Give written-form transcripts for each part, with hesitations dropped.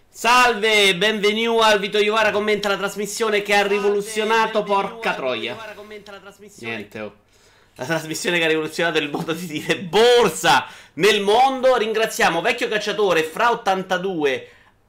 Salve, benvenuto al Vito Iovara commenta la trasmissione che ha rivoluzionato, porca troia. Niente, oh. La trasmissione che ha rivoluzionato il modo di dire borsa nel mondo. Ringraziamo Vecchio Cacciatore, Fra82,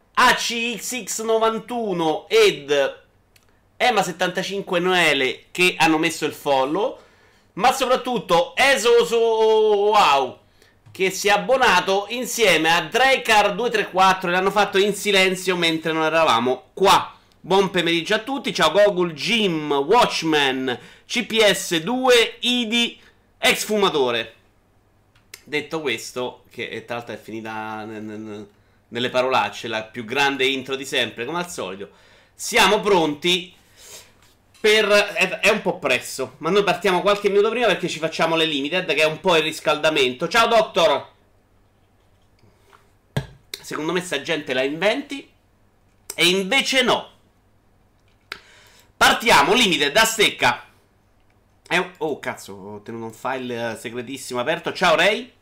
ACXX91 ed Ema75 Noele che hanno messo il follow. Ma soprattutto Esoso Wow, che si è abbonato insieme a Dracar234 e l'hanno fatto in silenzio mentre non eravamo qua. Buon pomeriggio a tutti, ciao Gogol, Jim, Watchman, CPS2, Idi, ex fumatore. Detto questo, che tra l'altro è finita nelle parolacce, la più grande intro di sempre, come al solito, siamo pronti per... È un po' presto, ma noi partiamo qualche minuto prima perché ci facciamo le limited, che è un po' il riscaldamento. Ciao Doctor! Secondo me sta gente la inventi, e invece no. Partiamo, limited, a stecca. Oh cazzo, ho tenuto un file segretissimo aperto. Ciao Ray.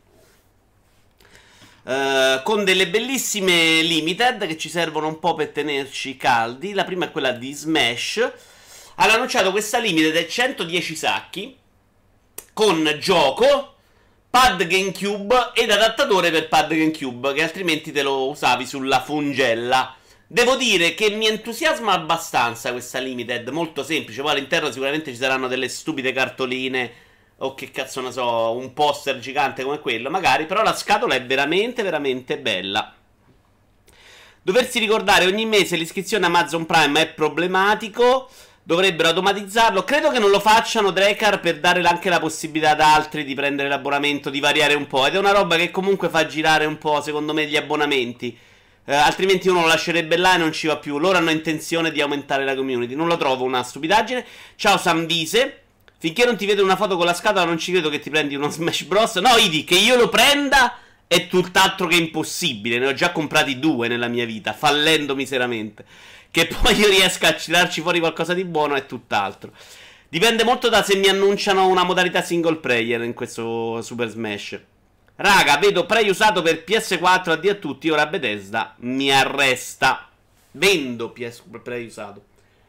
Con delle bellissime limited che ci servono un po' per tenerci caldi. La prima è quella di Smash. Hanno annunciato questa limited di 110 sacchi con gioco, pad GameCube ed adattatore per pad GameCube, che altrimenti te lo usavi sulla fungella. Devo dire che mi entusiasma abbastanza questa limited, molto semplice. Poi all'interno sicuramente ci saranno delle stupide cartoline o che cazzo ne so, un poster gigante come quello magari, però la scatola è veramente veramente bella. Doversi ricordare ogni mese l'iscrizione a Amazon Prime è problematico. Dovrebbero automatizzarlo. Credo che non lo facciano Dracar per dare anche la possibilità ad altri di prendere l'abbonamento, di variare un po'. Ed è una roba che comunque fa girare un po', secondo me, gli abbonamenti. Altrimenti uno lo lascerebbe là e non ci va più. Loro hanno intenzione di aumentare la community. Non lo trovo una stupidaggine. Ciao Sambise. Finché non ti vedo una foto con la scatola non ci credo che ti prendi uno Smash Bros. No, Idi, che io lo prenda è tutt'altro che impossibile. Ne ho già comprati 2 nella mia vita, fallendo miseramente. Che poi io riesca a tirarci fuori qualcosa di buono è tutt'altro. Dipende molto da se mi annunciano una modalità single player in questo Super Smash. Raga, vedo pre-usato per PS4, addio a tutti, ora Bethesda mi arresta. Vendo PS pre-usato.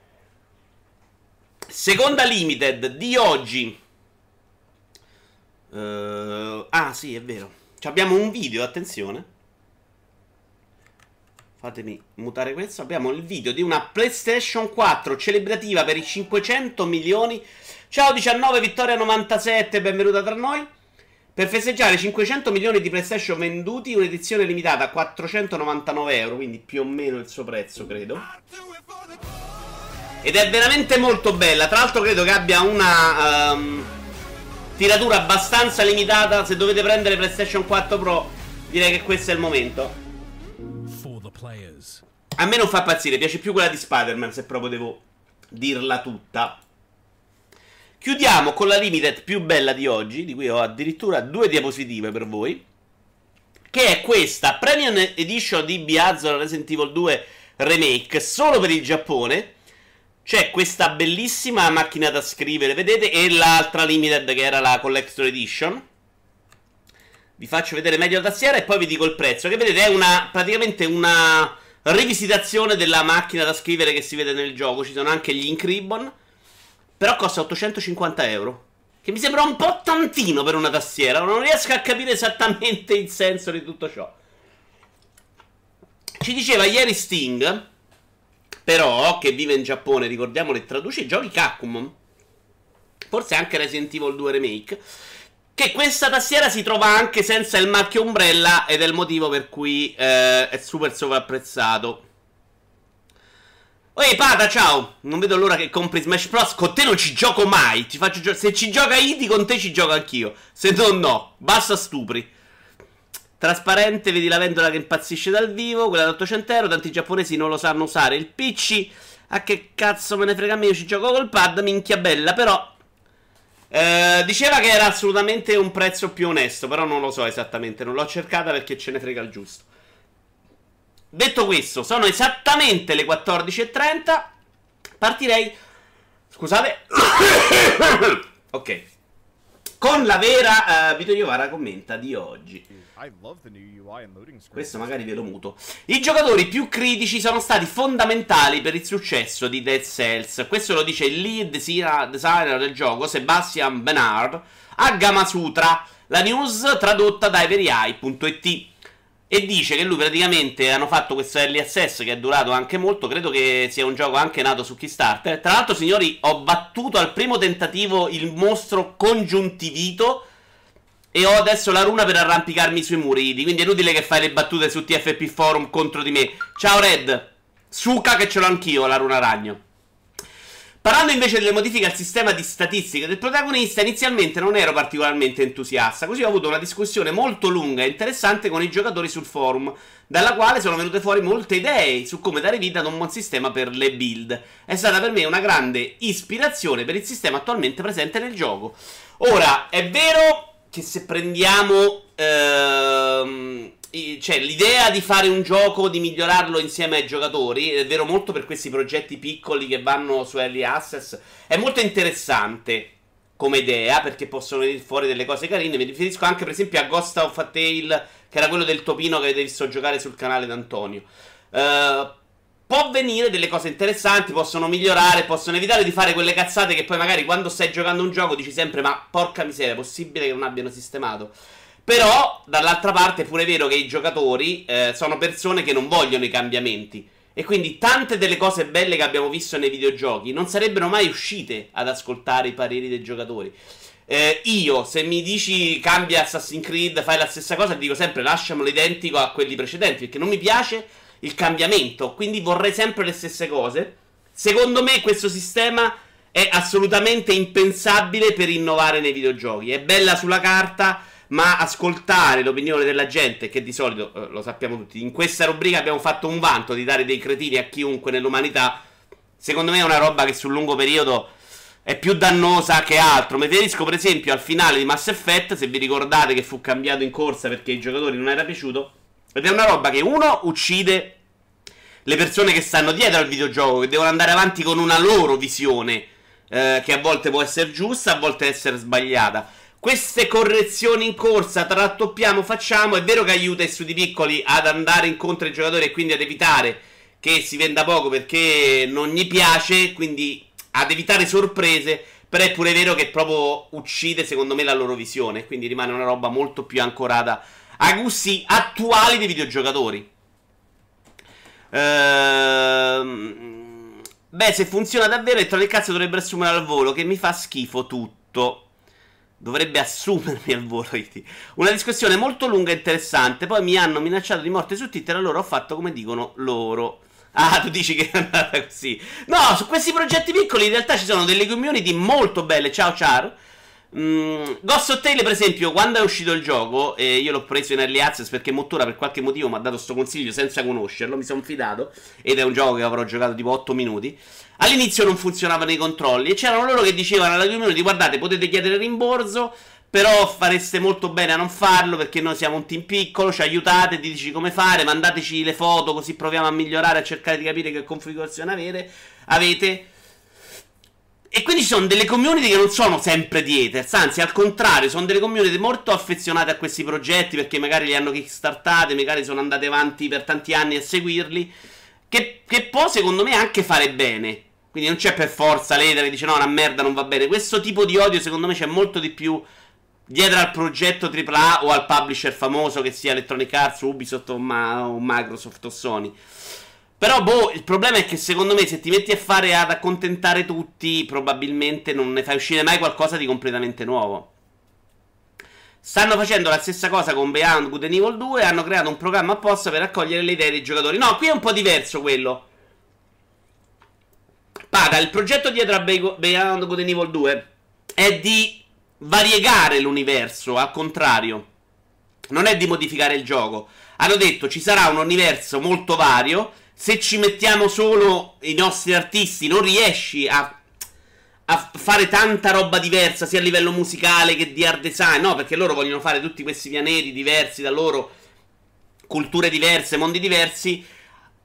Seconda limited di oggi. Sì, è vero. Abbiamo un video, attenzione. Fatemi mutare questo. Abbiamo il video di una PlayStation 4 celebrativa per i 500 milioni. Ciao 19 Vittoria 97, benvenuta tra noi. Per festeggiare 500 milioni di PlayStation venduti, un'edizione limitata a 499 euro, quindi più o meno il suo prezzo, credo. Ed è veramente molto bella. Tra l'altro credo che abbia una tiratura abbastanza limitata. Se dovete prendere PlayStation 4 Pro, direi che questo è il momento. A me non fa impazzire, piace più quella di Spider-Man, se proprio devo dirla tutta. Chiudiamo con la limited più bella di oggi, di cui ho addirittura 2 diapositive per voi, che è questa Premium Edition di Beyazzo Resident Evil 2 Remake, solo per il Giappone. C'è questa bellissima macchina da scrivere, vedete, e l'altra limited che era la Collector Edition. Vi faccio vedere meglio la tastiera e poi vi dico il prezzo, che vedete è praticamente una rivisitazione della macchina da scrivere che si vede nel gioco. Ci sono anche gli ink ribbon, però costa 850 euro, che mi sembra un po' tantino per una tastiera. Non riesco a capire esattamente il senso di tutto ciò. Ci diceva ieri Sting, però, che vive in Giappone, ricordiamolo, e traduce i giochi Capcom, forse anche Resident Evil 2 Remake, che questa tastiera si trova anche senza il marchio Umbrella, ed è il motivo per cui è super sovrapprezzato. Oi Pata, ciao! Non vedo l'ora che compri Smash Bros. Con te non ci gioco mai. Se ci gioca Idi, con te ci gioco anch'io. Se no. Basta stupri. Trasparente, vedi la ventola che impazzisce dal vivo. Quella da 800 euro. Tanti giapponesi non lo sanno usare. Il PC, a che cazzo me ne frega a me, io ci gioco col pad. Minchia bella, però diceva che era assolutamente un prezzo più onesto, però non lo so esattamente. Non l'ho cercata perché ce ne frega il giusto. Detto questo, sono esattamente le 14:30. Partirei. Scusate. Ok. con la vera Vito Iovara commenta di oggi. I love the new UI and loading screen. Questo magari ve lo muto. I giocatori più critici sono stati fondamentali per il successo di Dead Cells. Questo lo dice il lead designer del gioco, Sebastian Bernard, a Gamasutra, la news tradotta da everyeye.it. E dice che lui praticamente hanno fatto questo early access che è durato anche molto. Credo che sia un gioco anche nato su Kickstarter. Tra l'altro, signori, ho battuto al primo tentativo il mostro congiuntivito e ho adesso la runa per arrampicarmi sui muri. Quindi è inutile che fai le battute su TFP Forum contro di me. Ciao Red, suca che ce l'ho anch'io la runa ragno. Parlando invece delle modifiche al sistema di statistiche del protagonista, inizialmente non ero particolarmente entusiasta, così ho avuto una discussione molto lunga e interessante con i giocatori sul forum, dalla quale sono venute fuori molte idee su come dare vita ad un buon sistema per le build. È stata per me una grande ispirazione per il sistema attualmente presente nel gioco. Ora, è vero che se prendiamo cioè l'idea di fare un gioco, di migliorarlo insieme ai giocatori, è vero molto per questi progetti piccoli che vanno su Early Access, è molto interessante come idea perché possono venire fuori delle cose carine. Mi riferisco anche per esempio a Ghost of a Tale, che era quello del topino che avete visto giocare sul canale d'Antonio. Può venire delle cose interessanti, possono migliorare, possono evitare di fare quelle cazzate che poi magari quando stai giocando un gioco dici sempre ma porca miseria, è possibile che non abbiano sistemato? Però, dall'altra parte, è pure vero che i giocatori sono persone che non vogliono i cambiamenti. E quindi tante delle cose belle che abbiamo visto nei videogiochi non sarebbero mai uscite ad ascoltare i pareri dei giocatori. Io, se mi dici cambia Assassin's Creed, fai la stessa cosa, ti dico sempre lasciamolo identico a quelli precedenti, perché non mi piace il cambiamento, quindi vorrei sempre le stesse cose. Secondo me questo sistema è assolutamente impensabile per innovare nei videogiochi. È bella sulla carta, ma ascoltare l'opinione della gente, che di solito, lo sappiamo tutti, in questa rubrica abbiamo fatto un vanto di dare dei cretini a chiunque nell'umanità, secondo me è una roba che sul lungo periodo è più dannosa che altro. Mi riferisco per esempio al finale di Mass Effect, se vi ricordate, che fu cambiato in corsa perché ai giocatori non era piaciuto, ed è una roba che uno uccide le persone che stanno dietro al videogioco, che devono andare avanti con una loro visione, che a volte può essere giusta, a volte essere sbagliata. Queste correzioni in corsa, trattoppiamo, facciamo, è vero che aiuta i studi piccoli ad andare incontro ai giocatori e quindi ad evitare che si venda poco perché non gli piace, quindi ad evitare sorprese, però è pure vero che proprio uccide secondo me la loro visione, quindi rimane una roba molto più ancorata ai gusti attuali dei videogiocatori. Beh, se funziona davvero, Electronic cazzo dovrebbe assumere al volo, che mi fa schifo tutto. Dovrebbe assumermi al volo. Una discussione molto lunga e interessante. Poi mi hanno minacciato di morte su Twitter, allora ho fatto come dicono loro. Ah, tu dici che è andata così. No, su questi progetti piccoli in realtà ci sono delle community molto belle. Ciao Char. Ghost of Tale, per esempio, quando è uscito il gioco, io l'ho preso in early access perché Mottura per qualche motivo mi ha dato sto consiglio senza conoscerlo, mi sono fidato, ed è un gioco che avrò giocato tipo 8 minuti. All'inizio non funzionavano i controlli e c'erano loro che dicevano alla community: guardate, potete chiedere rimborso, però fareste molto bene a non farlo perché noi siamo un team piccolo, ci aiutate, diteci come fare, mandateci le foto così proviamo a migliorare, a cercare di capire che configurazione avete. E quindi ci sono delle community che non sono sempre di haters, anzi al contrario, sono delle community molto affezionate a questi progetti perché magari li hanno kickstartati, magari sono andate avanti per tanti anni a seguirli, che può secondo me anche fare bene. Quindi non c'è per forza l'hater che dice no, una merda, non va bene. Questo tipo di odio secondo me c'è molto di più dietro al progetto AAA o al publisher famoso, che sia Electronic Arts, Ubisoft o Microsoft o Sony. Però il problema è che secondo me se ti metti a fare ad accontentare tutti, probabilmente non ne fai uscire mai qualcosa di completamente nuovo. Stanno facendo la stessa cosa con Beyond Good and Evil 2, hanno creato un programma apposta per raccogliere le idee dei giocatori. No, qui è un po' diverso quello. Paga, il progetto dietro a Beyond Good and Evil 2 è di variegare l'universo, al contrario. Non è di modificare il gioco. Hanno detto ci sarà un universo molto vario. Se ci mettiamo solo i nostri artisti non riesci a fare tanta roba diversa, sia a livello musicale che di art design, no? Perché loro vogliono fare tutti questi pianeti diversi da loro, culture diverse, mondi diversi.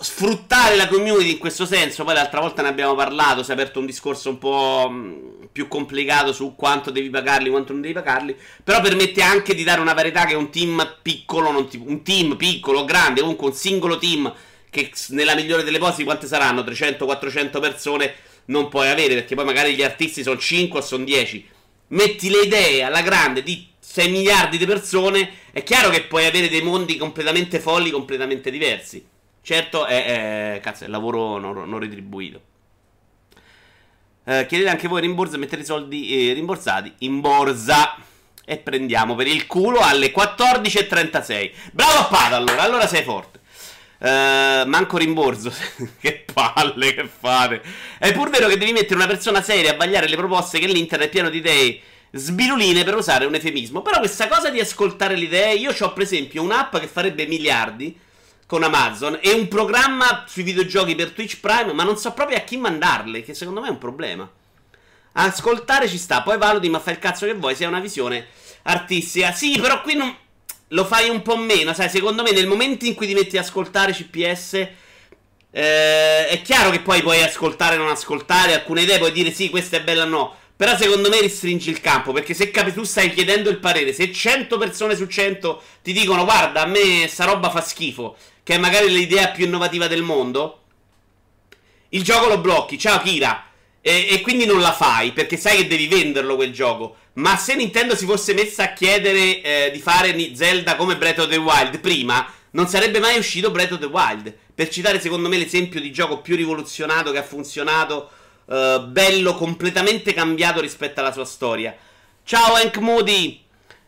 sfruttare la community in questo senso. Poi l'altra volta ne abbiamo parlato, si è aperto un discorso un po' più complicato su quanto devi pagarli, quanto non devi pagarli. Però permette anche di dare una varietà che un team piccolo, non tipo, un team piccolo, grande, comunque un singolo team che nella migliore delle ipotesi quante saranno? 300-400 persone non puoi avere, perché poi magari gli artisti sono 5 o sono 10. Metti le idee alla grande di 6 miliardi di persone, è chiaro che puoi avere dei mondi completamente folli, completamente diversi. Certo cazzo, è lavoro non retribuito. Chiedete anche voi rimborso e mettere i soldi rimborsati in borsa. E prendiamo per il culo alle 14:36. Bravo Pato, allora sei forte. Manco rimborso. Che palle che fate. È pur vero che devi mettere una persona seria a vagliare le proposte, che l'internet è pieno di idee sbiruline, per usare un eufemismo. Però questa cosa di ascoltare le idee, io ho per esempio un'app che farebbe miliardi con Amazon e un programma sui videogiochi per Twitch Prime, ma non so proprio a chi mandarle, che secondo me è un problema. Ascoltare ci sta, poi valuti, ma fai il cazzo che vuoi, se hai una visione artistica. Sì, però qui non lo fai un po' meno, sai, secondo me nel momento in cui ti metti ad ascoltare CPS, è chiaro che poi puoi ascoltare o non ascoltare, alcune idee puoi dire sì, questa è bella o no, però secondo me restringi il campo, perché se tu stai chiedendo il parere, se 100 persone su 100 ti dicono guarda, a me sta roba fa schifo, che è magari l'idea più innovativa del mondo, il gioco lo blocchi, ciao Kira, e quindi non la fai, perché sai che devi venderlo quel gioco. Ma se Nintendo si fosse messa a chiedere di fare Zelda come Breath of the Wild prima, non sarebbe mai uscito Breath of the Wild. Per citare secondo me l'esempio di gioco più rivoluzionato che ha funzionato, bello, completamente cambiato rispetto alla sua storia. Ciao Hank Moody.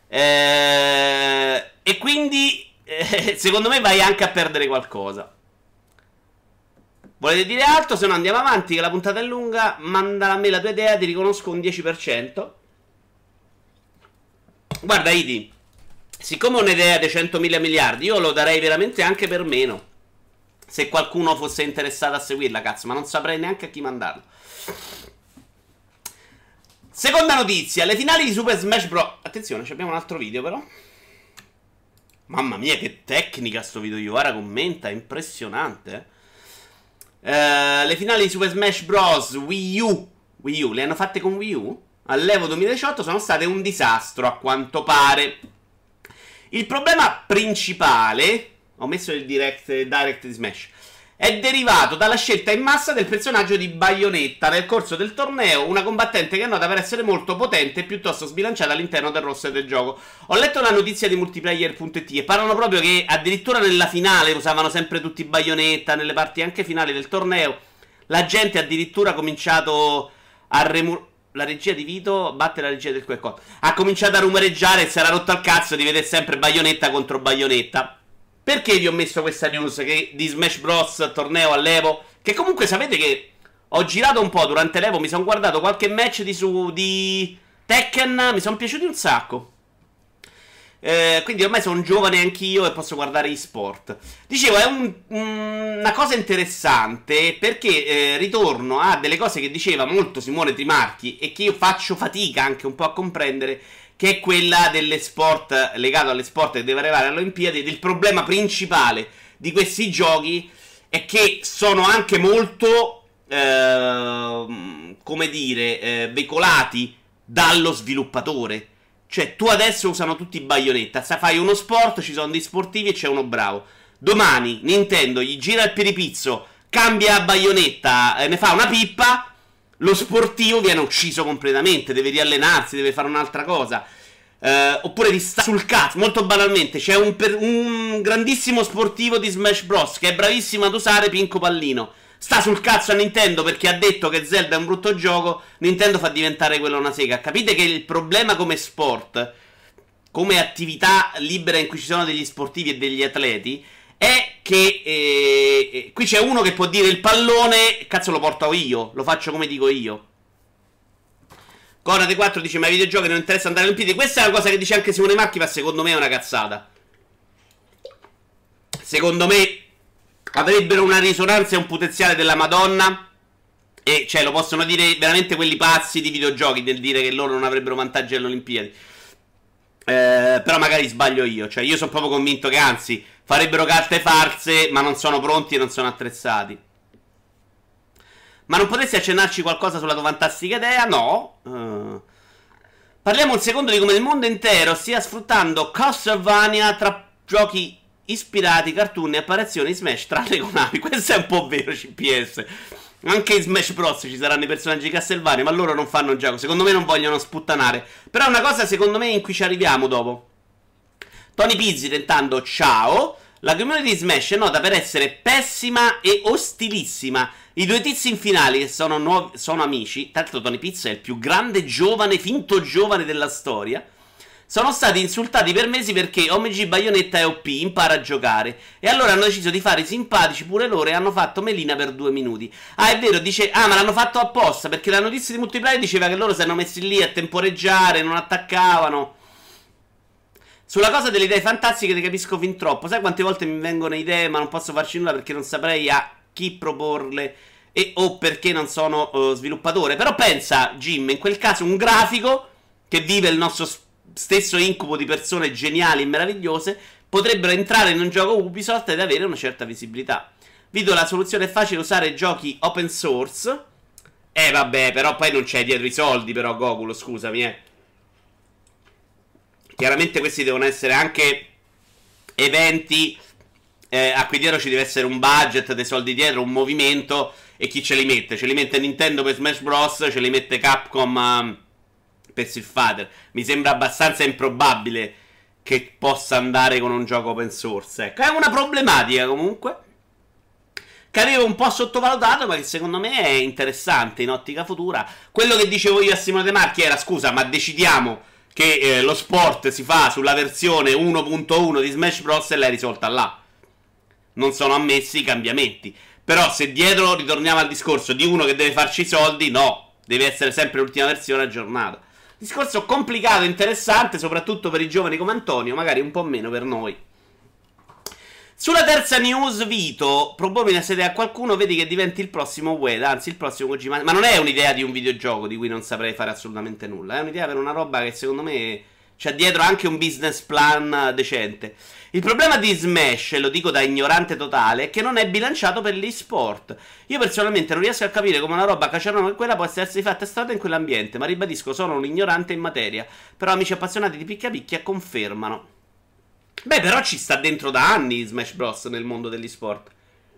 E quindi secondo me vai anche a perdere qualcosa. Volete dire altro? Se no andiamo avanti, che la puntata è lunga. Manda a me la tua idea, ti riconosco un 10%. Guarda Idi, siccome ho un'idea dei 100.000 miliardi, io lo darei veramente anche per meno, se qualcuno fosse interessato a seguirla, cazzo, ma non saprei neanche a chi mandarlo. Seconda notizia, le finali di Super Smash Bros. Attenzione, abbiamo un altro video però. Mamma mia, che tecnica sto video, Iwara commenta, è impressionante. Le finali di Super Smash Bros. Wii U, le hanno fatte con Wii U? All'Evo 2018 sono state un disastro, a quanto pare. Il problema principale, ho messo il direct di Smash, è derivato dalla scelta in massa del personaggio di Bayonetta nel corso del torneo, una combattente che è nota per essere molto potente e piuttosto sbilanciata all'interno del roster del gioco. Ho letto la notizia di multiplayer.it e parlano proprio che addirittura nella finale usavano sempre tutti Bayonetta, nelle parti anche finali del torneo. La gente ha addirittura cominciato a la regia di Vito batte la regia del qualcosa. Ha cominciato a rumoreggiare e si era rotto al cazzo di vedere sempre Bayonetta contro Bayonetta. Perché vi ho messo questa news che di Smash Bros. Torneo all'Evo? Che comunque sapete che ho girato un po' durante l'Evo, mi sono guardato qualche match di Tekken, mi sono piaciuti un sacco. Quindi ormai sono giovane anch'io e posso guardare gli sport. Dicevo, è una cosa interessante perché ritorno a delle cose che diceva molto Simone Trimarchi e che io faccio fatica anche un po' a comprendere, che è quella delle sport, legato alle sport che deve arrivare alle Olimpiadi. Ed il problema principale di questi giochi è che sono anche molto, come dire, veicolati dallo sviluppatore. Cioè, tu adesso usano tutti Bayonetta, fai uno sport, ci sono dei sportivi e c'è uno bravo. Domani Nintendo gli gira il piripizzo, cambia Bayonetta, ne fa una pippa, lo sportivo viene ucciso completamente, deve riallenarsi, deve fare un'altra cosa. Oppure ti sta sul cazzo, molto banalmente, c'è un grandissimo sportivo di Smash Bros. Che è bravissimo ad usare Pinco Pallino. Sta sul cazzo a Nintendo perché ha detto che Zelda è un brutto gioco. Nintendo fa diventare quello una sega. Capite che il problema come sport, come attività libera in cui ci sono degli sportivi e degli atleti, è che qui c'è uno che può dire il pallone, cazzo lo porto io, lo faccio come dico io. Conrad 4 dice ma ai videogiochi non interessa andare alle Olimpiadi. Questa è una cosa che dice anche Simone Marchi, ma secondo me è una cazzata. Secondo me avrebbero una risonanza e un potenziale della Madonna. E cioè lo possono dire veramente quelli pazzi di videogiochi nel dire che loro non avrebbero vantaggi alle Olimpiadi. Però magari sbaglio io. Cioè, io sono proprio convinto che anzi farebbero carte farse, ma non sono pronti e non sono attrezzati. Ma non potresti accennarci qualcosa sulla tua fantastica idea? No. Parliamo un secondo di come il mondo intero stia sfruttando Castlevania tra giochi ispirati, cartoon e apparizioni in Smash, tranne Konami. Questo è un po' vero, CPS. Anche in Smash Bros ci saranno i personaggi di Castlevania, ma loro non fanno un gioco. Secondo me non vogliono sputtanare. Però è una cosa, secondo me, in cui ci arriviamo dopo. Tony Pizzi tentando ciao. La community di Smash è nota per essere pessima e ostilissima. I due tizi in finale che sono amici. Tanto Tony Pizzi è il più grande giovane, finto giovane della storia. Sono stati insultati per mesi perché OMG Bayonetta è OP, impara a giocare. E allora hanno deciso di fare i simpatici pure loro e hanno fatto melina per 2 minuti. Ah, è vero, dice, ma l'hanno fatto apposta perché la notizia di multiplayer diceva che loro si erano messi lì a temporeggiare, non attaccavano. Sulla cosa delle idee fantastiche ti capisco fin troppo. Sai quante volte mi vengono idee ma non posso farci nulla perché non saprei a chi proporle o perché non sono sviluppatore. Però pensa, Jim, in quel caso un grafico che vive il nostro stesso incubo di persone geniali e meravigliose potrebbero entrare in un gioco Ubisoft ed avere una certa visibilità. Vedo la soluzione è facile usare giochi open source. Vabbè, però poi non c'è dietro i soldi, però Gokulo, scusami, Chiaramente questi devono essere anche eventi a cui dietro ci deve essere un budget, dei soldi dietro, un movimento. E chi ce li mette? Ce li mette Nintendo per Smash Bros, ce li mette Capcom per Street Fighter. Mi sembra abbastanza improbabile che possa andare con un gioco open source. Ecco, è una problematica comunque che avevo un po' sottovalutato, ma che secondo me è interessante in ottica futura. Quello che dicevo io a Simone De Marchi era: scusa, ma decidiamo che lo sport si fa sulla versione 1.1 di Smash Bros. E l'hai risolta là. Non sono ammessi i cambiamenti. Però se dietro ritorniamo al discorso di uno che deve farci i soldi, no, deve essere sempre l'ultima versione aggiornata. Discorso complicato, interessante, soprattutto per i giovani come Antonio, magari un po' meno per noi. Sulla terza news, Vito, proponi una idea a qualcuno, vedi che diventi il prossimo Ued, anzi il prossimo Kojima. Ma non è un'idea di un videogioco di cui non saprei fare assolutamente nulla, è un'idea per una roba che secondo me c'è dietro anche un business plan decente. Il problema di Smash, e lo dico da ignorante totale, è che non è bilanciato per l'e-sport. Io personalmente non riesco a capire come una roba caciarona come quella possa essere fatta strada in quell'ambiente, ma ribadisco, sono un ignorante in materia. Però amici appassionati di picchia picchia confermano. Beh, però ci sta dentro da anni Smash Bros. Nel mondo degli sport.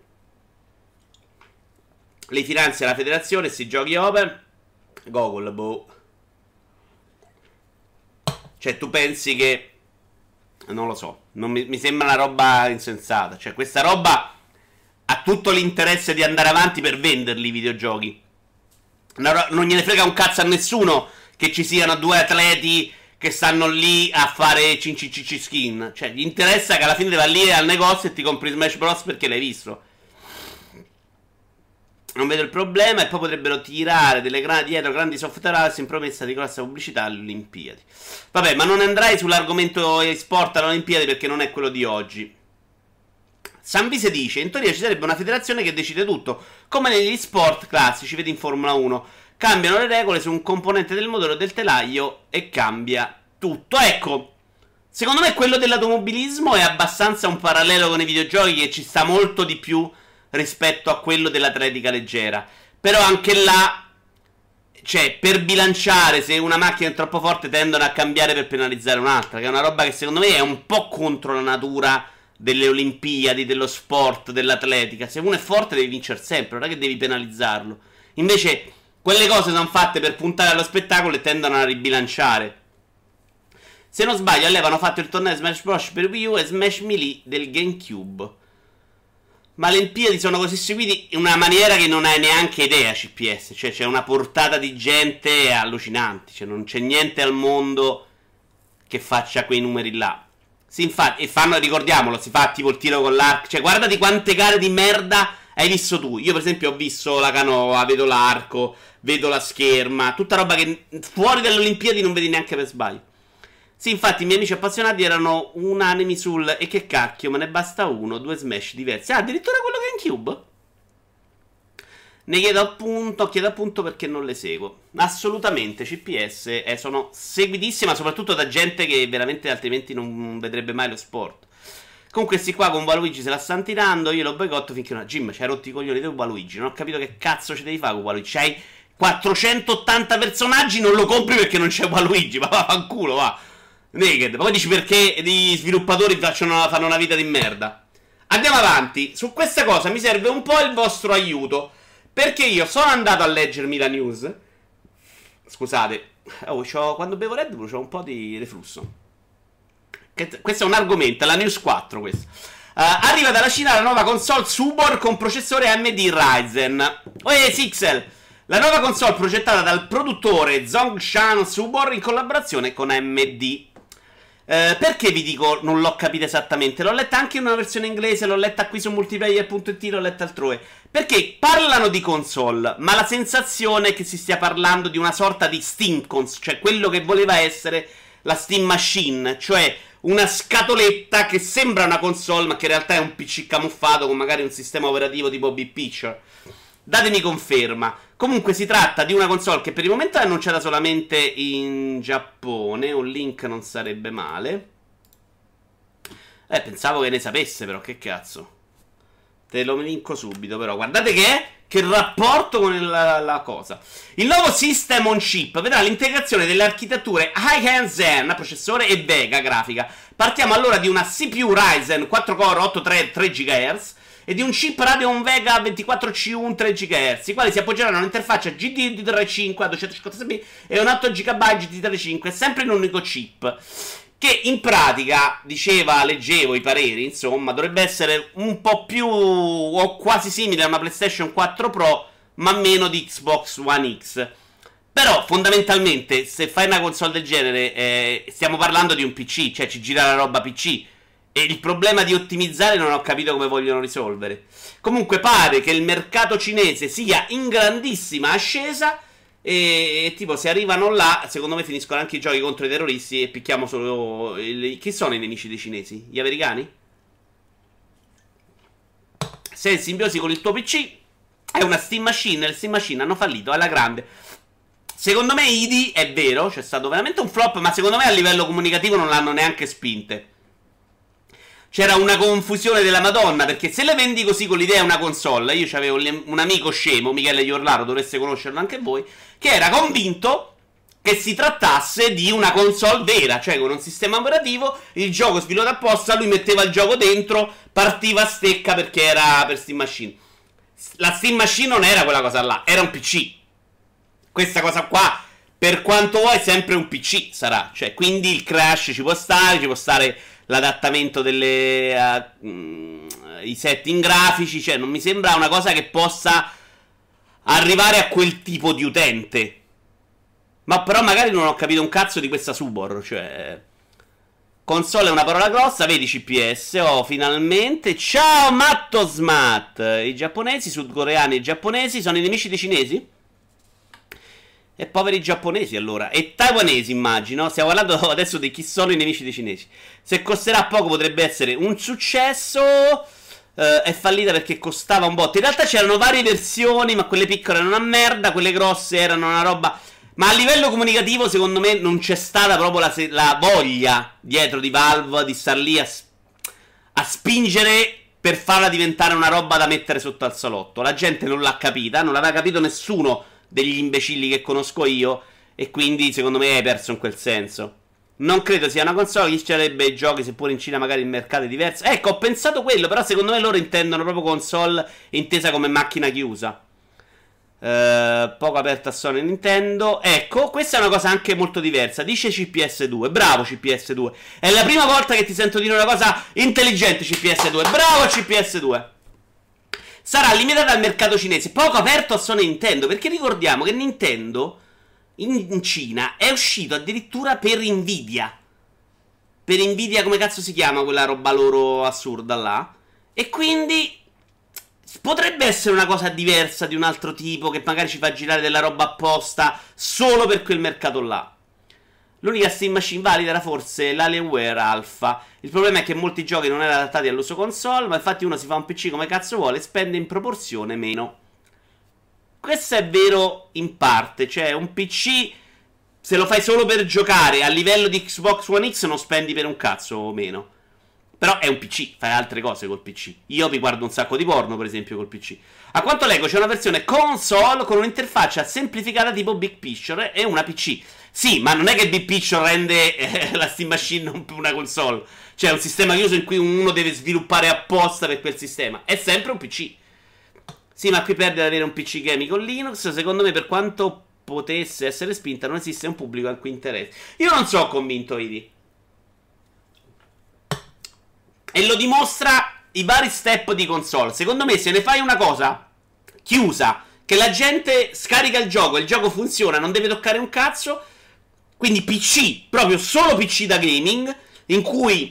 Li finanzia la federazione, si giochi open. Gogol, boh. Cioè, tu pensi che... Non lo so, non mi sembra una roba insensata. Cioè, questa roba ha tutto l'interesse di andare avanti per venderli i videogiochi. Non gliene frega un cazzo a nessuno che ci siano 2 atleti che stanno lì a fare cincici skin. Cioè, gli interessa che alla fine vai lì al negozio e ti compri Smash Bros. Perché l'hai visto. Non vedo il problema. E poi potrebbero tirare dietro grandi software house in promessa di grossa pubblicità alle Olimpiadi. Vabbè, ma non andrai sull'argomento e-sport alle Olimpiadi perché non è quello di oggi. Sanvise dice: in teoria ci sarebbe una federazione che decide tutto, come negli sport classici, vedi in Formula 1. Cambiano le regole su un componente del motore o del telaio e cambia tutto. Ecco, secondo me quello dell'automobilismo è abbastanza un parallelo con i videogiochi, che ci sta molto di più rispetto a quello dell'atletica leggera. Però anche là, cioè, per bilanciare, se una macchina è troppo forte tendono a cambiare per penalizzare un'altra, che è una roba che secondo me è un po' contro la natura delle Olimpiadi, dello sport, dell'atletica. Se uno è forte devi vincere sempre, non è che devi penalizzarlo. Invece quelle cose sono fatte per puntare allo spettacolo e tendono a ribilanciare. Se non sbaglio, avevano fatto il torneo Smash Bros. Per Wii U e Smash Melee del GameCube. Ma le Olimpiadi sono così seguiti in una maniera che non hai neanche idea, CPS. Cioè, c'è una portata di gente allucinante. Cioè, non c'è niente al mondo che faccia quei numeri là. Sì, infatti, e fanno, ricordiamolo, si fa tipo il tiro con l'arco. Cioè, guarda di quante gare di merda hai visto tu. Io, per esempio, ho visto la canoa, vedo l'arco, vedo la scherma. Tutta roba che fuori dalle Olimpiadi non vedi neanche per sbaglio. Sì, infatti i miei amici appassionati erano unanimi sul e che cacchio, me ne basta uno, 2 Smash diversi. Ah, addirittura quello GameCube? Ne chiedo appunto perché non le seguo. Assolutamente, CPS sono seguitissima, soprattutto da gente che veramente altrimenti non vedrebbe mai lo sport. Comunque questi qua con Waluigi se la stanno tirando, io lo boicotto finché una Jim ci hai rotti i coglioni di Waluigi, non ho capito che cazzo ci devi fare con Waluigi. C'hai 480 personaggi, non lo compri perché non c'è Waluigi, ma vaffanculo, va. Naked. Poi dici perché gli sviluppatori fanno una vita di merda. Andiamo avanti. Su questa cosa mi serve un po' il vostro aiuto, perché io sono andato a leggermi la news. Scusate, quando bevo Red Bull c'ho un po' di reflusso. Questo è un argomento, è la news 4 questo. Arriva dalla Cina la nuova console Subor con processore AMD Ryzen. Sixel, la nuova console progettata dal produttore Zhongshan Subor in collaborazione con AMD. Perché vi dico non l'ho capita esattamente? L'ho letta anche in una versione inglese, l'ho letta qui su multiplayer.it, l'ho letta altrove. Perché parlano di console, ma la sensazione è che si stia parlando di una sorta di Steam console, cioè quello che voleva essere la Steam Machine, cioè una scatoletta che sembra una console ma che in realtà è un PC camuffato con magari un sistema operativo tipo Big Picture. Datemi conferma. Comunque si tratta di una console che per il momento è annunciata solamente in Giappone. Un link non sarebbe male. Pensavo che ne sapesse però, che cazzo. Te lo linko subito però. Guardate che rapporto con la cosa. Il nuovo System on Chip vedrà l'integrazione delle architetture High-End Zen, processore, e Vega grafica. Partiamo allora di una CPU Ryzen 4 core 8 3 GHz e di un chip Radeon Vega 24C1 3 GHz, i quali si appoggeranno a un'interfaccia GDDR5 a 256 e un 8 GB GDDR5, sempre in un unico chip. Che in pratica, leggevo i pareri, insomma, dovrebbe essere un po' più o quasi simile a una PlayStation 4 Pro, ma meno di Xbox One X. Però, fondamentalmente, se fai una console del genere, stiamo parlando di un PC, cioè ci gira la roba PC. E il problema di ottimizzare non ho capito come vogliono risolvere. Comunque pare che il mercato cinese sia in grandissima ascesa. E tipo se arrivano là, secondo me finiscono anche i giochi contro i terroristi e picchiamo solo chi sono i nemici dei cinesi? Gli americani? Sei in simbiosi con il tuo PC, è una Steam Machine. Le Steam Machine hanno fallito alla grande. Secondo me ID è vero, c'è stato veramente un flop, ma secondo me a livello comunicativo non l'hanno neanche spinte. C'era una confusione della Madonna, perché se le vendi così con l'idea è una console, io c'avevo un amico scemo, Michele Iorlaro, dovreste conoscerlo anche voi, che era convinto che si trattasse di una console vera, cioè con un sistema operativo, il gioco sviluppato apposta, lui metteva il gioco dentro, partiva a stecca perché era per Steam Machine. La Steam Machine non era quella cosa là, era un PC. Questa cosa qua, per quanto vuoi, sempre un PC sarà, cioè quindi il crash ci può stare l'adattamento delle i setting grafici, cioè non mi sembra una cosa che possa arrivare a quel tipo di utente. Ma però magari non ho capito un cazzo di questa Subor, cioè console è una parola grossa, vedi CPS, finalmente. Ciao Matto Smat. I giapponesi, sudcoreani e giapponesi sono i nemici dei cinesi? E poveri giapponesi allora. E taiwanesi immagino. Stiamo parlando adesso di chi sono i nemici dei cinesi. Se costerà poco potrebbe essere un successo. È fallita perché costava un botto. In realtà c'erano varie versioni, ma quelle piccole erano una merda, quelle grosse erano una roba. Ma a livello comunicativo secondo me non c'è stata proprio la voglia dietro di Valve di star lì a spingere per farla diventare una roba da mettere sotto al salotto. La gente non l'ha capita, non l'aveva capito nessuno degli imbecilli che conosco io, e quindi secondo me hai perso in quel senso. Non credo sia una console che sceglierebbe i giochi, seppure in Cina magari il mercato è diverso. Ecco, ho pensato quello, però secondo me loro intendono proprio console intesa come macchina chiusa. Poco aperta a Sony e Nintendo. Ecco, questa è una cosa anche molto diversa. Dice CPS2, bravo CPS2. È la prima volta che ti sento dire una cosa intelligente, CPS2. Bravo CPS2. Sarà limitata al mercato cinese, poco aperto a Sony e Nintendo, perché ricordiamo che Nintendo in Cina è uscito addirittura per Nvidia. Per Nvidia, come cazzo si chiama quella roba loro assurda là? E quindi potrebbe essere una cosa diversa di un altro tipo, che magari ci fa girare della roba apposta solo per quel mercato là. L'unica Steam Machine valida era forse l'Alienware Alpha. Il problema è che molti giochi non erano adattati all'uso console, ma infatti uno si fa un PC come cazzo vuole e spende in proporzione meno. questo è vero in parte. Cioè, un PC, se lo fai solo per giocare a livello di Xbox One X, non spendi per un cazzo o meno. Però è un PC, fai altre cose col PC. Io mi guardo un sacco di porno, per esempio, col PC. A quanto leggo c'è una versione console con un'interfaccia semplificata tipo Big Picture e una PC. Sì, ma non è che Big Picture rende la Steam Machine una console. Cioè, è un sistema chiuso in cui uno deve sviluppare apposta per quel sistema. È sempre un PC. Sì, ma qui perde ad avere un PC gaming con Linux. Secondo me, per quanto potesse essere spinta, non esiste un pubblico a cui interessa. Io non sono convinto, Idi. E lo dimostra i vari step di console. Secondo me, se ne fai una cosa chiusa, che la gente scarica il gioco funziona, non deve toccare un cazzo. Quindi PC, proprio solo PC da gaming, in cui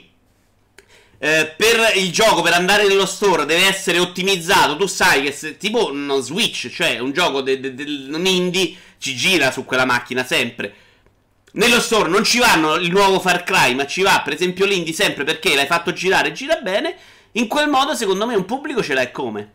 per il gioco, per andare nello store, deve essere ottimizzato. Tu sai che se, tipo uno Switch, cioè un gioco un indie, ci gira su quella macchina sempre. Nello store non ci vanno il nuovo Far Cry, ma ci va per esempio l'indie sempre perché l'hai fatto girare e gira bene. In quel modo secondo me un pubblico ce l'hai come.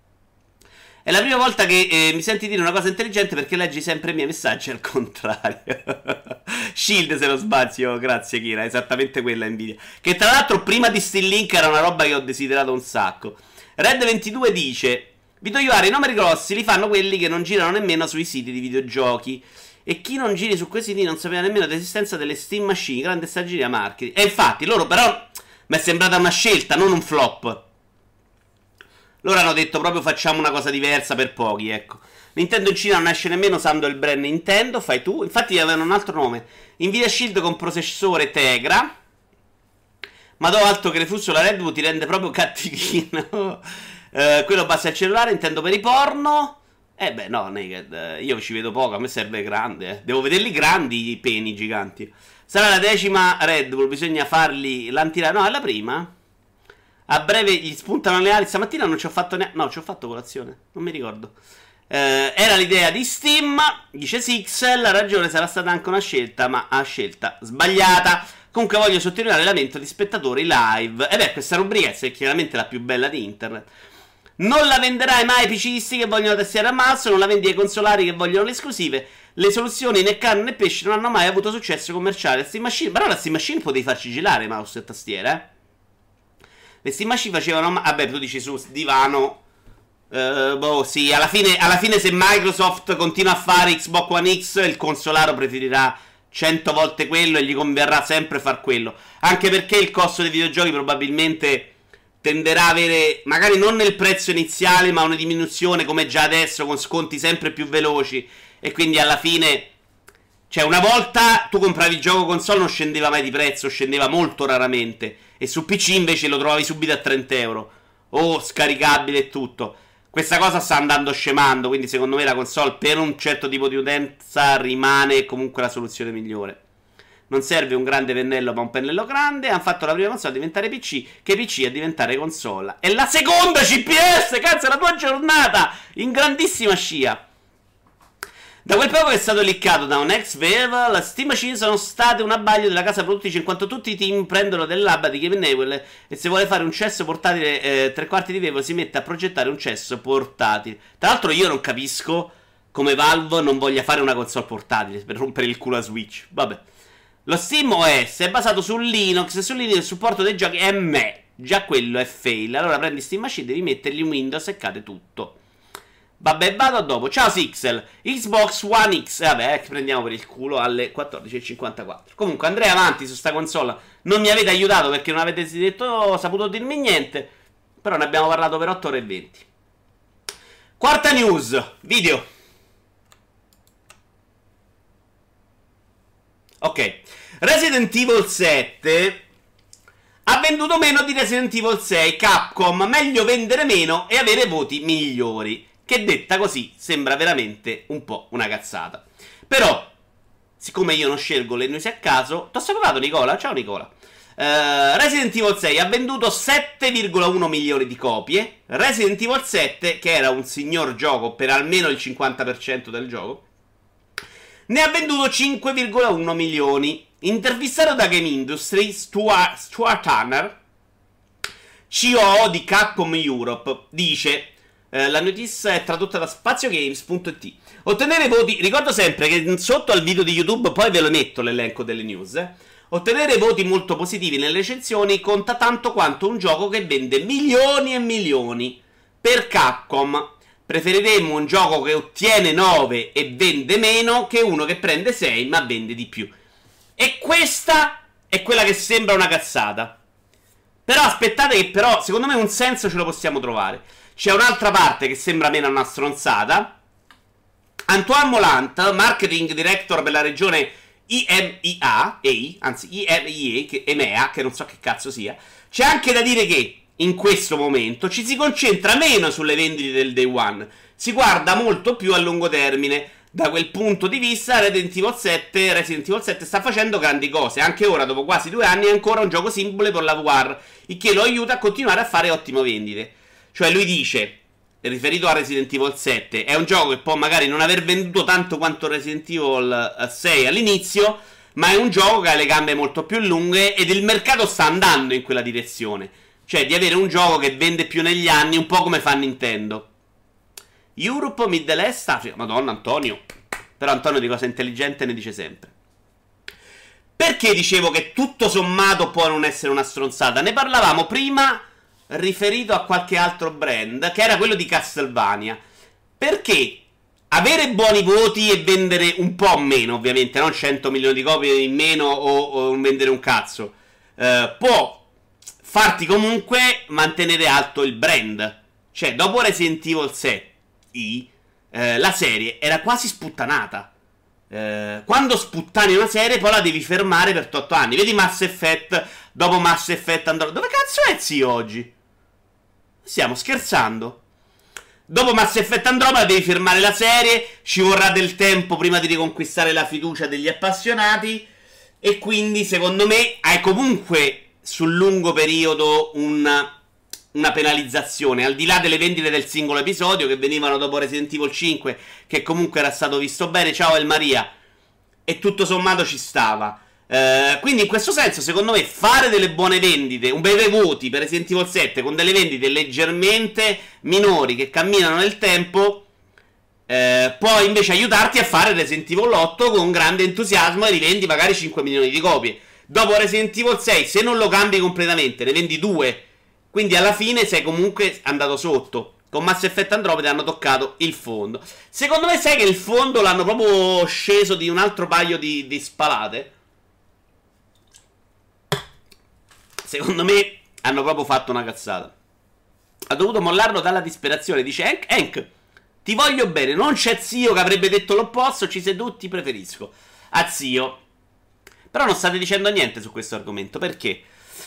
È la prima volta che mi senti dire una cosa intelligente perché leggi sempre i miei messaggi al contrario. Shield se lo sbazio, grazie Kira, esattamente quella Nvidia. Che tra l'altro prima di Steam Link era una roba che ho desiderato un sacco. Red22 dice: Vito Iuari, i numeri grossi li fanno quelli che non girano nemmeno sui siti di videogiochi. E chi non giri su quei siti non sapeva nemmeno dell'esistenza delle Steam Machine, grande strategia marketing. E infatti loro però mi è sembrata una scelta, non un flop. Loro hanno detto proprio facciamo una cosa diversa per pochi, ecco. Nintendo in Cina non esce nemmeno usando il brand Nintendo, fai tu. Infatti avevano un altro nome. Nvidia Shield con processore Tegra. Ma do alto che reflusso la Redwood ti rende proprio cattivino. Quello basta il cellulare, intendo per i porno. Beh no, Naked, io ci vedo poco, a me serve grande. Devo vederli grandi i peni giganti. Sarà la 10ª Red Bull, bisogna farli l'antira. No, è la prima. A breve gli spuntano le ali. Stamattina non ci ho fatto neanche. No, ci ho fatto colazione. Non mi ricordo. Era l'idea di Steam. Dice Sixel. La ragione sarà stata anche una scelta, ma a scelta sbagliata. Comunque voglio sottolineare il lamento di spettatori live. E beh, questa rubrica è chiaramente la più bella di internet. Non la venderai mai ai PCisti che vogliono tastiere a mouse. Non la vendi ai consolari che vogliono le esclusive. Le soluzioni né carne né pesce non hanno mai avuto successo commerciale. Steam Machine. Però la Steam Machine potevi farci girare mouse e tastiere, Le Steam Machine facevano. Vabbè, tu dici su divano. Boh, sì. Alla fine, se Microsoft continua a fare Xbox One X, il consolaro preferirà 100 volte quello e gli converrà sempre far quello. Anche perché il costo dei videogiochi probabilmente tenderà a avere, magari non nel prezzo iniziale, ma una diminuzione come già adesso, con sconti sempre più veloci. E quindi alla fine, cioè una volta tu compravi il gioco console non scendeva mai di prezzo, scendeva molto raramente. E su PC invece lo trovavi subito a 30 euro. O scaricabile e tutto. Questa cosa sta andando scemando, quindi secondo me la console per un certo tipo di utenza rimane comunque la soluzione migliore. Non serve un grande pennello ma un pennello grande. Hanno fatto la prima console a diventare PC, che PC a diventare console. E la seconda CPS, cazzo, è la tua giornata, in grandissima scia. Da quel poco che è stato liccato da un ex Valve, la Steam Machine sono state un abbaglio della casa produttrice in quanto tutti i team prendono dell'ABA di Game Enable e se vuole fare un cesso portatile 3/4 di Valve si mette a progettare un cesso portatile. Tra l'altro io non capisco come Valve non voglia fare una console portatile per rompere il culo a Switch. Vabbè. Lo Steam OS è basato su Linux e su Linux il supporto dei giochi è me. Già quello è fail. Allora prendi Steam Machine, devi mettergli Windows e cade tutto. Vabbè, vado a dopo. Ciao Sixel. Xbox One X. Vabbè, prendiamo per il culo alle 14:54. Comunque andrei avanti su sta console. Non mi avete aiutato perché non avete detto, saputo dirmi niente. Però ne abbiamo parlato per 8 ore e 20. Quarta news. Video. Ok. Resident Evil 7 ha venduto meno di Resident Evil 6. Capcom, meglio vendere meno e avere voti migliori. Che detta così sembra veramente un po' una cazzata. Però, siccome io non scelgo le news a caso, ti ho salutato Nicola, ciao Nicola. Resident Evil 6 ha venduto 7,1 milioni di copie. Resident Evil 7, che era un signor gioco per almeno il 50% del gioco, ne ha venduto 5,1 milioni. Intervistato da Game Industry, Stuart Tanner, CEO di Capcom Europe, dice: La noticia è tradotta da spaziogames.it. Ottenere voti, ricordo sempre che sotto al video di YouTube, poi ve lo metto l'elenco delle news. Ottenere voti molto positivi nelle recensioni conta tanto quanto un gioco che vende milioni e milioni. Per Capcom preferiremmo un gioco che ottiene 9 e vende meno che uno che prende 6 ma vende di più. E questa è quella che sembra una cazzata. Però aspettate che però secondo me un senso ce lo possiamo trovare. C'è un'altra parte che sembra meno una stronzata. Antoine Molant, marketing director per la regione EMEA, EMEA, che non so che cazzo sia. C'è anche da dire che in questo momento ci si concentra meno sulle vendite del day one, si guarda molto più a lungo termine. Da quel punto di vista Resident Evil 7 sta facendo grandi cose. Anche ora, dopo quasi 2 anni, è ancora un gioco simbolo per la VR, il che lo aiuta a continuare a fare ottime vendite. Cioè lui dice, riferito a Resident Evil 7, è un gioco che può magari non aver venduto tanto quanto Resident Evil 6 all'inizio, ma è un gioco che ha le gambe molto più lunghe ed il mercato sta andando in quella direzione. Cioè di avere un gioco che vende più negli anni, un po' come fa Nintendo. Europe, Middle East, Africa. Madonna, Antonio. Però Antonio di cosa intelligente ne dice sempre. Perché dicevo che tutto sommato può non essere una stronzata? Ne parlavamo prima riferito a qualche altro brand, che era quello di Castlevania. Perché avere buoni voti e vendere un po' meno, ovviamente, non 100 milioni di copie in meno o vendere un cazzo, può farti comunque mantenere alto il brand. Cioè, dopo Resident Evil 7, la serie era quasi sputtanata. Quando sputtani una serie, poi la devi fermare per 8 anni. Vedi Mass Effect, dopo Mass Effect Andromeda. Dove cazzo è zio oggi? Stiamo scherzando. Dopo Mass Effect Andromeda devi fermare la serie, ci vorrà del tempo prima di riconquistare la fiducia degli appassionati, e quindi secondo me hai comunque sul lungo periodo una penalizzazione, al di là delle vendite del singolo episodio che venivano dopo Resident Evil 5, che comunque era stato visto bene. Ciao El Maria. E tutto sommato ci stava. Quindi in questo senso secondo me fare delle buone vendite, un bel voti per Resident Evil 7 con delle vendite leggermente minori che camminano nel tempo, può invece aiutarti a fare Resident Evil 8 con grande entusiasmo e rivendi magari 5 milioni di copie. Dopo Resident Evil 6, se non lo cambi completamente, ne vendi 2. Quindi alla fine sei comunque andato sotto. Con Mass Effect Andromeda hanno toccato il fondo. Secondo me sai che il fondo l'hanno proprio sceso di un altro paio di spalate. Secondo me hanno proprio fatto una cazzata. Ha dovuto mollarlo dalla disperazione. Dice Hank, ti voglio bene. Non c'è zio che avrebbe detto l'opposto. Ci seduti, preferisco a zio. Però non state dicendo niente su questo argomento. Perché?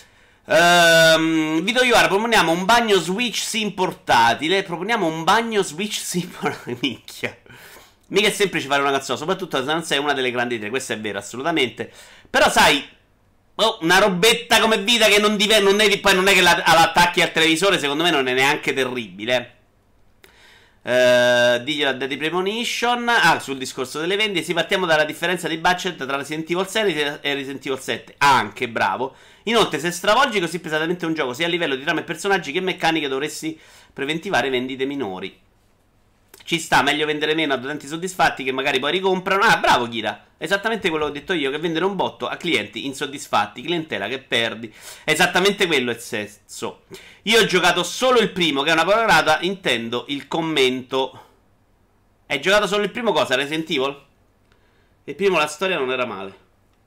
Vito Iovara, proponiamo un bagno Switch Sim portatile. Proponiamo un bagno Switch Sim portatile. Minchia. Mica è semplice fare una canzone, soprattutto se non sei una delle grandi idee. Questo è vero, assolutamente. Però sai, una robetta come Vita che non è, poi non è che l'attacchi al televisore, secondo me non è neanche terribile. Diglielo a Daddy Premonition. Sul discorso delle vendite, si partiamo dalla differenza di budget tra Resident Evil 6 e Resident Evil 7. Anche, bravo. Inoltre, se stravolgi così pesantemente un gioco, sia a livello di trama e personaggi che meccaniche, dovresti preventivare vendite minori. Ci sta, meglio vendere meno ad utenti soddisfatti che magari poi ricomprano. Bravo Kira, esattamente quello che ho detto io, che vendere un botto a clienti insoddisfatti, clientela che perdi. Esattamente quello è il senso. Io ho giocato solo il primo, che è una parolata, intendo il commento. Hai giocato solo il primo cosa, Resident Evil? Il primo la storia non era male.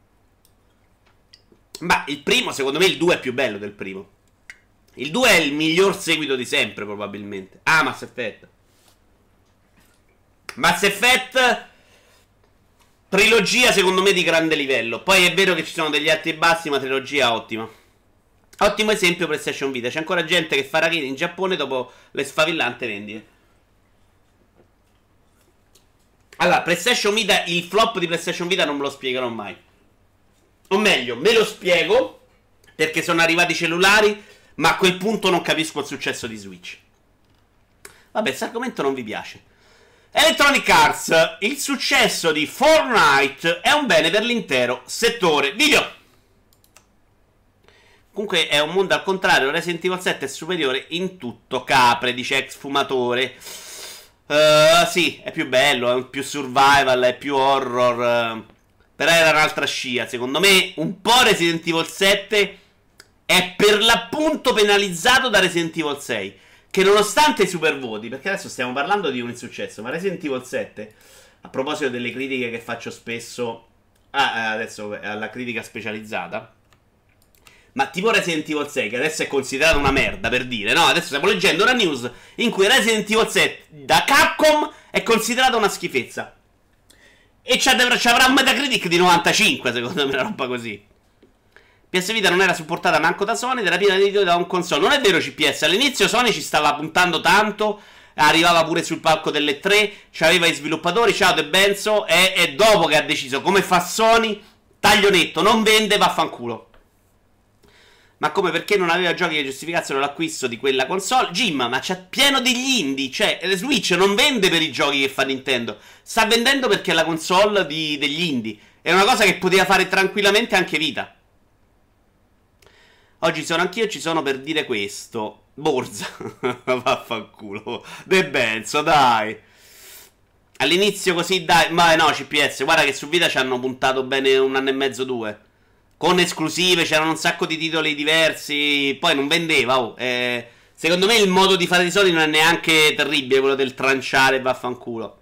Ma il primo, secondo me il 2 è più bello del primo. Il 2 è il miglior seguito di sempre, probabilmente. Mass Effect. Mass Effect trilogia secondo me di grande livello. Poi è vero che ci sono degli alti e bassi, ma trilogia ottima. Ottimo esempio PlayStation Vita. C'è ancora gente che fa rachete in Giappone dopo le sfavillante vendite. Allora, PlayStation Vita, il flop di PlayStation Vita non me lo spiegherò mai. O meglio, me lo spiego perché sono arrivati i cellulari, ma a quel punto non capisco il successo di Switch. Vabbè, questo argomento non vi piace. Electronic Arts, il successo di Fortnite è un bene per l'intero settore video. Comunque è un mondo al contrario, Resident Evil 7 è superiore in tutto, capre, dice ex fumatore. Sì, è più bello, è più survival, è più horror. Però era un'altra scia. Secondo me, un po' Resident Evil 7 è per l'appunto penalizzato da Resident Evil 6. Che nonostante i super voti, perché adesso stiamo parlando di un insuccesso, ma Resident Evil 7, a proposito delle critiche che faccio spesso, adesso alla critica specializzata, ma tipo Resident Evil 6, che adesso è considerato una merda, per dire, no? Adesso stiamo leggendo una news in cui Resident Evil 7 da Capcom è considerata una schifezza. E c'avrà un Metacritic di 95, secondo me, una roba così. PS Vita non era supportata manco da Sony, era piena di titoli da un console. Non è vero, CPS, all'inizio Sony ci stava puntando tanto, arrivava pure sul palco delle 3, c'aveva i sviluppatori, ciao De Benzo, e dopo che ha deciso, come fa Sony, taglio netto, non vende, vaffanculo. Ma come, perché non aveva giochi che giustificassero l'acquisto di quella console? Jim, ma c'è pieno degli indie, cioè Switch non vende per i giochi che fa Nintendo, sta vendendo perché è la console degli indie. È una cosa che poteva fare tranquillamente anche Vita. Oggi sono anch'io, ci sono per dire questo. Borza. Vaffanculo. De Benzo, dai. All'inizio così, dai. Ma no, CPS, guarda che su Vita ci hanno puntato bene un anno e mezzo, 2. Con esclusive, c'erano un sacco di titoli diversi. Poi non vendeva, oh. Secondo me il modo di fare di Sony non è neanche terribile, quello del tranciare, vaffanculo.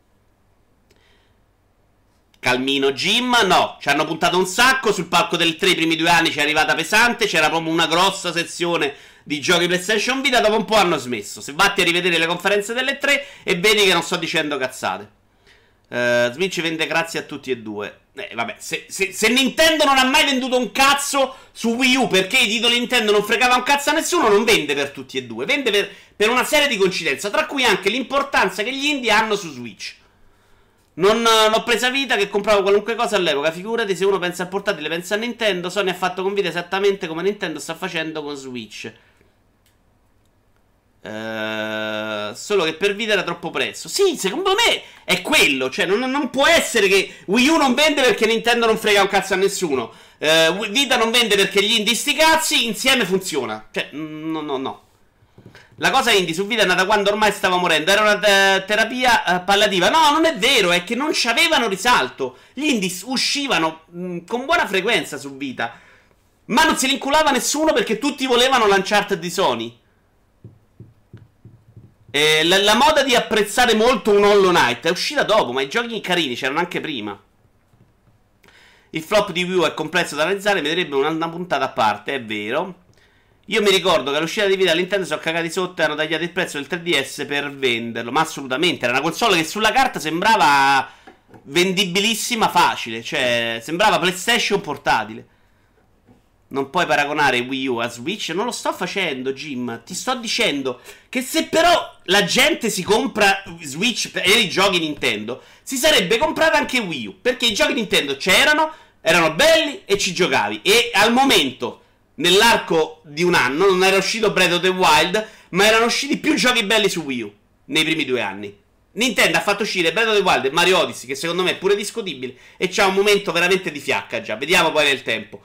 Calmino Jim, no, ci hanno puntato un sacco. Sul palco del 3 i primi 2 anni ci è arrivata pesante. C'era proprio una grossa sezione di giochi PlayStation Vita. Dopo un po' hanno smesso. Se vatti a rivedere le conferenze delle 3 e vedi che non sto dicendo cazzate. Switch vende grazie a tutti e due. Vabbè, se Nintendo non ha mai venduto un cazzo su Wii U perché i titoli Nintendo non fregava un cazzo a nessuno, non vende per tutti e due. Vende per una serie di coincidenze, tra cui anche l'importanza che gli indie hanno su Switch. Non l'ho presa Vita che compravo qualunque cosa all'epoca. Figurati se uno pensa al portatile, pensa a Nintendo. Sony ha fatto con Vita esattamente come Nintendo sta facendo con Switch. Solo che per Vita era troppo presto. Sì, secondo me è quello. Cioè non può essere che Wii U non vende perché Nintendo non frega un cazzo a nessuno. Vita non vende perché gli indie sti cazzi. Insieme funziona. Cioè no. La cosa indie su Vita è nata quando ormai stava morendo. Era una terapia palliativa. No, non è vero, è che non c'avevano risalto. Gli indie uscivano con buona frequenza su Vita, ma non se li inculava nessuno perché tutti volevano l'Uncharted di Sony. La moda di apprezzare molto un Hollow Knight è uscita dopo, ma i giochi carini c'erano anche prima. Il flop di Wii U è complesso da analizzare, vedrebbe una puntata a parte, è vero. Io mi ricordo che all'uscita di Vita all'Nintendo sono cagati sotto e hanno tagliato il prezzo del 3DS per venderlo. Ma assolutamente, era una console che sulla carta sembrava vendibilissima, facile. Cioè, sembrava PlayStation portatile. Non puoi paragonare Wii U a Switch. Non lo sto facendo, Jim. Ti sto dicendo che se però la gente si compra Switch e i giochi Nintendo, si sarebbe comprata anche Wii U. Perché i giochi Nintendo c'erano, erano belli e ci giocavi. E al momento, nell'arco di un anno, non era uscito Breath of the Wild, ma erano usciti più giochi belli su Wii U nei primi 2 anni. Nintendo ha fatto uscire Breath of the Wild e Mario Odyssey, che secondo me è pure discutibile, e c'ha un momento veramente di fiacca già. Vediamo poi nel tempo.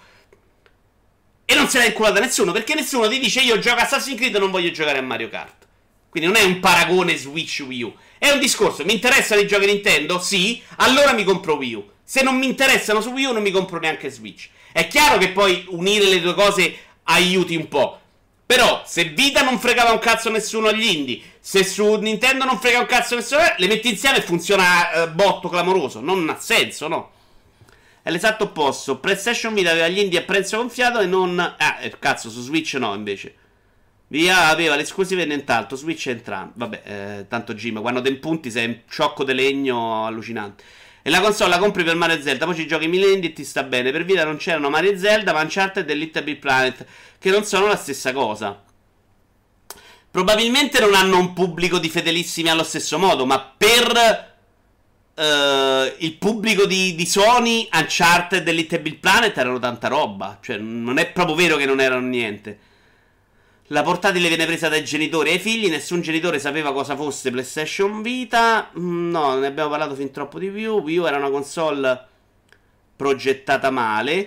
E non se l'ha inculata nessuno, perché nessuno ti dice io gioco a Assassin's Creed e non voglio giocare a Mario Kart. Quindi non è un paragone Switch Wii U. È un discorso, mi interessano i giochi Nintendo? Sì, allora mi compro Wii U. Se non mi interessano su Wii U non mi compro neanche Switch. È chiaro che poi unire le due cose aiuti un po'. Però se Vita non fregava un cazzo nessuno agli indie, se su Nintendo non frega un cazzo nessuno, le metti insieme e funziona botto clamoroso. Non ha senso, no? È l'esatto opposto. PlayStation Vita aveva gli indie a prezzo gonfiato e non... cazzo, su Switch no, invece. Via aveva le esclusive e nient'altro. Switch è entrambi. Vabbè, tanto Jim, quando te impunti sei un ciocco di legno allucinante. E la console la compri per Mario e Zelda, poi ci giochi 1000 indie e ti sta bene. Per Vita non c'erano Mario e Zelda, ma Uncharted e Little Big Planet, che non sono la stessa cosa. Probabilmente non hanno un pubblico di fedelissimi allo stesso modo, ma per... il pubblico di Sony, Uncharted e Little Big Planet erano tanta roba. Cioè non è proprio vero che non erano niente. La portatile viene presa dai genitori e ai figli. Nessun genitore sapeva cosa fosse PlayStation Vita. No, ne abbiamo parlato fin troppo di Wii U. Wii U era una console progettata male.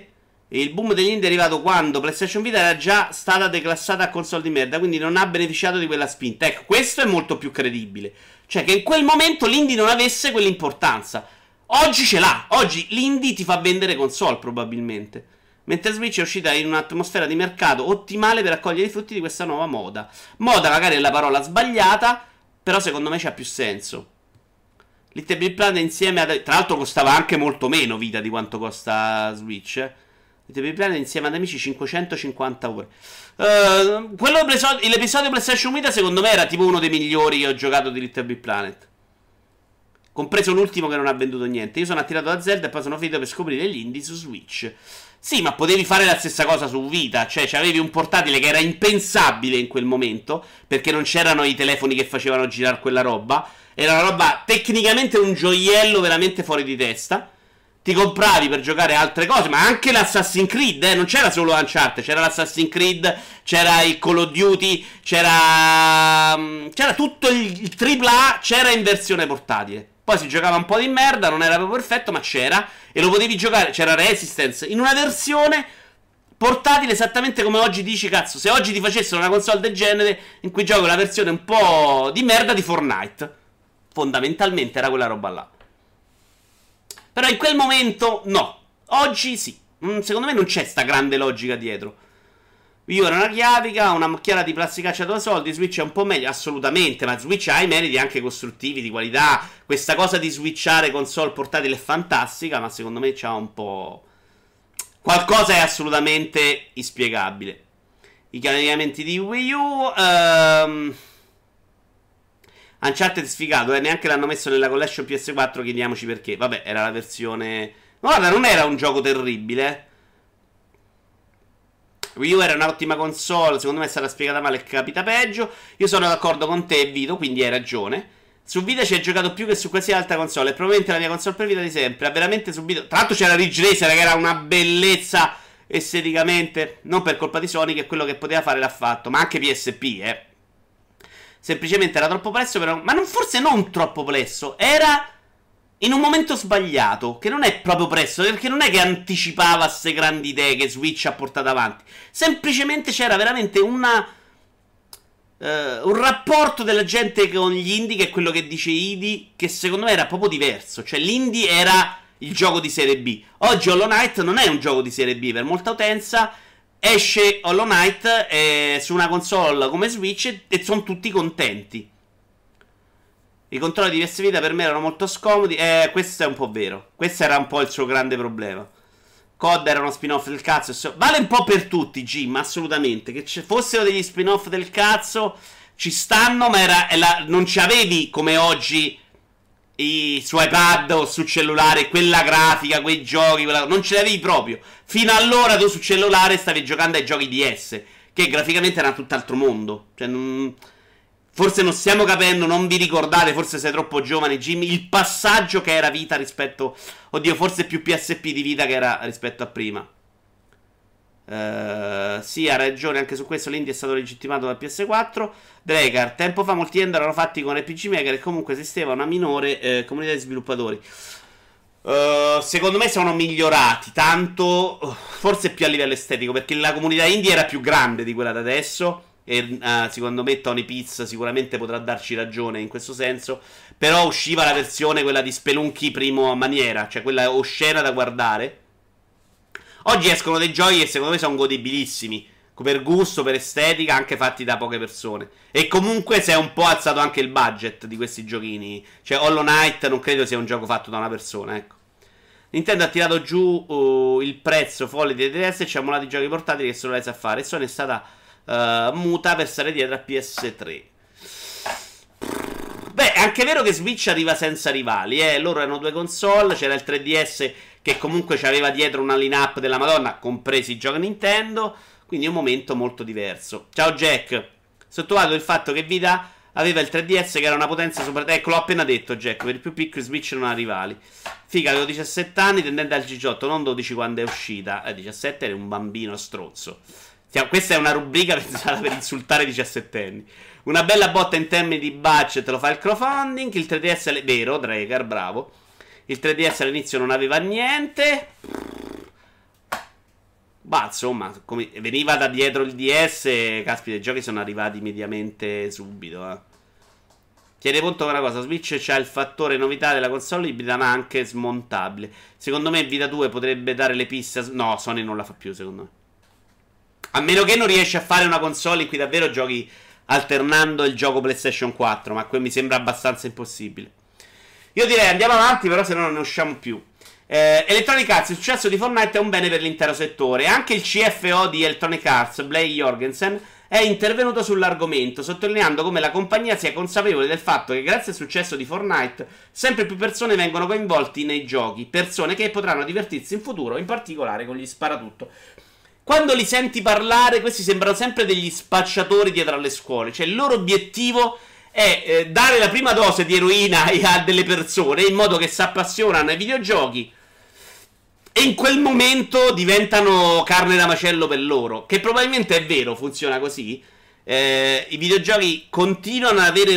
Il boom degli indie è arrivato quando PlayStation Vita era già stata declassata a console di merda, quindi non ha beneficiato di quella spinta. Ecco, questo è molto più credibile. Cioè che in quel momento l'indie non avesse quell'importanza. Oggi ce l'ha. Oggi l'indie ti fa vendere console probabilmente. Mentre Switch è uscita in un'atmosfera di mercato ottimale per raccogliere i frutti di questa nuova moda. Moda magari è la parola sbagliata, però secondo me c'ha più senso. Little Big Planet insieme ad... Tra l'altro costava anche molto meno Vita di quanto costa Switch, Little Big Planet insieme ad amici 550 ore. L'episodio PlayStation Vita secondo me era tipo uno dei migliori che ho giocato di Little Big Planet, compreso l'ultimo che non ha venduto niente. Io sono attirato da Zelda e poi sono finito per scoprire gli indie su Switch. Sì, ma potevi fare la stessa cosa su Vita. Cioè, avevi un portatile che era impensabile in quel momento, perché non c'erano i telefoni che facevano girare quella roba. Era una roba tecnicamente un gioiello veramente fuori di testa. Ti compravi per giocare altre cose, ma anche l'Assassin's Creed, non c'era solo Uncharted, c'era l'Assassin's Creed, c'era il Call of Duty, c'era tutto il AAA, c'era in versione portatile. Poi si giocava un po' di merda, non era proprio perfetto, ma c'era, e lo potevi giocare, c'era Resistance, in una versione portatile esattamente come oggi dici, cazzo, se oggi ti facessero una console del genere in cui giochi la versione un po' di merda di Fortnite. Fondamentalmente era quella roba là. Però in quel momento no. Oggi sì. Secondo me non c'è sta grande logica dietro. Io era una chiavica, una macchiara di plasticaccia da soldi. Switch è un po' meglio, assolutamente. Ma Switch ha i meriti anche costruttivi, di qualità. Questa cosa di switchare console portatile è fantastica, ma secondo me c'ha un po'... qualcosa è assolutamente inspiegabile. I cambiamenti di Wii U... Uncharted sfigato, neanche l'hanno messo nella collection PS4, chiediamoci perché. Vabbè, era la versione... Guarda, non era un gioco terribile. Wii U era un'ottima console, secondo me è stata spiegata male e capita peggio. Io sono d'accordo con te, Vito, quindi hai ragione. Su Vita ci hai giocato più che su qualsiasi altra console, è probabilmente la mia console preferita di sempre. Ha veramente subito... Tra l'altro c'era Ridge Racer, che era una bellezza esteticamente. Non per colpa di Sony, che quello che poteva fare l'ha fatto. Ma anche PSP, Semplicemente era troppo presto, però... Ma forse non troppo presto. Era in un momento sbagliato. Che non è proprio presto, perché non è che anticipava queste grandi idee che Switch ha portato avanti. Semplicemente c'era veramente un rapporto della gente con gli indie, che è quello che dice Idi, che secondo me era proprio diverso. Cioè l'indie era il gioco di serie B. Oggi Hollow Knight non è un gioco di serie B per molta utenza. Esce Hollow Knight su una console come Switch e sono tutti contenti. I controlli di PS Vita per me erano molto scomodi. Questo è un po' vero. Questo era un po' il suo grande problema. COD era uno spin-off del cazzo. Vale un po' per tutti, Jim, assolutamente. Che fossero degli spin-off del cazzo ci stanno, ma non ci avevi come oggi su iPad o su cellulare quella grafica, quei giochi, non ce l'avevi proprio. Fino allora tu su cellulare stavi giocando ai giochi DS, che graficamente era tutt'altro mondo. Cioè, forse non stiamo capendo, non vi ricordate, forse sei troppo giovane, Jimmy, il passaggio che era Vita rispetto... Oddio, forse più PSP di Vita che era rispetto a prima. Sì, ha ragione, anche su questo l'indie è stato legittimato dal PS4. Dragar, tempo fa molti end erano fatti con RPG Maker e comunque esisteva una minore comunità di sviluppatori. Secondo me sono migliorati tanto, forse più a livello estetico, perché la comunità indie era più grande di quella da adesso. E secondo me Tony Piz sicuramente potrà darci ragione in questo senso. Però usciva la versione, quella di Spelunky primo maniera, cioè quella oscena da guardare. Oggi escono dei giochi che secondo me sono godibilissimi, per gusto, per estetica, anche fatti da poche persone. E comunque si è un po' alzato anche il budget di questi giochini. Cioè Hollow Knight non credo sia un gioco fatto da una persona, ecco. Nintendo ha tirato giù il prezzo folle di DS e ci ha mollato i giochi portatili che solo lei sa fare. E Sony è stata muta per stare dietro a PS3. Beh, è anche vero che Switch arriva senza rivali, loro erano due console, c'era il 3DS che comunque c'aveva dietro una line-up della Madonna, compresi i giochi Nintendo, quindi è un momento molto diverso. Ciao Jack, sottovaluto il fatto che Vita aveva il 3DS che era una potenza super... Ecco, l'ho appena detto Jack, per il più piccolo Switch non ha rivali. Figa, avevo 17 anni, tendente al 18, non 12 quando è uscita. 17 eri un bambino stronzo. Questa è una rubrica pensata per insultare i 17 anni. Una bella botta in termini di budget lo fa il crowdfunding. Il 3DS, vero, Dragar, bravo. Il 3DS all'inizio non aveva niente. Ma insomma, veniva da dietro il DS, caspita, i giochi sono arrivati mediamente subito, eh. Tiene conto che una cosa, Switch c'ha il fattore novità della console ibrida ma anche smontabile. Secondo me Vita 2 potrebbe dare le piste. No, Sony non la fa più secondo me. A meno che non riesci a fare una console in cui davvero giochi alternando il gioco PlayStation 4, ma quello mi sembra abbastanza impossibile. Io direi andiamo avanti, però se no non ne usciamo più. Electronic Arts, il successo di Fortnite è un bene per l'intero settore. Anche il CFO di Electronic Arts, Blake Jorgensen, è intervenuto sull'argomento, sottolineando come la compagnia sia consapevole del fatto che grazie al successo di Fortnite sempre più persone vengono coinvolti nei giochi, persone che potranno divertirsi in futuro, in particolare con gli sparatutto. Quando li senti parlare, questi sembrano sempre degli spacciatori dietro alle scuole, cioè il loro obiettivo è dare la prima dose di eroina a delle persone in modo che si appassionano ai videogiochi e in quel momento diventano carne da macello per loro. Che probabilmente è vero, funziona così. I videogiochi continuano ad avere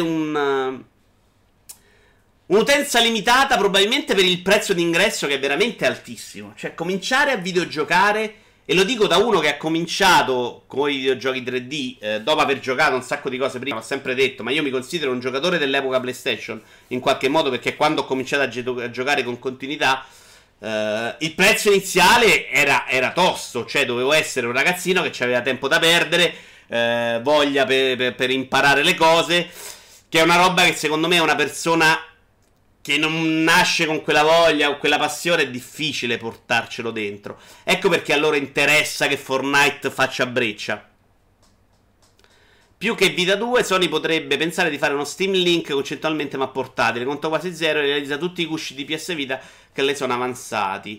un'utenza limitata, probabilmente per il prezzo d'ingresso che è veramente altissimo. Cioè, cominciare a videogiocare, e lo dico da uno che ha cominciato con i videogiochi 3D, dopo aver giocato un sacco di cose prima, ho sempre detto, ma io mi considero un giocatore dell'epoca PlayStation, in qualche modo, perché quando ho cominciato a giocare con continuità, il prezzo iniziale era tosto, cioè dovevo essere un ragazzino che aveva tempo da perdere, voglia per imparare le cose, che è una roba che secondo me è una persona che non nasce con quella voglia o quella passione, è difficile portarcelo dentro. Ecco perché a loro interessa che Fortnite faccia breccia. Più che Vita 2, Sony potrebbe pensare di fare uno Steam Link concettualmente ma portatile, conto quasi zero, e realizza tutti i cusci di PS Vita che le sono avanzati.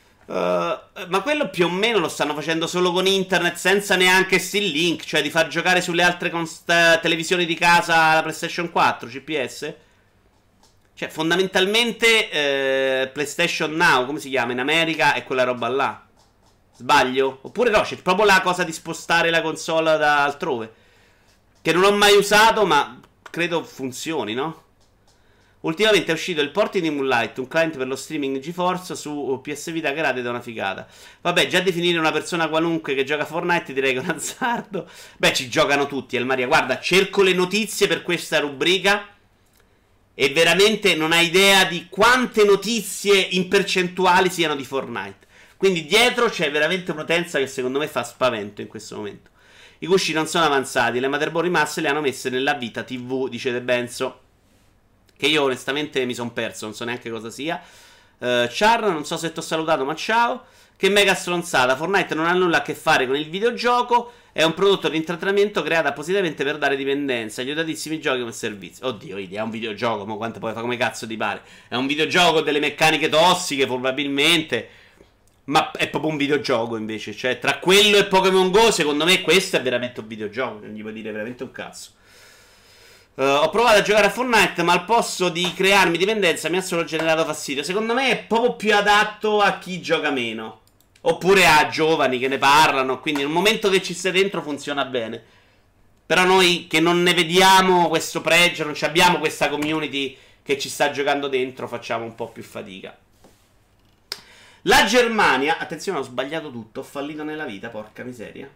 Ma quello più o meno lo stanno facendo solo con internet, senza neanche Steam Link, cioè di far giocare sulle altre televisioni di casa la PlayStation 4, CPS. Cioè, fondamentalmente PlayStation Now, come si chiama in America, è quella roba là. Sbaglio? Oppure no, c'è proprio la cosa di spostare la console da altrove, che non ho mai usato, ma credo funzioni, no? Ultimamente è uscito il port di Moonlight, un client per lo streaming GeForce su PS Vita gratis, da una figata. Vabbè, già definire una persona qualunque che gioca a Fortnite direi che è un azzardo. Beh, ci giocano tutti, Maria. Guarda, cerco le notizie per questa rubrica e veramente non hai idea di quante notizie in percentuali siano di Fortnite. Quindi dietro c'è veramente un'utenza che secondo me fa spavento in questo momento. I cusci non sono avanzati, le motherboard rimaste le hanno messe nella Vita TV, dice De Benzo, che io onestamente mi sono perso, non so neanche cosa sia. Char, non so se ti ho salutato, ma ciao. Che mega stronzata, Fortnite non ha nulla a che fare con il videogioco, è un prodotto di intrattenimento creato appositamente per dare dipendenza, gli odiatissimi giochi come servizio. Oddio, vedi, è un videogioco, ma quanto poi fa, come cazzo ti pare? È un videogioco con delle meccaniche tossiche, probabilmente, ma è proprio un videogioco invece. Cioè, tra quello e Pokémon Go, secondo me questo è veramente un videogioco, non gli puoi dire veramente un cazzo. Ho provato a giocare a Fortnite, ma al posto di crearmi dipendenza mi ha solo generato fastidio. Secondo me è proprio più adatto a chi gioca meno, oppure a giovani che ne parlano. Quindi nel momento che ci stai dentro funziona bene. Però noi che non ne vediamo questo pregio, non abbiamo questa community che ci sta giocando dentro, facciamo un po' più fatica. La Germania, attenzione, ho sbagliato tutto, ho fallito nella vita, porca miseria.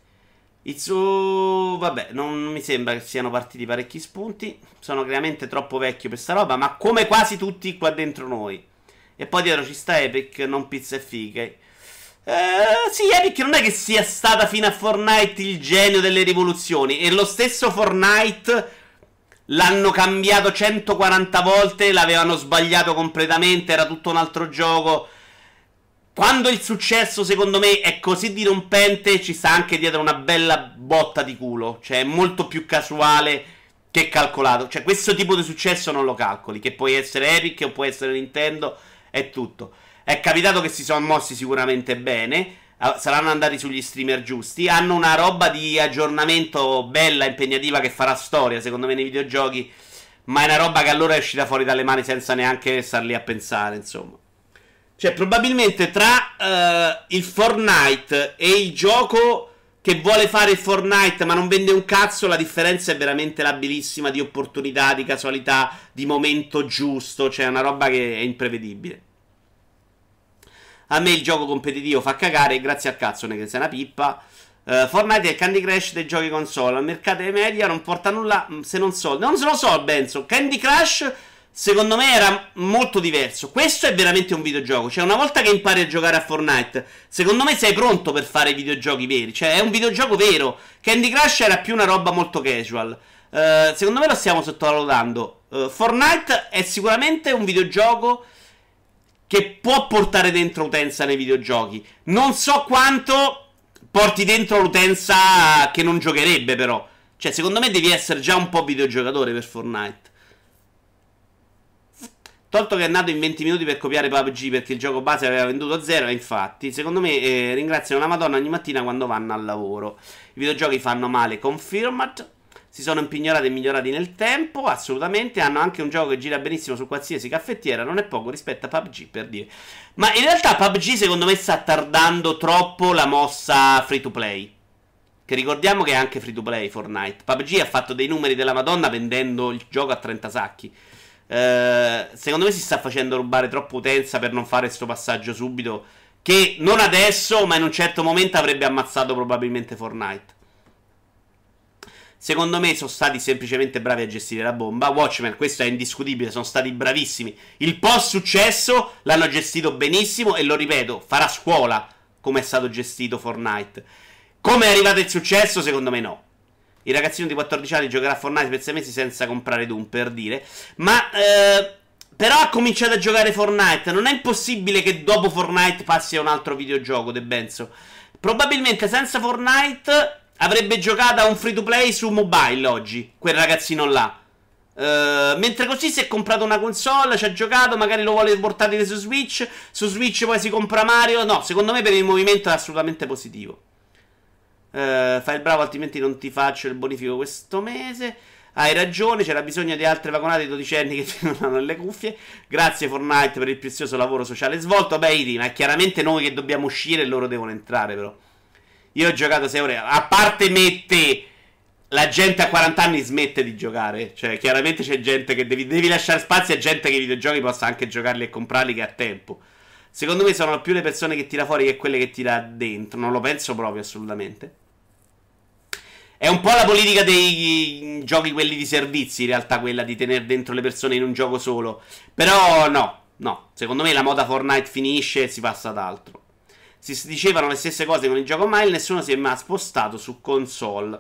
Vabbè, non mi sembra che siano partiti parecchi spunti. Sono chiaramente troppo vecchio per sta roba, ma come quasi tutti qua dentro noi. E poi dietro ci sta Epic, non pizza e fighe. Sì, Epic non è che sia stata fino a Fortnite il genio delle rivoluzioni. E lo stesso Fortnite l'hanno cambiato 140 volte, l'avevano sbagliato completamente, era tutto un altro gioco. Quando il successo, secondo me, è così dirompente, ci sta anche dietro una bella botta di culo. Cioè, è molto più casuale che calcolato. Cioè, questo tipo di successo non lo calcoli. Che può essere Epic o può essere Nintendo, è tutto. È capitato che si sono mossi sicuramente bene. Saranno andati sugli streamer giusti. Hanno una roba di aggiornamento bella, impegnativa, che farà storia, secondo me, nei videogiochi. Ma è una roba che allora è uscita fuori dalle mani senza neanche star lì a pensare, insomma. Cioè, probabilmente tra il Fortnite e il gioco che vuole fare il Fortnite ma non vende un cazzo, la differenza è veramente labilissima, di opportunità, di casualità, di momento giusto. Cioè, è una roba che è imprevedibile. A me il gioco competitivo fa cagare, grazie al cazzo ne che sei una pippa. Fortnite è il Candy Crush dei giochi console. Al mercato dei media non porta nulla se non soldi. Non se lo so, Benzo. Candy Crush secondo me era molto diverso. Questo è veramente un videogioco. Cioè, una volta che impari a giocare a Fortnite, secondo me sei pronto per fare i videogiochi veri. Cioè, è un videogioco vero. Candy Crush era più una roba molto casual. Secondo me lo stiamo sottovalutando. Fortnite è sicuramente un videogioco che può portare dentro utenza nei videogiochi. Non so quanto porti dentro l'utenza che non giocherebbe, però. Cioè, secondo me devi essere già un po' videogiocatore per Fortnite. Tolto che è nato in 20 minuti per copiare PUBG perché il gioco base aveva venduto zero. E infatti, secondo me, ringraziano la Madonna ogni mattina quando vanno al lavoro. I videogiochi fanno male, confirmed. Si sono impignorati e migliorati nel tempo, assolutamente. Hanno anche un gioco che gira benissimo su qualsiasi caffettiera. Non è poco rispetto a PUBG, per dire. Ma in realtà PUBG secondo me sta tardando troppo la mossa free to play. Che ricordiamo che è anche free to play Fortnite. PUBG ha fatto dei numeri della Madonna vendendo il gioco a 30 sacchi. Secondo me si sta facendo rubare troppa utenza per non fare questo passaggio subito, che non adesso, ma in un certo momento avrebbe ammazzato probabilmente Fortnite. Secondo me sono stati semplicemente bravi a gestire la bomba. Watchmen, questo è indiscutibile, sono stati bravissimi. Il post successo l'hanno gestito benissimo e lo ripeto, farà scuola come è stato gestito Fortnite. Come è arrivato il successo? Secondo me no. Il ragazzino di 14 anni giocherà a Fortnite per 6 mesi senza comprare Doom, per dire. Ma però ha cominciato a giocare Fortnite. Non è impossibile che dopo Fortnite passi a un altro videogioco, De Benzo. Probabilmente senza Fortnite avrebbe giocato a un free to play su mobile oggi, quel ragazzino là. Mentre così si è comprato una console, ci ha giocato, magari lo vuole portare su Switch. Su Switch poi si compra Mario. No, secondo me per il movimento è assolutamente positivo. Fai il bravo, altrimenti non ti faccio il bonifico questo mese. Hai ragione, c'era bisogno di altre vagonate di 12 anni che ti non hanno le cuffie. Grazie Fortnite per il prezioso lavoro sociale svolto. Beh, Iri, ma è chiaramente noi che dobbiamo uscire e loro devono entrare, però. Io ho giocato 6 ore. A parte mette, la gente a 40 anni smette di giocare. Cioè, chiaramente c'è gente che devi lasciare spazio a gente che i videogiochi possa anche giocarli e comprarli, che ha tempo. Secondo me sono più le persone che tira fuori che quelle che tira dentro. Non lo penso proprio, assolutamente. È un po' la politica dei giochi quelli di servizi, in realtà, quella di tenere dentro le persone in un gioco solo. Però no, secondo me la moda Fortnite finisce e si passa ad altro. Si dicevano le stesse cose con il gioco mobile, nessuno si è mai spostato su console.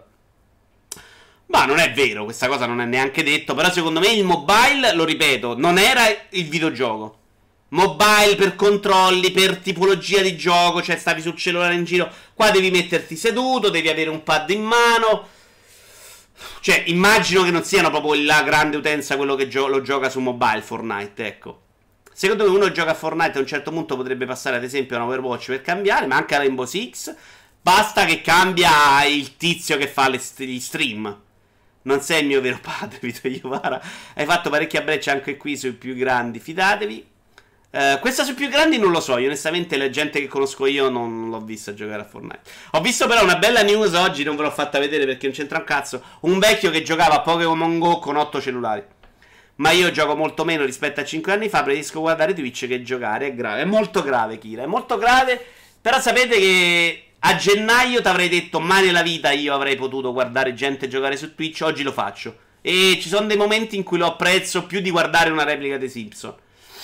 Ma non è vero, questa cosa non è neanche detto. Però secondo me il mobile, lo ripeto, non era il videogioco. Mobile per controlli, per tipologia di gioco, cioè stavi sul cellulare in giro. Qua devi metterti seduto, devi avere un pad in mano. Cioè, immagino che non siano proprio la grande utenza quello che lo gioca su mobile Fortnite, ecco. Secondo me uno gioca a Fortnite a un certo punto potrebbe passare ad esempio a un Overwatch per cambiare, ma anche a Rainbow Six. Basta che cambia il tizio che fa gli stream. Non sei il mio vero padre, Vito Iovara. Hai fatto parecchia breccia anche qui sui più grandi, fidatevi. Questa sui più grandi non lo so. Io onestamente la gente che conosco io non l'ho vista giocare a Fortnite. Ho visto però una bella news oggi, non ve l'ho fatta vedere perché non c'entra un cazzo. Un vecchio che giocava a Pokémon Go con 8 cellulari. Ma io gioco molto meno rispetto a 5 anni fa. Preferisco guardare Twitch che giocare. È grave, è molto grave, Kira, è molto grave. Però sapete che a gennaio ti avrei detto mai nella vita io avrei potuto guardare gente giocare su Twitch. Oggi lo faccio. E ci sono dei momenti in cui lo apprezzo più di guardare una replica dei Simpson.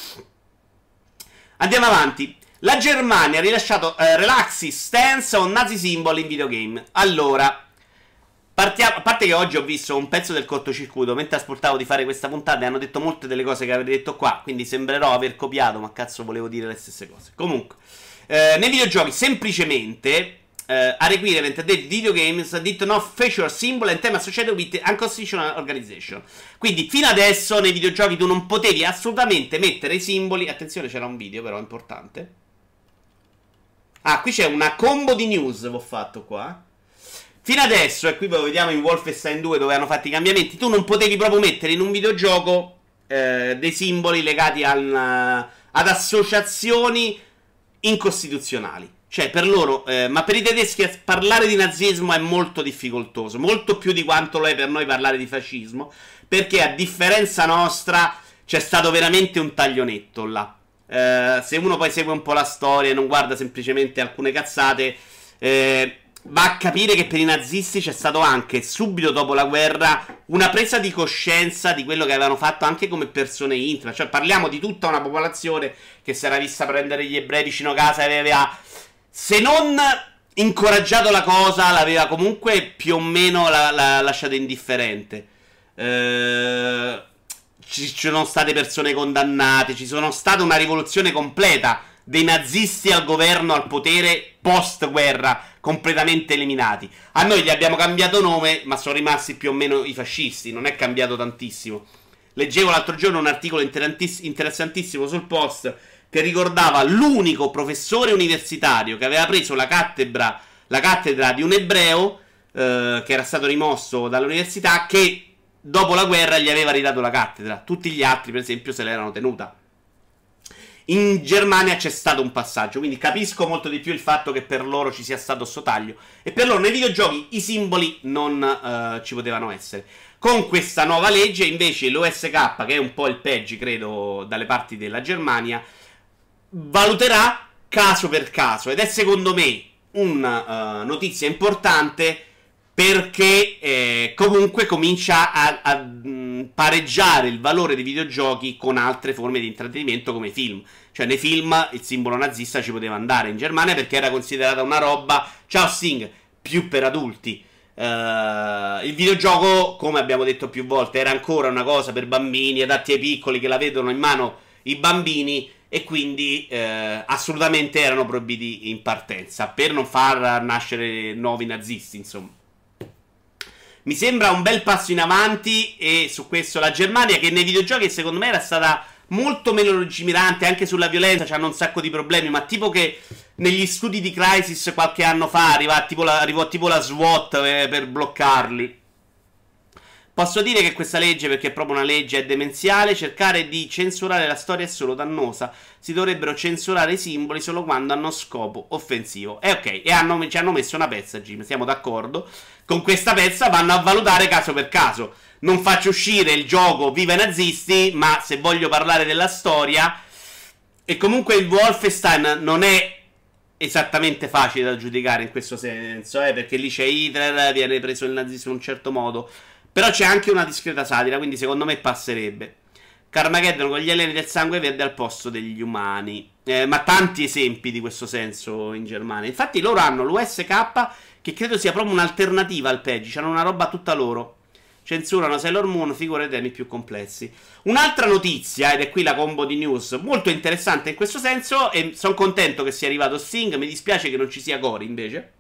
Andiamo avanti. La Germania ha rilasciato Relaxi Stance on Nazi Symbol in videogame. Allora, a parte che oggi ho visto un pezzo del cortocircuito mentre ascoltavo di fare questa puntata e hanno detto molte delle cose che avrei detto qua, quindi sembrerò aver copiato, ma cazzo volevo dire le stesse cose. Comunque, nei videogiochi semplicemente a requirement dei videogames did not feature symbol and theme associated with unconstitutional organization. Quindi fino adesso nei videogiochi tu non potevi assolutamente mettere i simboli. Attenzione, c'era un video però importante. Ah, qui c'è una combo di news che ho fatto qua. Fino adesso, e qui lo vediamo in Wolfenstein 2 dove hanno fatto i cambiamenti, tu non potevi proprio mettere in un videogioco dei simboli legati ad associazioni incostituzionali. Cioè, per loro, ma per i tedeschi parlare di nazismo è molto difficoltoso, molto più di quanto lo è per noi parlare di fascismo, perché a differenza nostra c'è stato veramente un taglionetto là. Se uno poi segue un po' la storia e non guarda semplicemente alcune cazzate, va a capire che per i nazisti c'è stato anche, subito dopo la guerra, una presa di coscienza di quello che avevano fatto anche come persone intime. Cioè parliamo di tutta una popolazione che si era vista prendere gli ebrei vicino casa e aveva, se non incoraggiato la cosa, l'aveva comunque più o meno lasciato indifferente. Ci sono state persone condannate, ci sono stata una rivoluzione completa dei nazisti al governo, al potere post guerra, completamente eliminati. A noi gli abbiamo cambiato nome, ma sono rimasti più o meno i fascisti, non è cambiato tantissimo. Leggevo l'altro giorno un articolo interessantissimo sul Post che ricordava l'unico professore universitario che aveva preso la cattedra di un ebreo che era stato rimosso dall'università, che dopo la guerra gli aveva ridato la cattedra. Tutti gli altri, per esempio, se l'erano tenuta. In Germania c'è stato un passaggio, quindi capisco molto di più il fatto che per loro ci sia stato sto taglio. E per loro nei videogiochi i simboli non ci potevano essere. Con questa nuova legge, invece, l'USK, che è un po' il peggio, credo, dalle parti della Germania, valuterà caso per caso. Ed è secondo me una notizia importante, perché comunque comincia a pareggiare il valore dei videogiochi con altre forme di intrattenimento come film. Cioè nei film il simbolo nazista ci poteva andare in Germania perché era considerata una roba, ciao Sting, più per adulti. Il videogioco, come abbiamo detto più volte, era ancora una cosa per bambini, adatti ai piccoli che la vedono in mano i bambini, e quindi assolutamente erano proibiti in partenza per non far nascere nuovi nazisti, insomma. Mi sembra un bel passo in avanti, e su questo la Germania, che nei videogiochi secondo me era stata molto meno lungimirante, anche sulla violenza c'hanno un sacco di problemi, ma tipo che negli studi di Crysis qualche anno fa arrivò tipo la SWAT per bloccarli. Posso dire che questa legge, perché è proprio una legge, è demenziale. Cercare di censurare la storia è solo dannosa. Si dovrebbero censurare i simboli solo quando hanno scopo offensivo. E ok, e ci hanno messo una pezza, Jim, siamo d'accordo. Con questa pezza vanno a valutare caso per caso. Non faccio uscire il gioco Viva i nazisti, ma se voglio parlare della storia, e comunque il Wolfenstein non è esattamente facile da giudicare in questo senso, perché lì c'è Hitler, viene preso il nazismo in un certo modo, però c'è anche una discreta satira, quindi secondo me passerebbe. Carmageddon con gli alieni del sangue verde al posto degli umani, ma tanti esempi di questo senso in Germania. Infatti loro hanno l'USK, che credo sia proprio un'alternativa al PEGI, hanno una roba tutta loro. Censurano Sailor Moon, figure e temi più complessi. Un'altra notizia, ed è qui la combo di news, molto interessante in questo senso, e sono contento che sia arrivato Sting, mi dispiace che non ci sia Cory invece,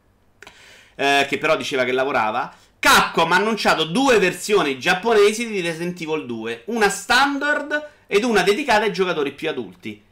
che però diceva che lavorava. Capcom ha annunciato 2 versioni giapponesi di Resident Evil 2, una standard ed una dedicata ai giocatori più adulti.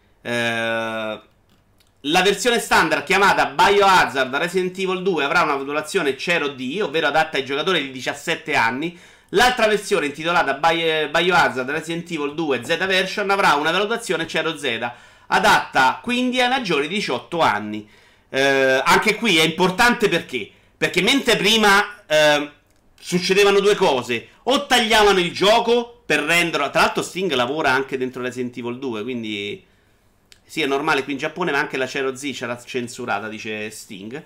La versione standard, chiamata Biohazard Resident Evil 2, avrà una valutazione 0D, ovvero adatta ai giocatori di 17 anni. L'altra versione, intitolata Biohazard Resident Evil 2 Z Version, avrà una valutazione 0Z, adatta quindi ai maggiori di 18 anni. Anche qui è importante perché mentre prima succedevano 2 cose: o tagliavano il gioco per renderlo, tra l'altro Sting lavora anche dentro Resident Evil 2, quindi sì, è normale qui in Giappone, ma anche la 0Z c'era censurata, dice Sting.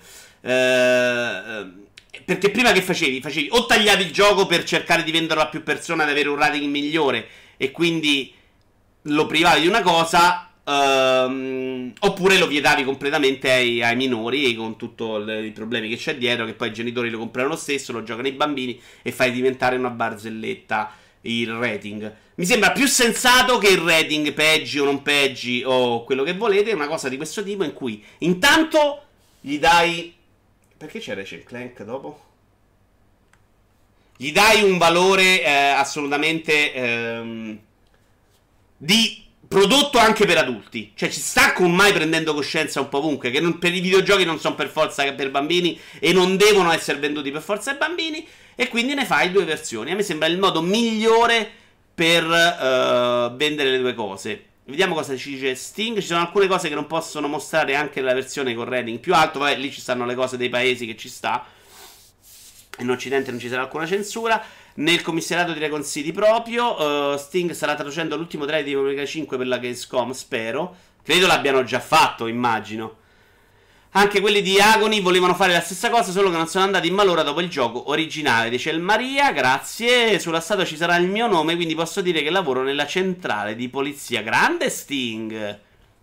Perché prima che facevi o tagliavi il gioco per cercare di venderlo a più persone, ad avere un rating migliore, e quindi lo privavi di una cosa, oppure lo vietavi completamente ai minori, con tutti i problemi che c'è dietro, che poi i genitori lo comprano lo stesso, lo giocano i bambini e fai diventare una barzelletta il rating. Mi sembra più sensato che il rating peggi o non peggi o quello che volete, è una cosa di questo tipo in cui intanto gli dai, perché c'è Ratchet Clank dopo? Gli dai un valore assolutamente di prodotto anche per adulti. Cioè ci sta con mai prendendo coscienza un po' ovunque che per i videogiochi non sono per forza per bambini e non devono essere venduti per forza ai bambini, e quindi ne fai 2 versioni. A me sembra il modo migliore per vendere le 2 cose. Vediamo cosa ci dice Sting. Ci sono alcune cose che non possono mostrare anche nella versione con rating più alto. Vabbè, lì ci stanno le cose dei paesi che ci sta. In Occidente non ci sarà alcuna censura. nel commissariato di Raccoon City proprio. Sting starà traducendo l'ultimo trailer di Omega 5 per la Gamescom, spero. Credo l'abbiano già fatto, immagino. Anche quelli di Agony volevano fare la stessa cosa, solo che non sono andati in malora dopo il gioco originale. Dice il Maria, grazie. Sulla statua ci sarà il mio nome, quindi posso dire che lavoro nella centrale di polizia. Grande Sting.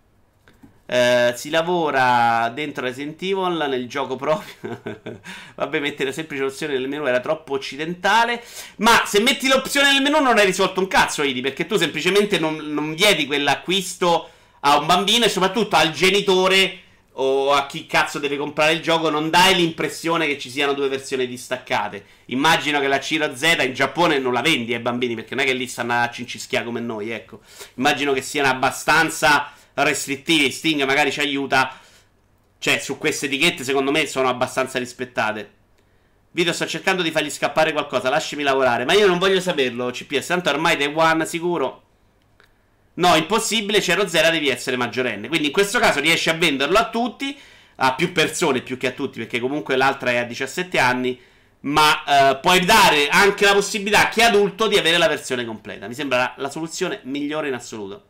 Si lavora dentro Resident Evil nel gioco proprio. Vabbè, mettere semplice opzione nel menu era troppo occidentale. Ma se metti l'opzione nel menu non hai risolto un cazzo, Idi, perché tu semplicemente non vieti quell'acquisto a un bambino e soprattutto al genitore o a chi cazzo deve comprare il gioco. Non dai l'impressione che ci siano due versioni distaccate. Immagino che la Ciro Z in Giappone non la vendi ai bambini, perché non è che lì stanno a cincischiare come noi, ecco. Immagino che siano abbastanza restrittivi. Sting magari ci aiuta. Cioè, su queste etichette secondo me sono abbastanza rispettate. Vito, sto cercando di fargli scappare qualcosa, lasciami lavorare. Ma io non voglio saperlo, CPS, tanto ormai Day One sicuro. No, impossibile, c'è Rozera, devi essere maggiorenne. Quindi in questo caso riesci a venderlo a tutti, a più persone più che a tutti, perché comunque l'altra è a 17 anni. Ma puoi dare anche la possibilità a chi è adulto di avere la versione completa. Mi sembra la soluzione migliore in assoluto.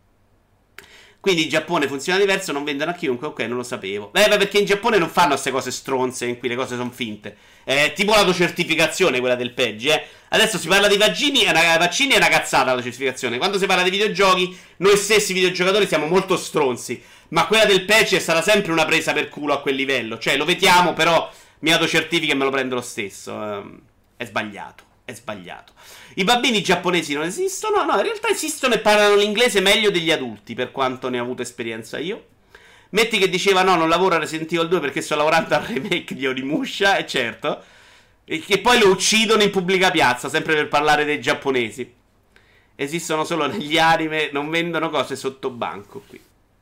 Quindi in Giappone funziona diverso, non vendono a chiunque, ok, non lo sapevo. Perché in Giappone non fanno queste cose stronze in cui le cose sono finte. Tipo l'autocertificazione, quella del PEGI, Adesso si parla di vaccini, è una cazzata l'autocertificazione. Quando si parla di videogiochi, noi stessi videogiocatori siamo molto stronzi. Ma quella del PEGI è stata sempre una presa per culo a quel livello. Cioè, lo vetiamo, però mi autocertifico e me lo prendo lo stesso. È sbagliato, è sbagliato. I bambini giapponesi non esistono? No, in realtà esistono e parlano l'inglese meglio degli adulti, per quanto ne ho avuto esperienza io. Metti che diceva no, non lavoro a Resident Evil 2 perché sto lavorando al remake di Onimusha, e certo. E che poi lo uccidono in pubblica piazza, sempre per parlare dei giapponesi. Esistono solo negli anime, non vendono cose sotto banco qui.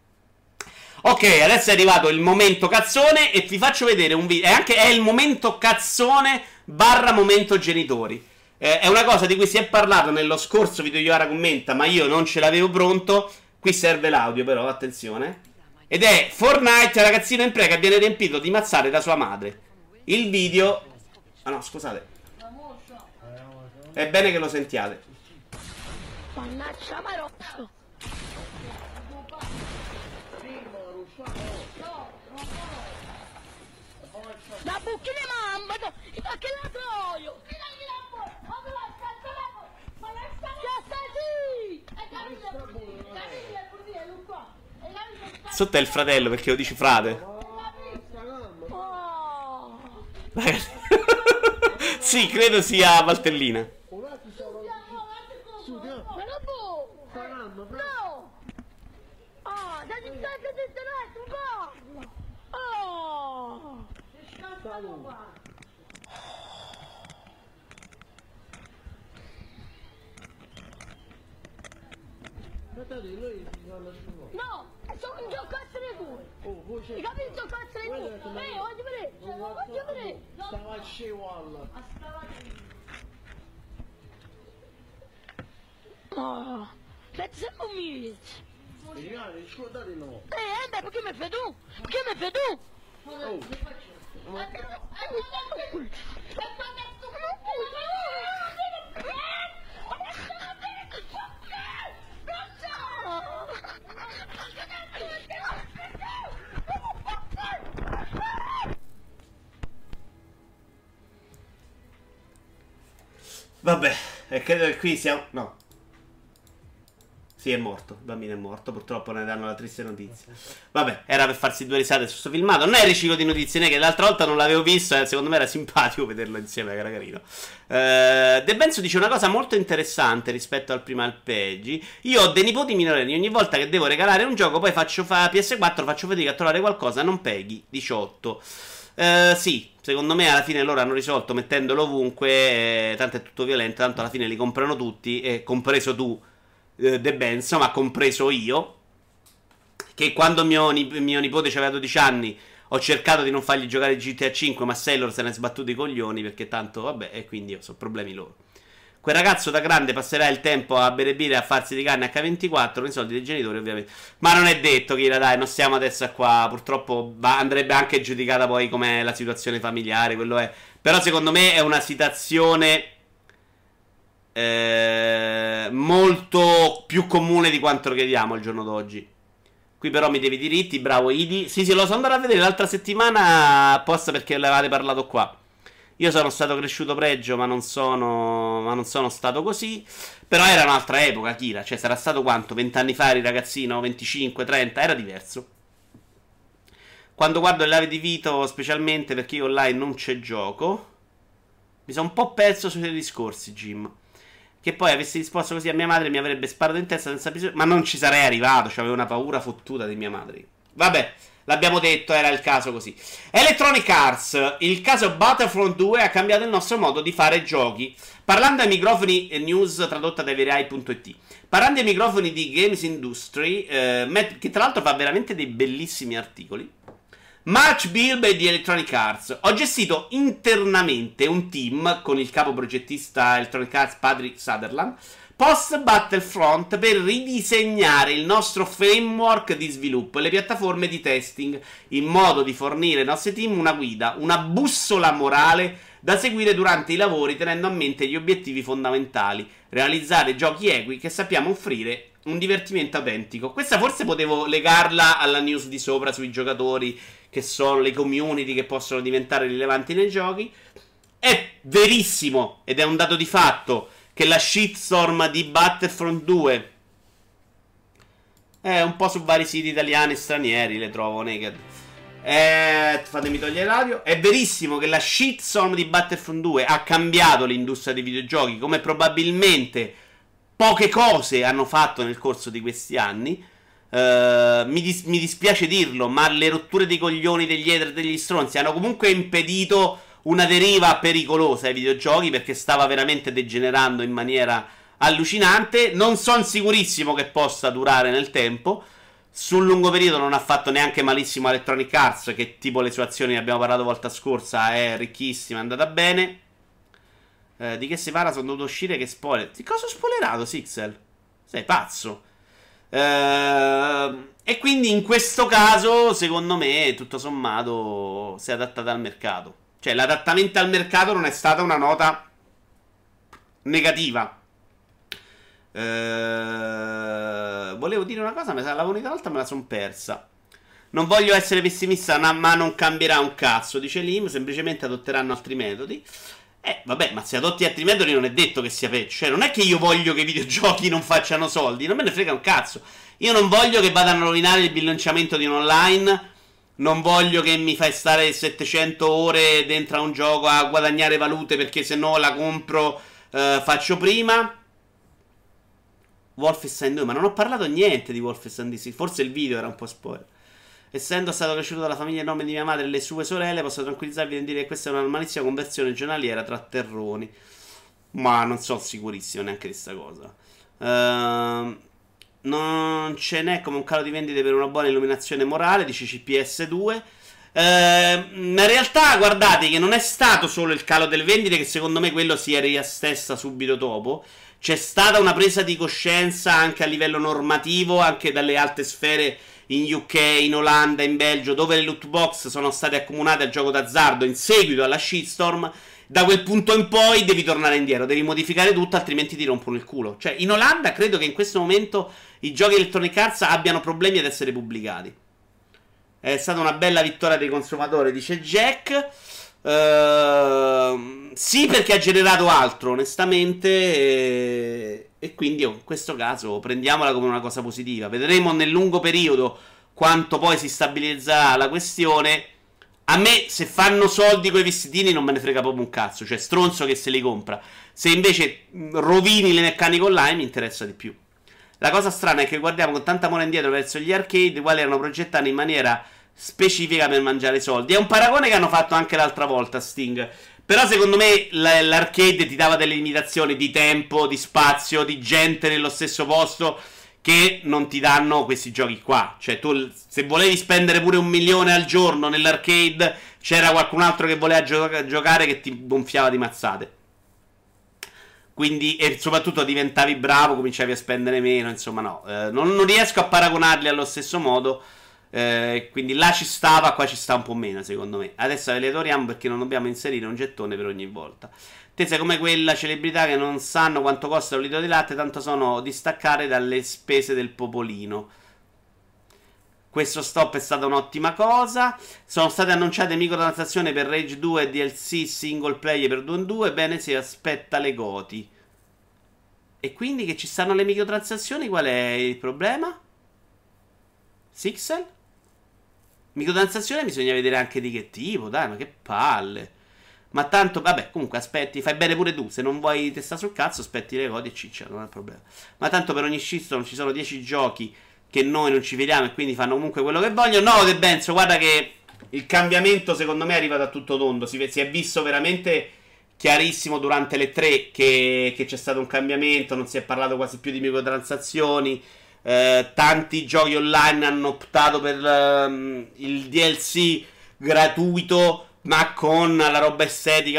Ok, adesso è arrivato il momento cazzone e vi faccio vedere un video. È il momento cazzone barra momento genitori. È una cosa di cui si è parlato nello scorso video Yoara commenta, ma io non ce l'avevo pronto. Qui serve l'audio però, attenzione. Ed è Fortnite, ragazzino in prega viene riempito di mazzate da sua madre. Il video... Ah no, scusate. È bene che lo sentiate. Mannaggia Marocco. La bucchina mamma, ma che la troio? Sotto è il fratello perché lo dici frate. Sì, credo sia Valtellina. No, sono un giocattolo tu. Hai capito cazzo tu? Voglio vedere. Voglio vedere. Stava a scivola. Oh, let's go me. Scusate no. Beh, perché mi fai tu? Perché mi fai tu? Oh. Vabbè, credo che qui siamo... No. Sì, è morto, il bambino è morto, purtroppo ne danno la triste notizia. Vabbè, era per farsi due risate su questo filmato. Non è il riciclo di notizie, né che l'altra volta non l'avevo visto e secondo me era simpatico vederlo insieme, che era carino. De Benzo dice una cosa molto interessante rispetto al primo arpeggi. Io ho dei nipoti minorenni, ogni volta che devo regalare un gioco poi faccio PS4, faccio fatica a trovare qualcosa, non peghi 18. Sì, secondo me alla fine loro hanno risolto mettendolo ovunque, tanto è tutto violento, tanto alla fine li comprano tutti, e compreso tu, De Benzo, ma compreso io, che quando mio nipote aveva 12 anni ho cercato di non fargli giocare GTA 5, ma Sailor se ne è sbattuto i coglioni, perché tanto vabbè, e quindi io so problemi loro. Quel ragazzo da grande passerà il tempo a bere birra e a farsi di carne H24 con i soldi dei genitori, ovviamente. Ma non è detto, Kira, dai, non stiamo adesso qua. Purtroppo andrebbe anche giudicata poi come la situazione familiare, quello è. Però secondo me è una situazione molto più comune di quanto lo crediamo al giorno d'oggi. Qui però mi devi diritti, bravo Idi. Sì, lo so andare a vedere l'altra settimana apposta perché l'avevate parlato qua. Io sono stato cresciuto pregio, ma non sono stato così. Però era un'altra epoca, Kira. Cioè, sarà stato quanto? 20 anni fa eri ragazzino? 25, 30? Era diverso. Quando guardo le live di Vito, specialmente perché io online non c'è gioco, mi sono un po' perso sui tuoi discorsi, Jim. Che poi avessi risposto così a mia madre mi avrebbe sparato in testa senza bisogno. Ma non ci sarei arrivato, cioè avevo una paura fottuta di mia madre. Vabbè, l'abbiamo detto, era il caso così. Electronic Arts, il caso Battlefront 2 ha cambiato il nostro modo di fare giochi. Parlando ai microfoni, news tradotta da verai.it. Parlando ai microfoni di Games Industry, che tra l'altro fa veramente dei bellissimi articoli. March Bilby di Electronic Arts. Ho gestito internamente un team con il capo progettista Electronic Arts Patrick Sutherland post Battlefront per ridisegnare il nostro framework di sviluppo e le piattaforme di testing in modo di fornire ai nostri team una guida, una bussola morale da seguire durante i lavori tenendo a mente gli obiettivi fondamentali, realizzare giochi equi che sappiamo offrire un divertimento autentico. Questa forse potevo legarla alla news di sopra sui giocatori che sono le community che possono diventare rilevanti nei giochi. È verissimo ed è un dato di fatto che la shitstorm di Battlefront 2 è un po' su vari siti italiani e stranieri, le trovo naked. Fatemi togliere l'audio. È verissimo che la shitstorm di Battlefront 2 ha cambiato l'industria dei videogiochi, come probabilmente poche cose hanno fatto nel corso di questi anni. Mi dispiace dirlo, ma le rotture dei coglioni degli hater e degli stronzi hanno comunque impedito una deriva pericolosa ai videogiochi, perché stava veramente degenerando in maniera allucinante. Non sono sicurissimo che possa durare nel tempo. Sul lungo periodo non ha fatto neanche malissimo Electronic Arts, che tipo le sue azioni, ne abbiamo parlato volta scorsa, è ricchissima, è andata bene. Di che si parla? Sono dovuto uscire, che spoiler. Di cosa ho spoilerato, Sixel? Sei pazzo. E quindi in questo caso, secondo me, tutto sommato, si è adattata al mercato. Cioè, l'adattamento al mercato non è stata una nota negativa. Volevo dire una cosa, ma l'avevo unita l'altra, me la sono persa. Non voglio essere pessimista, ma non cambierà un cazzo, dice Lim. Semplicemente adotteranno altri metodi. Vabbè, ma se adotti altri metodi non è detto che sia peggio. Cioè, non è che io voglio che i videogiochi non facciano soldi, non me ne frega un cazzo. Io non voglio che vadano a rovinare il bilanciamento di un online. Non voglio che mi fai stare 700 ore dentro a un gioco a guadagnare valute, perché se no la compro, faccio prima. Wolfenstein 2, ma non ho parlato niente di Wolfenstein 2. Forse il video era un po' spoiler. Essendo stato cresciuto dalla famiglia enorme di mia madre e le sue sorelle, posso tranquillizzarvi nel dire che questa è una normalissima conversione giornaliera tra terroni. Ma non sono sicurissimo neanche di sta cosa. Non ce n'è come un calo di vendite per una buona illuminazione morale, dice CPS2. In realtà, guardate che non è stato solo il calo delle vendite, che secondo me quello si riassesta subito dopo. C'è stata una presa di coscienza anche a livello normativo, anche dalle alte sfere in UK, in Olanda, in Belgio, dove le loot box sono state accomunate al gioco d'azzardo in seguito alla shitstorm. Da quel punto in poi devi tornare indietro, devi modificare tutto, altrimenti ti rompono il culo. Cioè, in Olanda credo che in questo momento i giochi Electronic Arts abbiano problemi ad essere pubblicati. È stata una bella vittoria dei consumatori, dice Jack. Sì, perché ha generato altro, onestamente. E quindi in questo caso prendiamola come una cosa positiva. Vedremo nel lungo periodo quanto poi si stabilizzerà la questione. A me, se fanno soldi coi vestitini, non me ne frega proprio un cazzo. Cioè, stronzo che se li compra. Se invece rovini le meccaniche online, mi interessa di più. La cosa strana è che guardiamo con tanta mano indietro verso gli arcade, i quali erano progettati in maniera specifica per mangiare soldi. È un paragone che hanno fatto anche l'altra volta, Sting. Però secondo me l'arcade ti dava delle limitazioni di tempo, di spazio, di gente nello stesso posto, che non ti danno questi giochi qua. Cioè, tu, se volevi spendere pure 1 milione al giorno nell'arcade, c'era qualcun altro che voleva giocare che ti gonfiava di mazzate. Quindi, e soprattutto diventavi bravo, cominciavi a spendere meno. Insomma, no, non riesco a paragonarli allo stesso modo. Quindi là ci stava, qua ci sta un po' meno, secondo me. Adesso aleatoriamo perché non dobbiamo inserire un gettone per ogni volta. Te sei come quella celebrità che non sanno quanto costa un litro di latte, tanto sono distaccare dalle spese del popolino. Questo stop è stata un'ottima cosa. Sono state annunciate microtransazioni per Rage 2 e DLC single player per 2 in 2. Bene, si aspetta le goti. E quindi che ci stanno le microtransazioni, qual è il problema? Sixel? Microtransazione bisogna vedere anche di che tipo, dai, ma che palle. Ma tanto, vabbè, comunque aspetti, fai bene pure tu. Se non vuoi testare sul cazzo, aspetti le godi e ciccia, non è problema. Ma tanto per ogni shitstorm ci sono 10 giochi che noi non ci vediamo e quindi fanno comunque quello che vogliono. No, De Benzo, guarda che il cambiamento secondo me è arrivato a tutto tondo. Si è visto veramente chiarissimo durante le 3 che c'è stato un cambiamento. Non si è parlato quasi più di microtransazioni. Tanti giochi online hanno optato per il DLC gratuito ma con la roba estetica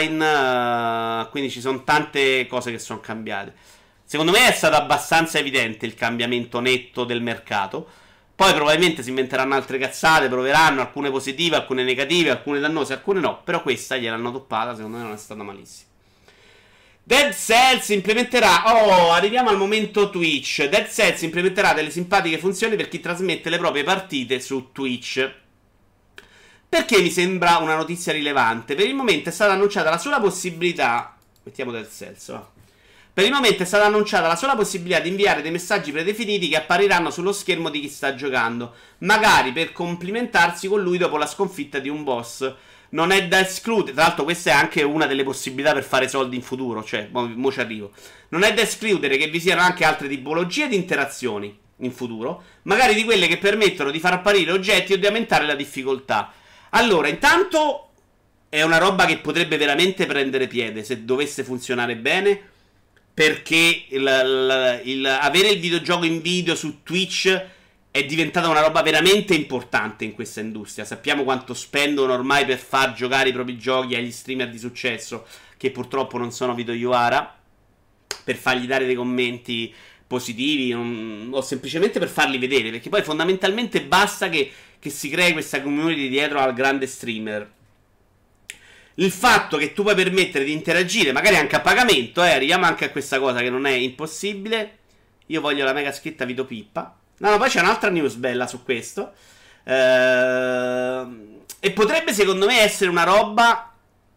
online, quindi ci sono tante cose che sono cambiate. Secondo me è stato abbastanza evidente il cambiamento netto del mercato. Poi probabilmente si inventeranno altre cazzate, proveranno, alcune positive, alcune negative, alcune dannose, alcune no. Però questa gliel'hanno toppata, secondo me non è stata malissimo. Dead Cells implementerà... Oh, arriviamo al momento Twitch. Dead Cells implementerà delle simpatiche funzioni per chi trasmette le proprie partite su Twitch. Perché mi sembra una notizia rilevante? Per il momento è stata annunciata la sola possibilità... Mettiamo Dead Cells, va. Per il momento è stata annunciata la sola possibilità di inviare dei messaggi predefiniti che appariranno sullo schermo di chi sta giocando, magari per complimentarsi con lui dopo la sconfitta di un boss. Non è da escludere, tra l'altro questa è anche una delle possibilità per fare soldi in futuro, cioè, mo ci arrivo. Non è da escludere che vi siano anche altre tipologie di interazioni in futuro, magari di quelle che permettono di far apparire oggetti o di aumentare la difficoltà. Allora, intanto è una roba che potrebbe veramente prendere piede se dovesse funzionare bene, perché avere il videogioco in video su Twitch è diventata una roba veramente importante in questa industria. Sappiamo quanto spendono ormai per far giocare i propri giochi agli streamer di successo, che purtroppo non sono Vito Iwara, per fargli dare dei commenti positivi o semplicemente per farli vedere, perché poi fondamentalmente basta che si crei questa community dietro al grande streamer. Il fatto che tu puoi permettere di interagire, magari anche a pagamento, arriviamo anche a questa cosa che non è impossibile. Io voglio la mega scritta Vito Pippa. No, poi c'è un'altra news bella su questo. E potrebbe secondo me essere una roba...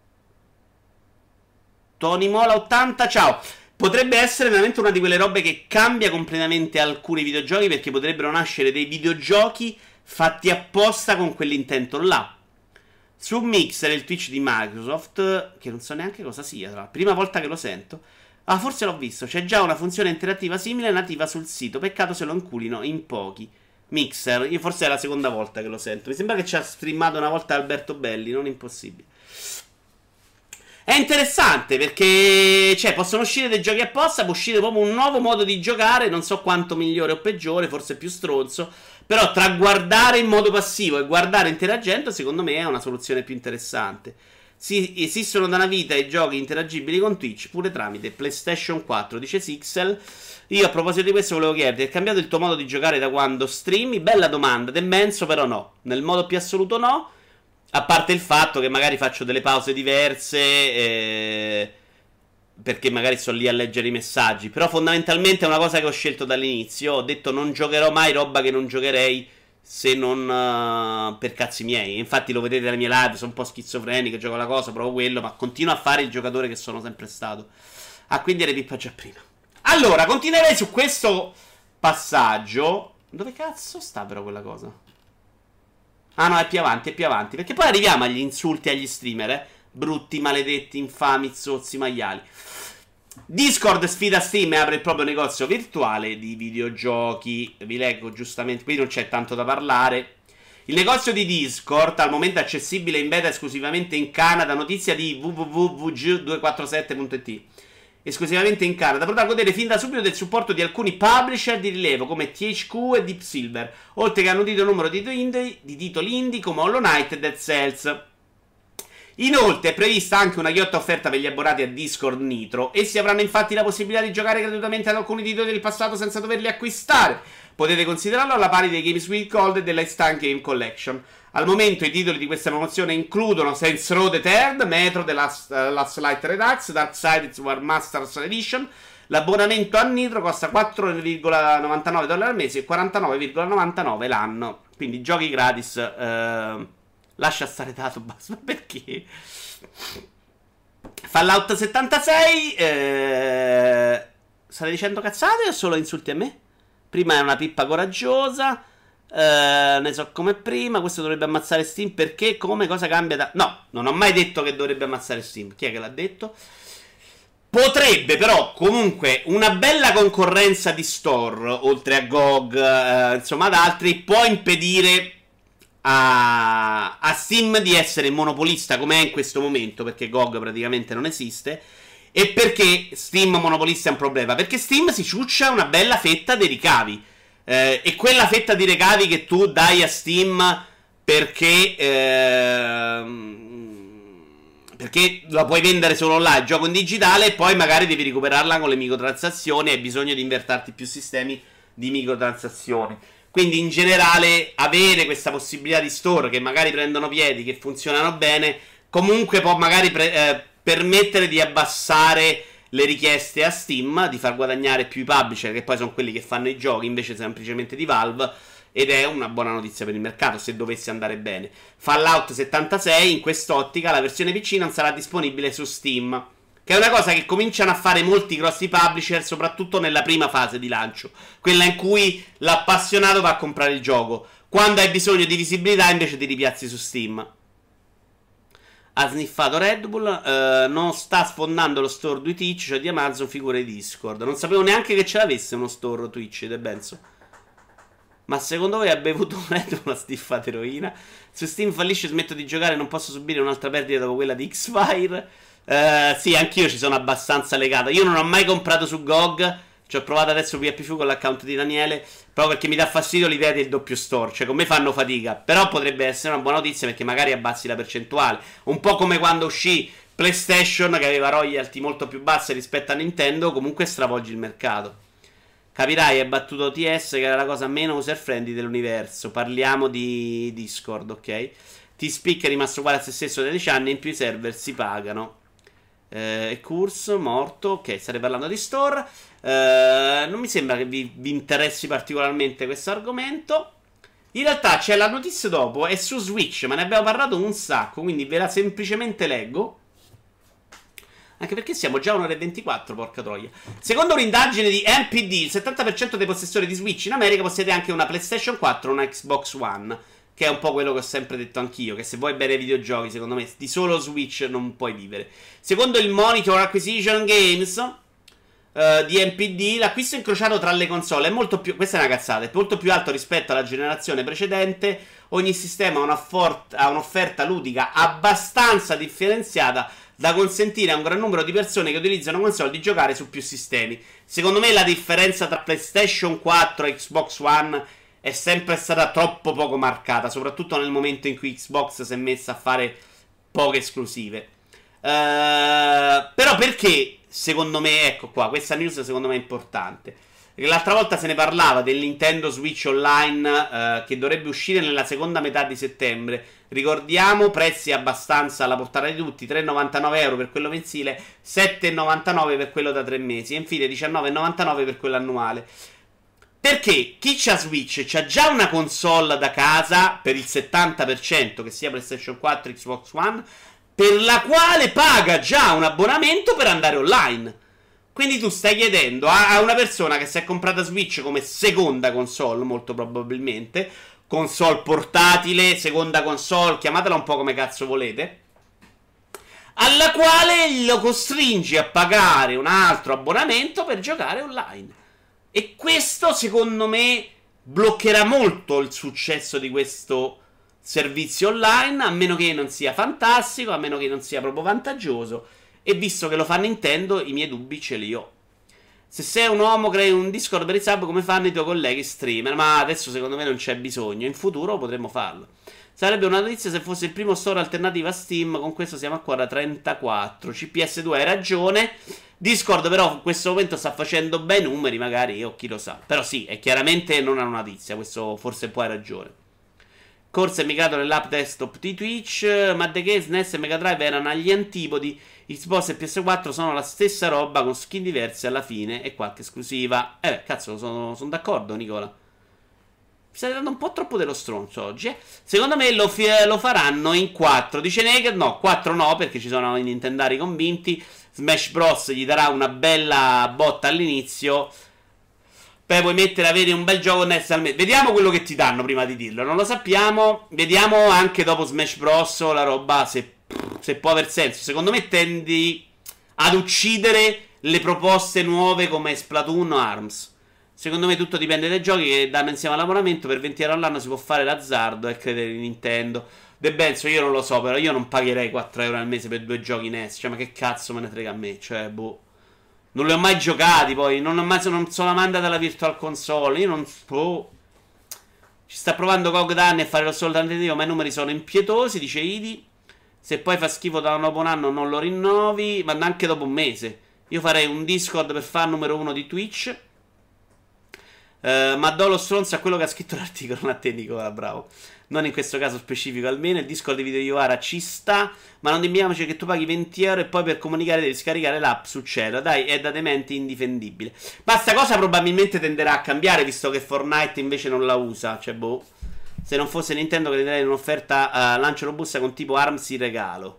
Tony Mola 80, ciao. Potrebbe essere veramente una di quelle robe che cambia completamente alcuni videogiochi, perché potrebbero nascere dei videogiochi fatti apposta con quell'intento là. Su Mixer, il Twitch di Microsoft, che non so neanche cosa sia, la prima volta che lo sento. Ah, forse l'ho visto, c'è già una funzione interattiva simile nativa sul sito, peccato se lo inculino in pochi. Mixer, io forse è la seconda volta che lo sento, mi sembra che ci ha streamato una volta Alberto Belli, non impossibile. È interessante perché, cioè, possono uscire dei giochi apposta, può uscire proprio un nuovo modo di giocare, non so quanto migliore o peggiore, forse più stronzo, però tra guardare in modo passivo e guardare interagendo, secondo me è una soluzione più interessante. Sì, esistono da una vita i giochi interagibili con Twitch, pure tramite PlayStation 4, dice Sixel. Io a proposito di questo volevo chiederti, è cambiato il tuo modo di giocare da quando streami? Bella domanda, immenso però no, nel modo più assoluto no. A parte il fatto che magari faccio delle pause diverse, perché magari sto lì a leggere i messaggi. Però fondamentalmente è una cosa che ho scelto dall'inizio. Ho detto non giocherò mai roba che non giocherei se non per cazzi miei. Infatti lo vedete dalle mie live, sono un po' schizofrenico, gioco la cosa, provo quello, ma continuo a fare il giocatore che sono sempre stato. Ah, quindi eri pippa già prima. Allora, continuerei su questo passaggio. Dove cazzo sta però quella cosa? Ah no, è più avanti, perché poi arriviamo agli insulti agli streamer, brutti, maledetti, infami, zozzi, maiali. Discord sfida Steam e apre il proprio negozio virtuale di videogiochi. Vi leggo giustamente, qui non c'è tanto da parlare. Il negozio di Discord, al momento accessibile in beta esclusivamente in Canada, notizia di www.vg247.it. Esclusivamente in Canada, potrà godere fin da subito del supporto di alcuni publisher di rilievo come THQ e Deep Silver, oltre che a un notito numero di titoli indie come Hollow Knight e Dead Cells. Inoltre è prevista anche una ghiotta offerta per gli abbonati a Discord Nitro. Essi avranno infatti la possibilità di giocare gratuitamente ad alcuni titoli del passato senza doverli acquistare. Potete considerarlo alla pari dei Games with Gold e della Instant Game Collection. Al momento i titoli di questa promozione includono Saints Row the Third, Metro, The Last Light Redux, Darksiders War Masters Edition. L'abbonamento a Nitro costa $4,99 al mese e $49,99 l'anno. Quindi giochi gratis. Lascia stare dato, basta. Perché? Fallout 76. State dicendo cazzate o solo insulti a me? Prima è una pippa coraggiosa. Ne so come prima. Questo dovrebbe ammazzare Steam. Perché? Come? Cosa cambia da... No, non ho mai detto che dovrebbe ammazzare Steam. Chi è che l'ha detto? Potrebbe però comunque una bella concorrenza di store, oltre a GOG, insomma ad altri, può impedire a Steam di essere monopolista come è in questo momento, perché GOG praticamente non esiste. E perché Steam monopolista è un problema? Perché Steam si ciuccia una bella fetta dei ricavi. E quella fetta di ricavi che tu dai a Steam perché la puoi vendere solo online, gioco in digitale, e poi magari devi recuperarla con le microtransazioni. Hai bisogno di invertarti più sistemi di microtransazioni. Quindi in generale avere questa possibilità di store che magari prendono piedi, che funzionano bene, comunque può magari permettere di abbassare le richieste a Steam, di far guadagnare più i publisher, che poi sono quelli che fanno i giochi invece semplicemente di Valve. Ed è una buona notizia per il mercato se dovesse andare bene. Fallout 76, in quest'ottica la versione PC non sarà disponibile su Steam, che è una cosa che cominciano a fare molti grossi publisher, soprattutto nella prima fase di lancio, quella in cui l'appassionato va a comprare il gioco. Quando hai bisogno di visibilità invece ti ripiazzi su Steam. Ha sniffato Red Bull. Non sta sfondando lo store di Twitch, cioè di Amazon, figure di Discord. Non sapevo neanche che ce l'avesse uno store Twitch, De Benzo. Ma secondo voi ha bevuto un Red Bull, una stiffata eroina? Su Steam fallisce, smetto di giocare, non posso subire un'altra perdita dopo quella di X-Fire. Sì, anch'io ci sono abbastanza legato. Io non ho mai comprato su GOG. Ci ho provato adesso PFP con l'account di Daniele, proprio perché mi dà fastidio l'idea del doppio store. Cioè con me fanno fatica. Però potrebbe essere una buona notizia, perché magari abbassi la percentuale. Un po' come quando uscì PlayStation, che aveva royalty molto più basse rispetto a Nintendo. Comunque stravolgi il mercato. Capirai, hai battuto TS, che era la cosa meno user friendly dell'universo. Parliamo di Discord, ok? T-Speak è rimasto uguale a se stesso da 10 anni, in più i server si pagano. E Curse, morto. Ok, state parlando di store. Non mi sembra che vi interessi particolarmente questo argomento. In realtà c'è la notizia dopo, è su Switch, ma ne abbiamo parlato un sacco, quindi ve la semplicemente leggo. Anche perché siamo già a 1:24, porca troia. Secondo un'indagine di NPD, il 70% dei possessori di Switch in America possiede anche una PlayStation 4 o una Xbox One. Che è un po' quello che ho sempre detto anch'io, che se vuoi bere ai videogiochi, secondo me, di solo Switch non puoi vivere. Secondo il Monitor Acquisition Games di NPD, l'acquisto incrociato tra le console è molto più... Questa è una cazzata, è molto più alto rispetto alla generazione precedente. Ogni sistema ha un'offerta ludica abbastanza differenziata da consentire a un gran numero di persone che utilizzano console di giocare su più sistemi. Secondo me la differenza tra PlayStation 4 e Xbox One è sempre stata troppo poco marcata, soprattutto nel momento in cui Xbox si è messa a fare poche esclusive. Però perché, secondo me, ecco qua, questa news secondo me è importante. Perché l'altra volta se ne parlava del Nintendo Switch Online che dovrebbe uscire nella seconda metà di settembre. Ricordiamo, prezzi abbastanza alla portata di tutti, 3,99 euro per quello mensile, 7,99 per quello da 3 mesi e infine 19,99 per quello annuale. Perché chi c'ha Switch c'ha già una console da casa per il 70%, che sia PlayStation 4 e Xbox One, per la quale paga già un abbonamento per andare online. Quindi tu stai chiedendo a una persona che si è comprata Switch come seconda console, molto probabilmente, console portatile, seconda console, chiamatela un po' come cazzo volete, alla quale lo costringi a pagare un altro abbonamento per giocare online. E questo, secondo me, bloccherà molto il successo di questo servizio online, a meno che non sia fantastico, a meno che non sia proprio vantaggioso. E visto che lo fa Nintendo, i miei dubbi ce li ho. Se sei un uomo crei un Discord per i sub come fanno i tuoi colleghi streamer. Ma adesso secondo me non c'è bisogno. In futuro potremmo farlo. Sarebbe una notizia se fosse il primo store alternativo a Steam. Con questo siamo ancora a 34. CPS2 hai ragione. Discord però in questo momento sta facendo bei numeri, magari, o chi lo sa. Però sì, è chiaramente non è una notizia. Questo forse poi hai ragione. Corsa è migrato nell'app desktop di Twitch. Ma The Case, NES e Mega Drive erano agli antipodi. Xbox e PS4 sono la stessa roba con skin diverse alla fine e qualche esclusiva. Cazzo, sono d'accordo, Nicola. Mi state dando un po' troppo dello stronzo oggi, eh. Secondo me lo faranno in 4. Dice Naked, no, 4 no, perché ci sono i nintendari convinti. Smash Bros gli darà una bella botta all'inizio. Poi puoi mettere, avere un bel gioco NES al mese. Vediamo quello che ti danno prima di dirlo. Non lo sappiamo. Vediamo anche dopo Smash Bros la roba se può aver senso. Secondo me tendi ad uccidere le proposte nuove come Splatoon o ARMS. Secondo me tutto dipende dai giochi che danno insieme all'abbonamento. Per 20 euro all'anno si può fare l'azzardo e credere in Nintendo. De Benzo, io non lo so, però io non pagherei 4 euro al mese per 2 giochi NES. Cioè, ma che cazzo me ne frega a me? Cioè, boh. Non li ho mai giocati, poi. Non sono amante della Virtual Console. Io non... Oh. Ci sta provando GOG da anni a fare lo solo tentativo, ma i numeri sono impietosi, dice Idi. Se poi fa schifo dopo un anno non lo rinnovi, ma anche dopo un mese. Io farei un Discord per fan numero 1 di Twitch. Ma do lo stronzo a quello che ha scritto l'articolo. Non a te, Nicola, bravo. Non in questo caso specifico almeno. Il Discord di Video Iovara ci sta. Ma non dimentichiamoci che tu paghi 20 euro e poi per comunicare devi scaricare l'app su cielo. Dai, è da dementi indifendibile. Ma sta cosa probabilmente tenderà a cambiare, visto che Fortnite invece non la usa. Cioè, boh. Se non fosse Nintendo che darei un'offerta lancio robusta con tipo ARMS in regalo.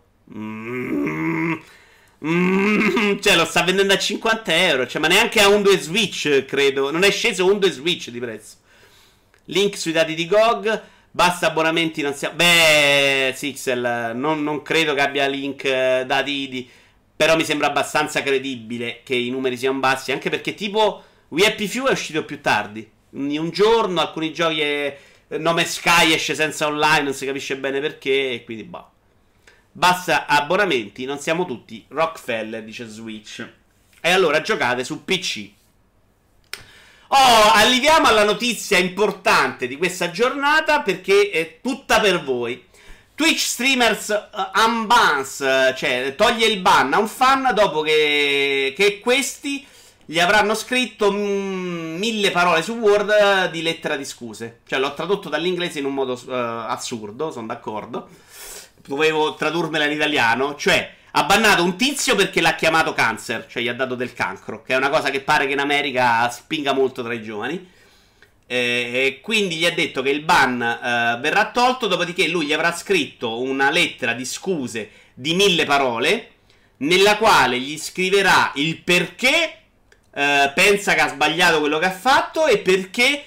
Cioè lo sta vendendo a 50 euro. Cioè ma neanche a un 2 Switch credo. Non è sceso un 2 Switch di prezzo. Link sui dati di GOG. Basta abbonamenti non siamo... Beh Sixel non credo che abbia link dati di... Però mi sembra abbastanza credibile che i numeri siano bassi. Anche perché tipo We Happy Few è uscito più tardi. In un giorno alcuni giochi Nome Sky esce senza online. Non si capisce bene perché. E quindi boh. Basta abbonamenti, non siamo tutti Rockefeller, dice Switch. E allora giocate su PC. Oh, arriviamo alla notizia importante di questa giornata, perché è tutta per voi. Twitch streamers unbans, cioè toglie il ban a un fan dopo che questi gli avranno scritto 1000 parole su Word di lettera di scuse. Cioè l'ho tradotto dall'inglese in un modo assurdo, sono d'accordo. Dovevo tradurmela in italiano. Cioè ha bannato un tizio perché l'ha chiamato cancer. Cioè gli ha dato del cancro, che è una cosa che pare che in America spinga molto tra i giovani. E quindi gli ha detto che il ban verrà tolto. Dopodiché lui gli avrà scritto una lettera di scuse di 1000 parole, nella quale gli scriverà il perché pensa che ha sbagliato quello che ha fatto e perché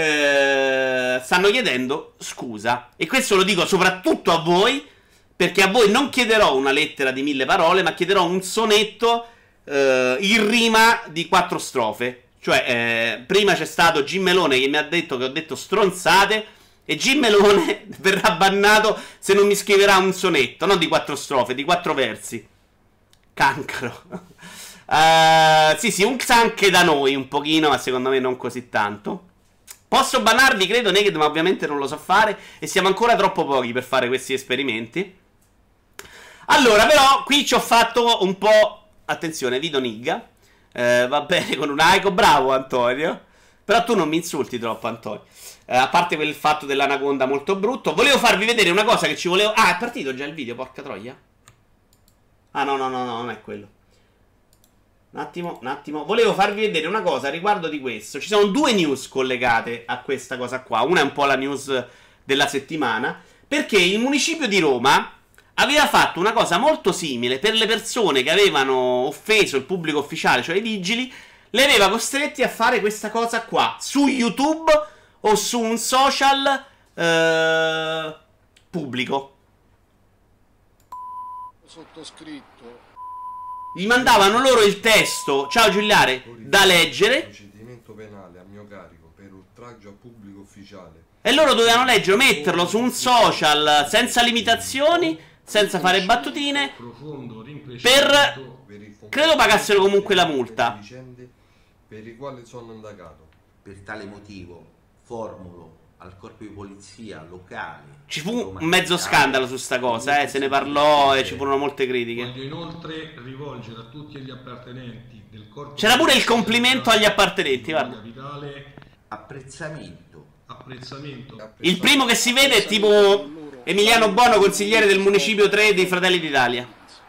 stanno chiedendo scusa. E questo lo dico soprattutto a voi, perché a voi non chiederò una lettera di 1000 parole, ma chiederò un sonetto in rima di 4 strofe. Cioè, prima c'è stato Jim Melone che mi ha detto che ho detto stronzate, e Jim Melone verrà bannato se non mi scriverà un sonetto, non di 4 strofe, di 4 versi. Cancro. Sì, un anche da noi un pochino, ma secondo me non così tanto. Posso bannarvi, credo, Naked, ma ovviamente non lo so fare, e siamo ancora troppo pochi per fare questi esperimenti. Allora, però, qui ci ho fatto un po'... Attenzione, Vito Nigga. Va bene con un Aiko, bravo Antonio. Però tu non mi insulti troppo, Antonio. A parte quel fatto dell'anaconda molto brutto, volevo farvi vedere una cosa che ci volevo... Ah, è partito già il video, porca troia. Ah, no, non è quello. Un attimo. Volevo farvi vedere una cosa riguardo di questo. Ci sono 2 news collegate a questa cosa qua. Una è un po' la news della settimana, perché il municipio di Roma aveva fatto una cosa molto simile per le persone che avevano offeso il pubblico ufficiale, cioè i vigili. Le aveva costretti a fare questa cosa qua su YouTube o su un social pubblico. Sottoscritto. Gli mandavano loro il testo, ciao Giuliare, da leggere. Procedimento penale a mio carico per oltraggio a pubblico ufficiale. E loro dovevano leggerlo, metterlo su un social senza limitazioni, senza fare battutine, per... credo pagassero comunque la multa. per i quali sono indagato. Per tale motivo formulo al corpo di polizia locale. Ci fu un mezzo scandalo su sta cosa, se ne parlò e ci furono molte critiche. Voglio inoltre rivolgere a tutti gli appartenenti del corpo. C'era pure il complimento agli appartenenti, guarda. Capitale, Apprezzamento. Il primo che si vede è tipo Emiliano Bono, consigliere del municipio 3 dei Fratelli d'Italia.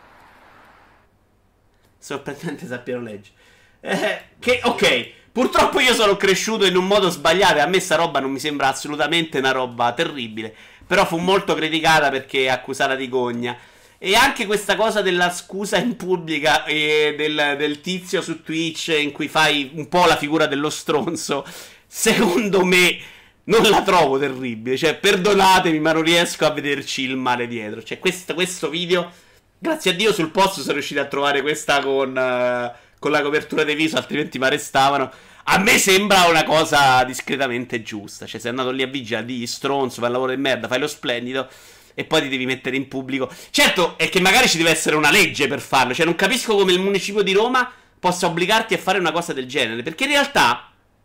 Sorprendente sappiano leggere. Ok, purtroppo io sono cresciuto in un modo sbagliato e a me sta roba non mi sembra assolutamente una roba terribile. Però fu molto criticata perché è accusata di gogna. E anche questa cosa della scusa in pubblica e del tizio su Twitch in cui fai un po' la figura dello stronzo, secondo me non la trovo terribile. Cioè, perdonatemi, ma non riesco a vederci il male dietro. Cioè, questo video, grazie a Dio sul post sono riuscito a trovare questa con la copertura di viso, altrimenti mi arrestavano. A me sembra una cosa discretamente giusta. Cioè, sei andato lì a vigilare, di stronzo, fai il lavoro di merda, fai lo splendido e poi ti devi mettere in pubblico. Certo, è che magari ci deve essere una legge per farlo. Cioè, non capisco come il municipio di Roma possa obbligarti a fare una cosa del genere, perché in realtà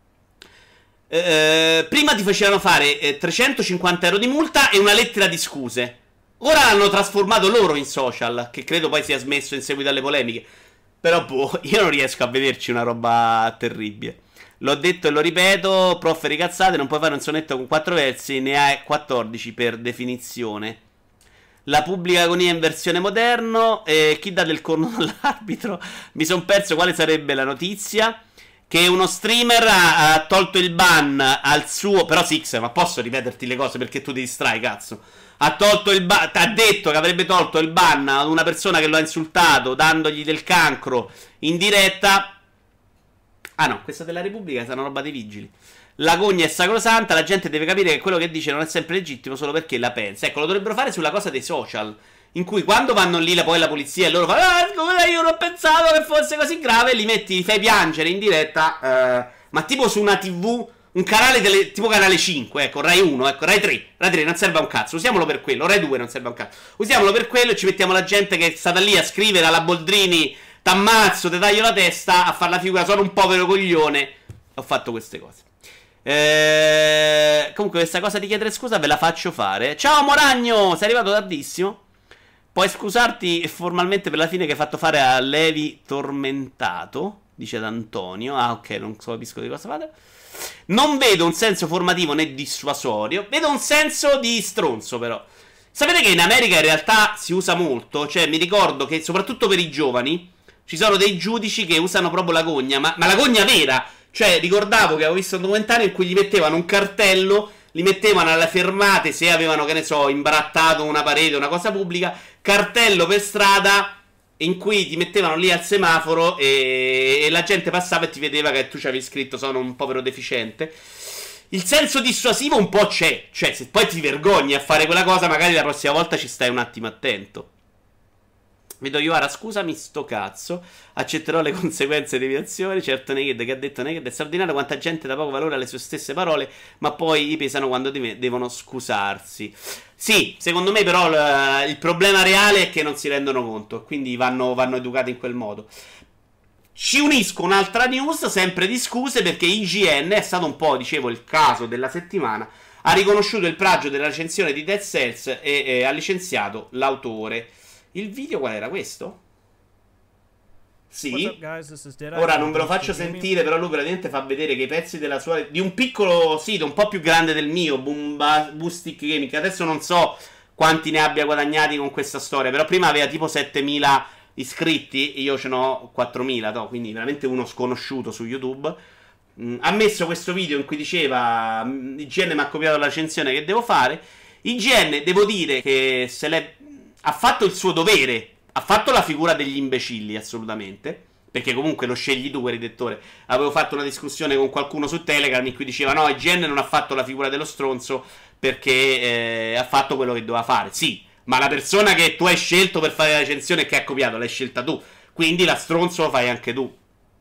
prima ti facevano fare 350 euro di multa e una lettera di scuse. Ora l'hanno trasformato loro in social, che credo poi sia smesso in seguito alle polemiche. Però boh, io non riesco a vederci una roba terribile. L'ho detto e lo ripeto, profferi cazzate, non puoi fare un sonetto con 4 versi, ne hai 14 per definizione. La pubblica agonia in versione moderno, chi dà del corno all'arbitro? Mi son perso quale sarebbe la notizia. Che uno streamer ha tolto il ban al suo... Però Six, ma posso ripeterti le cose perché tu ti distrai, cazzo. Ha tolto il ban... Ha detto che avrebbe tolto il ban ad una persona che lo ha insultato dandogli del cancro in diretta. Ah no, questa della Repubblica è una roba dei vigili. La gogna è sacrosanta, la gente deve capire che quello che dice non è sempre legittimo solo perché la pensa. Ecco, lo dovrebbero fare sulla cosa dei social, in cui quando vanno lì poi la polizia e loro fanno io non pensavo che fosse così grave, li metti, li fai piangere in diretta, ma tipo su una TV, un canale tipo canale 5, ecco, Rai 1, ecco, Rai 3 non serve a un cazzo, usiamolo per quello, Rai 2 non serve a un cazzo, usiamolo per quello e ci mettiamo la gente che è stata lì a scrivere alla Boldrini, t'ammazzo, te taglio la testa, a far la figura, sono un povero coglione, ho fatto queste cose. Comunque questa cosa di chiedere scusa ve la faccio fare. Ciao Moragno, sei arrivato tardissimo. Puoi scusarti formalmente per la fine che hai fatto fare a Levi Tormentato, dice D'Antonio. Ah ok, non capisco di cosa fate. Non vedo un senso formativo né dissuasorio, vedo un senso di stronzo però. Sapete che in America in realtà si usa molto? Cioè mi ricordo che soprattutto per i giovani ci sono dei giudici che usano proprio la gogna, ma la gogna vera. Cioè ricordavo che avevo visto un documentario in cui gli mettevano un cartello, li mettevano alle fermate se avevano, che ne so, imbrattato una parete, una cosa pubblica, cartello per strada in cui ti mettevano lì al semaforo e la gente passava e ti vedeva che tu ci avevi scritto sono un povero deficiente. Il senso dissuasivo un po' c'è, cioè se poi ti vergogni a fare quella cosa magari la prossima volta ci stai un attimo attento. Vedo Iovara, scusami sto cazzo, accetterò le conseguenze delle mie azioni. Certo Naked che ha detto Naked è straordinario, quanta gente dà poco valore alle sue stesse parole, ma poi gli pesano quando devono scusarsi. Sì, secondo me però il problema reale è che non si rendono conto, quindi vanno educati in quel modo. Ci unisco un'altra news, sempre di scuse, perché IGN è stato un po', dicevo, il caso della settimana. Ha riconosciuto il plagio della recensione di Dead Cells e ha licenziato l'autore. Il video qual era questo? Sì. Ora non ve lo faccio sentire, però lui praticamente fa vedere che i pezzi della sua... di un piccolo sito un po' più grande del mio, Boostic Gaming, che adesso non so quanti ne abbia guadagnati con questa storia, però prima aveva tipo 7000 iscritti, io ce n'ho 4000, no? Quindi veramente uno sconosciuto su YouTube. Ha messo questo video in cui diceva IGN mi ha copiato la recensione che devo fare. IGN, devo dire che ha fatto il suo dovere, ha fatto la figura degli imbecilli, assolutamente, perché comunque lo scegli tu, redattore. Avevo fatto una discussione con qualcuno su Telegram in cui diceva no, IGN non ha fatto la figura dello stronzo perché ha fatto quello che doveva fare. Sì, ma la persona che tu hai scelto per fare la recensione e che ha copiato l'hai scelta tu, quindi la stronzo lo fai anche tu.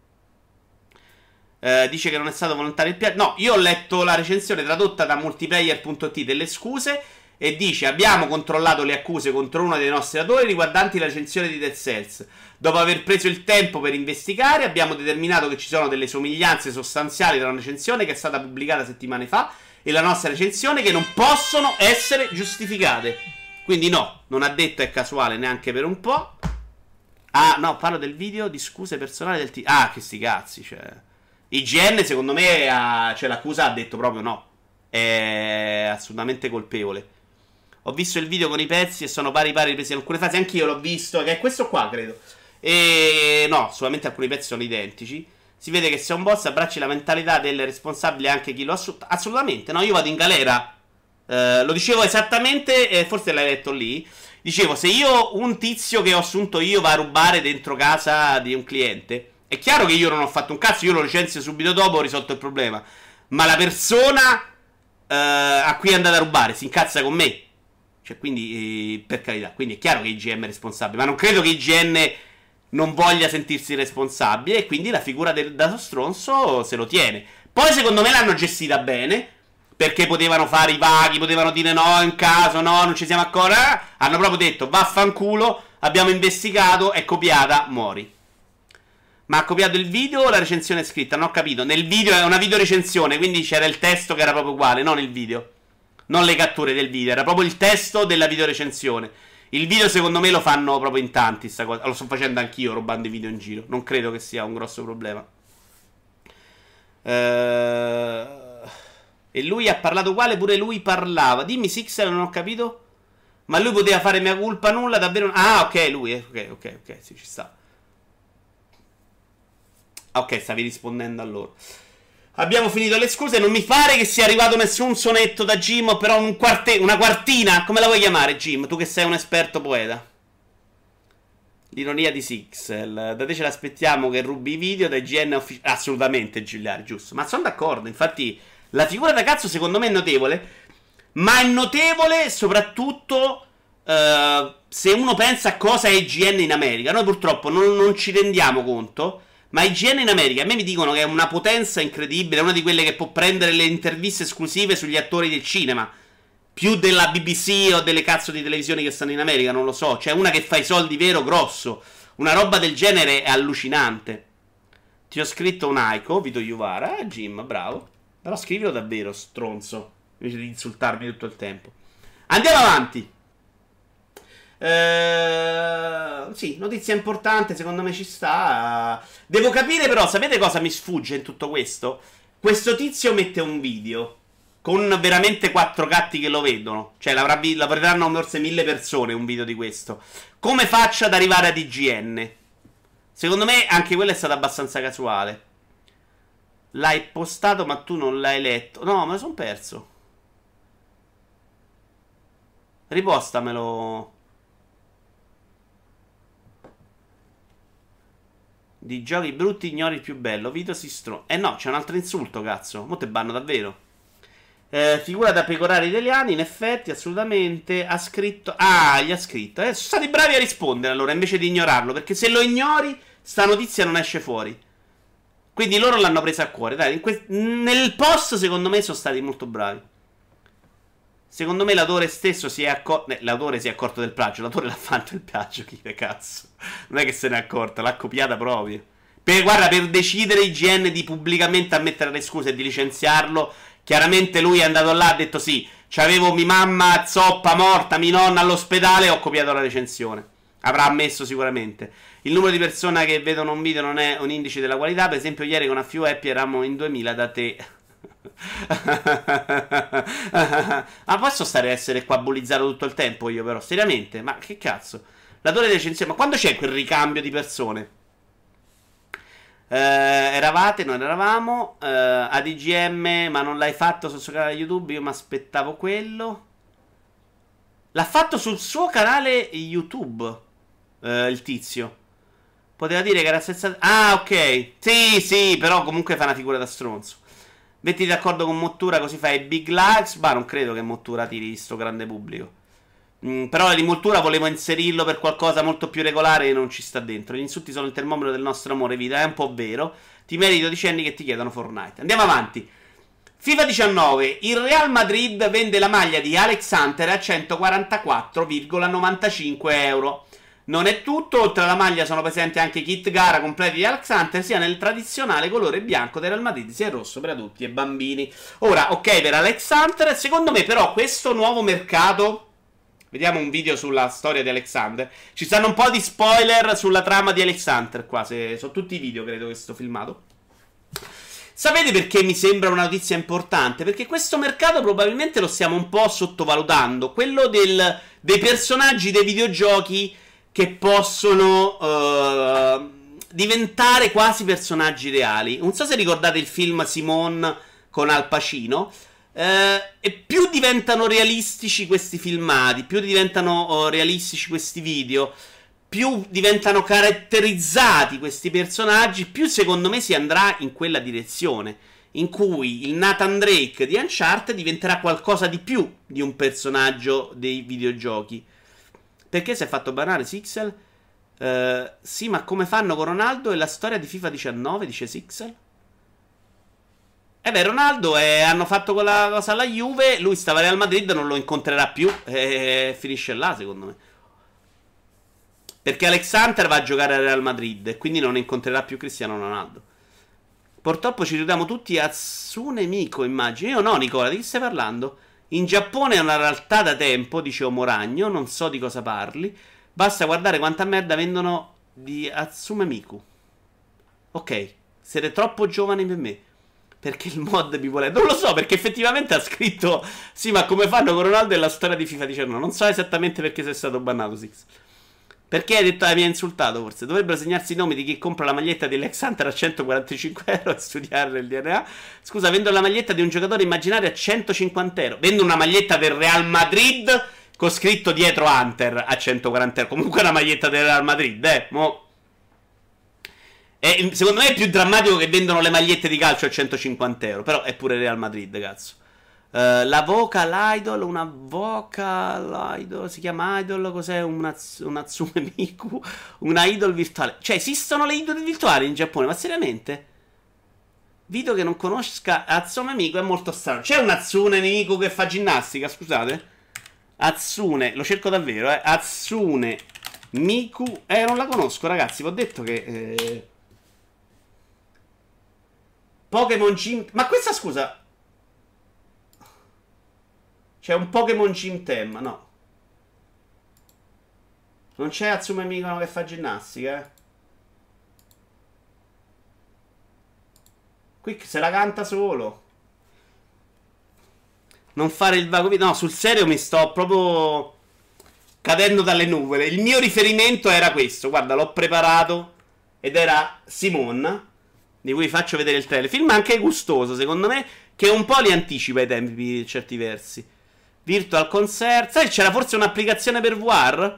Dice che non è stato volontario il piano. No, io ho letto la recensione tradotta da multiplayer.it delle scuse. e dice: abbiamo controllato le accuse contro uno dei nostri autori riguardanti la recensione di Dead Cells. Dopo aver preso il tempo per investigare, abbiamo determinato che ci sono delle somiglianze sostanziali tra una recensione che è stata pubblicata settimane fa e la nostra recensione che non possono essere giustificate. Quindi no, non ha detto è casuale neanche per un po'. Ah, no, parlo del video di scuse personali del team. Ah, che sti cazzi, cioè. IGN secondo me, cioè l'accusa ha detto proprio no. È assolutamente colpevole. Ho visto il video con i pezzi e sono pari ripresi in alcune fasi. Anch'io l'ho visto, che è questo qua, credo. E no, solamente alcuni pezzi sono identici. Si vede che se un boss abbracci la mentalità del responsabile anche chi lo ha assolutamente. No, io vado in galera. Lo dicevo esattamente, forse l'hai letto lì. Dicevo, se io, un tizio che ho assunto io, va a rubare dentro casa di un cliente, è chiaro che io non ho fatto un cazzo, io lo licenzio subito dopo, ho risolto il problema. Ma la persona a cui è andata a rubare si incazza con me. Cioè, quindi, per carità, quindi è chiaro che IGN è responsabile, ma non credo che IGN non voglia sentirsi responsabile, e quindi la figura del dato stronzo se lo tiene. Poi secondo me l'hanno gestita bene, perché potevano fare i vaghi, potevano dire no, in caso, no, non ci siamo accorti. Hanno proprio detto vaffanculo, abbiamo investigato, è copiata, muori. Ma ha copiato il video o la recensione scritta? Non ho capito. Nel video è una video recensione, quindi c'era il testo che era proprio uguale, non il video. Non le catture del video, era proprio il testo della video recensione. Il video secondo me lo fanno proprio in tanti, sta cosa. Lo sto facendo anch'io, rubando i video in giro. Non credo che sia un grosso problema. E lui ha parlato uguale, pure lui parlava. Dimmi Sixer, non ho capito. Ma lui poteva fare mea culpa nulla, davvero. Ah, ok, lui, ok, sì, ci sta. Ok, stavi rispondendo a loro. Abbiamo finito le scuse. Non mi pare che sia arrivato nessun sonetto da Jim, però una quartina. Come la vuoi chiamare, Jim? Tu che sei un esperto poeta. L'ironia di Sixel. Da te ce l'aspettiamo che rubi i video da IGN assolutamente, Giuliani, giusto. Ma sono d'accordo. Infatti, la figura da cazzo secondo me è notevole. Ma è notevole soprattutto se uno pensa a cosa è IGN in America. Noi purtroppo non ci rendiamo conto. Ma IGN in America, a me mi dicono che è una potenza incredibile, è una di quelle che può prendere le interviste esclusive sugli attori del cinema. Più della BBC o delle cazzo di televisioni che stanno in America, non lo so. C'è una che fa i soldi vero grosso. Una roba del genere è allucinante. Ti ho scritto un Aiko, Vito Juvara. Jim, bravo. Però scrivilo davvero, stronzo. Invece di insultarmi tutto il tempo. Andiamo avanti. Sì, notizia importante, secondo me ci sta. Devo capire però, sapete cosa mi sfugge in tutto questo? Questo tizio mette un video con veramente 4 gatti che lo vedono. Cioè la vedranno forse 1000 persone un video di questo. Come faccia ad arrivare ad IGN? Secondo me anche quello è stato abbastanza casuale. L'hai postato ma tu non l'hai letto. No, me lo son perso. Ripostamelo. Di giochi brutti ignori il più bello. Vito si no, c'è un altro insulto, cazzo. Mo te banno davvero. Figura da pecorari italiani, in effetti, assolutamente. Ha scritto. Ah, gli ha scritto. Sono stati bravi a rispondere allora, invece di ignorarlo. Perché se lo ignori, sta notizia non esce fuori. Quindi loro l'hanno presa a cuore. Dai, nel post, secondo me, sono stati molto bravi. Secondo me l'autore stesso si è accorto. L'autore si è accorto del plagio. L'autore l'ha fatto il plagio. Chi che cazzo? Non è che se ne è accorta, l'ha copiata proprio. Guarda, per decidere IGN di pubblicamente ammettere le scuse e di licenziarlo, chiaramente lui è andato là e ha detto sì, c'avevo mia mamma zoppa morta, mia nonna all'ospedale, ho copiato la recensione. Avrà ammesso sicuramente. Il numero di persone che vedono un video non è un indice della qualità. Per esempio ieri con A Few Happy eravamo in 2000 da te. Ma posso stare a essere qua bullizzato tutto il tempo io però, seriamente? Ma che cazzo? L'autore delle recensioni, ma quando c'è quel ricambio di persone? Eravate, non eravamo ad IGM, ma non l'hai fatto sul suo canale YouTube. Io mi aspettavo quello. L'ha fatto sul suo canale YouTube il tizio. Poteva dire che era senza. Ah, ok. Sì, però comunque fa una figura da stronzo. Mettiti d'accordo con Mottura così fai big likes. Ma non credo che Mottura tiri sto grande pubblico. Però di Mottura volevo inserirlo per qualcosa molto più regolare e non ci sta dentro. Gli insulti sono il termometro del nostro amore vita. È un po' vero. Ti merito decenni che ti chiedono Fortnite. Andiamo avanti. FIFA 19, il Real Madrid vende la maglia di Alex Hunter a 144,95 euro. Non è tutto, oltre alla maglia sono presenti anche kit gara completi di Alex Hunter, sia nel tradizionale colore bianco del Real Madrid, sia il rosso per adulti e bambini. Ora, ok per Alex Hunter, secondo me però questo nuovo mercato... Vediamo un video sulla storia di Alex Hunter. Ci stanno un po' di spoiler sulla trama di Alex Hunter qua, sono tutti i video credo che sto filmato. Sapete perché mi sembra una notizia importante? Perché questo mercato probabilmente lo stiamo un po' sottovalutando. Quello dei personaggi dei videogiochi che possono diventare quasi personaggi reali. Non so se ricordate il film Simone con Al Pacino. E più diventano realistici questi filmati, più diventano realistici questi video, più diventano caratterizzati questi personaggi, più secondo me si andrà in quella direzione in cui il Nathan Drake di Uncharted diventerà qualcosa di più di un personaggio dei videogiochi. Perché si è fatto banare Sixel? Sì, ma come fanno con Ronaldo e la storia di FIFA 19, dice Sixel. Beh, Ronaldo hanno fatto quella cosa alla Juve, lui stava al Real Madrid, non lo incontrerà più e finisce là secondo me. Perché Alex Hunter va a giocare al Real Madrid e quindi non incontrerà più Cristiano Ronaldo. Purtroppo ci ricordiamo tutti Hatsune Miku, immagino. Io no, Nicola, di chi stai parlando? In Giappone è una realtà da tempo, dice Omoragno, non so di cosa parli. Basta guardare quanta merda vendono di Hatsune Miku. Ok, siete troppo giovani per me. Perché il mod mi vuole... Non lo so, perché effettivamente ha scritto... Sì, ma come fanno con Ronaldo e la storia di FIFA 19? Non so esattamente perché sei stato bannato, Six. Perché hai detto... mi ha insultato, forse. Dovrebbero segnarsi i nomi di chi compra la maglietta di Alex Hunter a 145 euro e studiare il DNA. Scusa, vendo la maglietta di un giocatore immaginario a 150 euro. Vendo una maglietta del Real Madrid con scritto dietro Hunter a 140 euro. Comunque una maglietta del Real Madrid, mo... secondo me è più drammatico che vendono le magliette di calcio a 150 euro. Però è pure Real Madrid, cazzo. La Vocal Idol, una Vocal Idol, si chiama Idol, cos'è? Un Natsume Miku, una idol virtuale. Cioè esistono le idol virtuali in Giappone, ma seriamente? Vito che non conosca Natsume Miku è molto strano. C'è un Hatsune Miku che fa ginnastica, scusate? Hatsune, lo cerco davvero, Hatsune Miku, non la conosco ragazzi, vi ho detto che... Pokémon Gym... Ma questa, scusa... C'è un Pokémon Gym Tem, no. Non c'è Hatsune Miku che fa ginnastica, Qui se la canta solo. Non fare il vago video. No, sul serio mi sto proprio cadendo dalle nuvole. Il mio riferimento era questo. Guarda, l'ho preparato. Ed era Simone, di cui faccio vedere il trailer. Film anche gustoso, secondo me, che un po' li anticipa i tempi in certi versi. Virtual Concert. Sai, c'era forse un'applicazione per VR?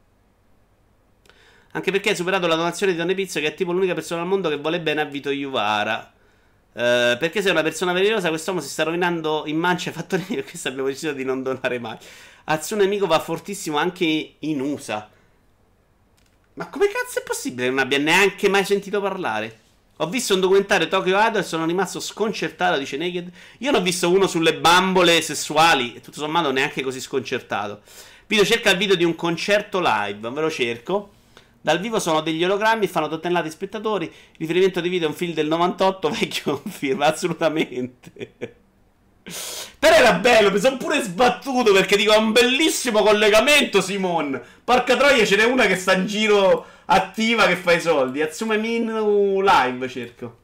Anche perché hai superato la donazione di Tony Pizzo, che è tipo l'unica persona al mondo che vuole bene a Vito Iuvara. Perché sei una persona velenosa, quest'uomo si sta rovinando in mancia e fattorini, per questo abbiamo deciso di non donare mai. Hatsune Miku va fortissimo anche in USA. Ma come cazzo è possibile che non abbia neanche mai sentito parlare? Ho visto un documentario Tokyo Idol e sono rimasto sconcertato, dice Naked. Io ne ho visto uno sulle bambole sessuali e tutto sommato neanche così sconcertato. Video, cerca il video di un concerto live, ve lo cerco. Dal vivo sono degli ologrammi e fanno tonnellate di spettatori. Il riferimento di video è un film del 98, vecchio film, assolutamente. Però era bello, mi sono pure sbattuto perché dico, ha un bellissimo collegamento Simone. Porca troia, ce n'è una che sta in giro attiva che fa i soldi. Hatsune Miku live cerco.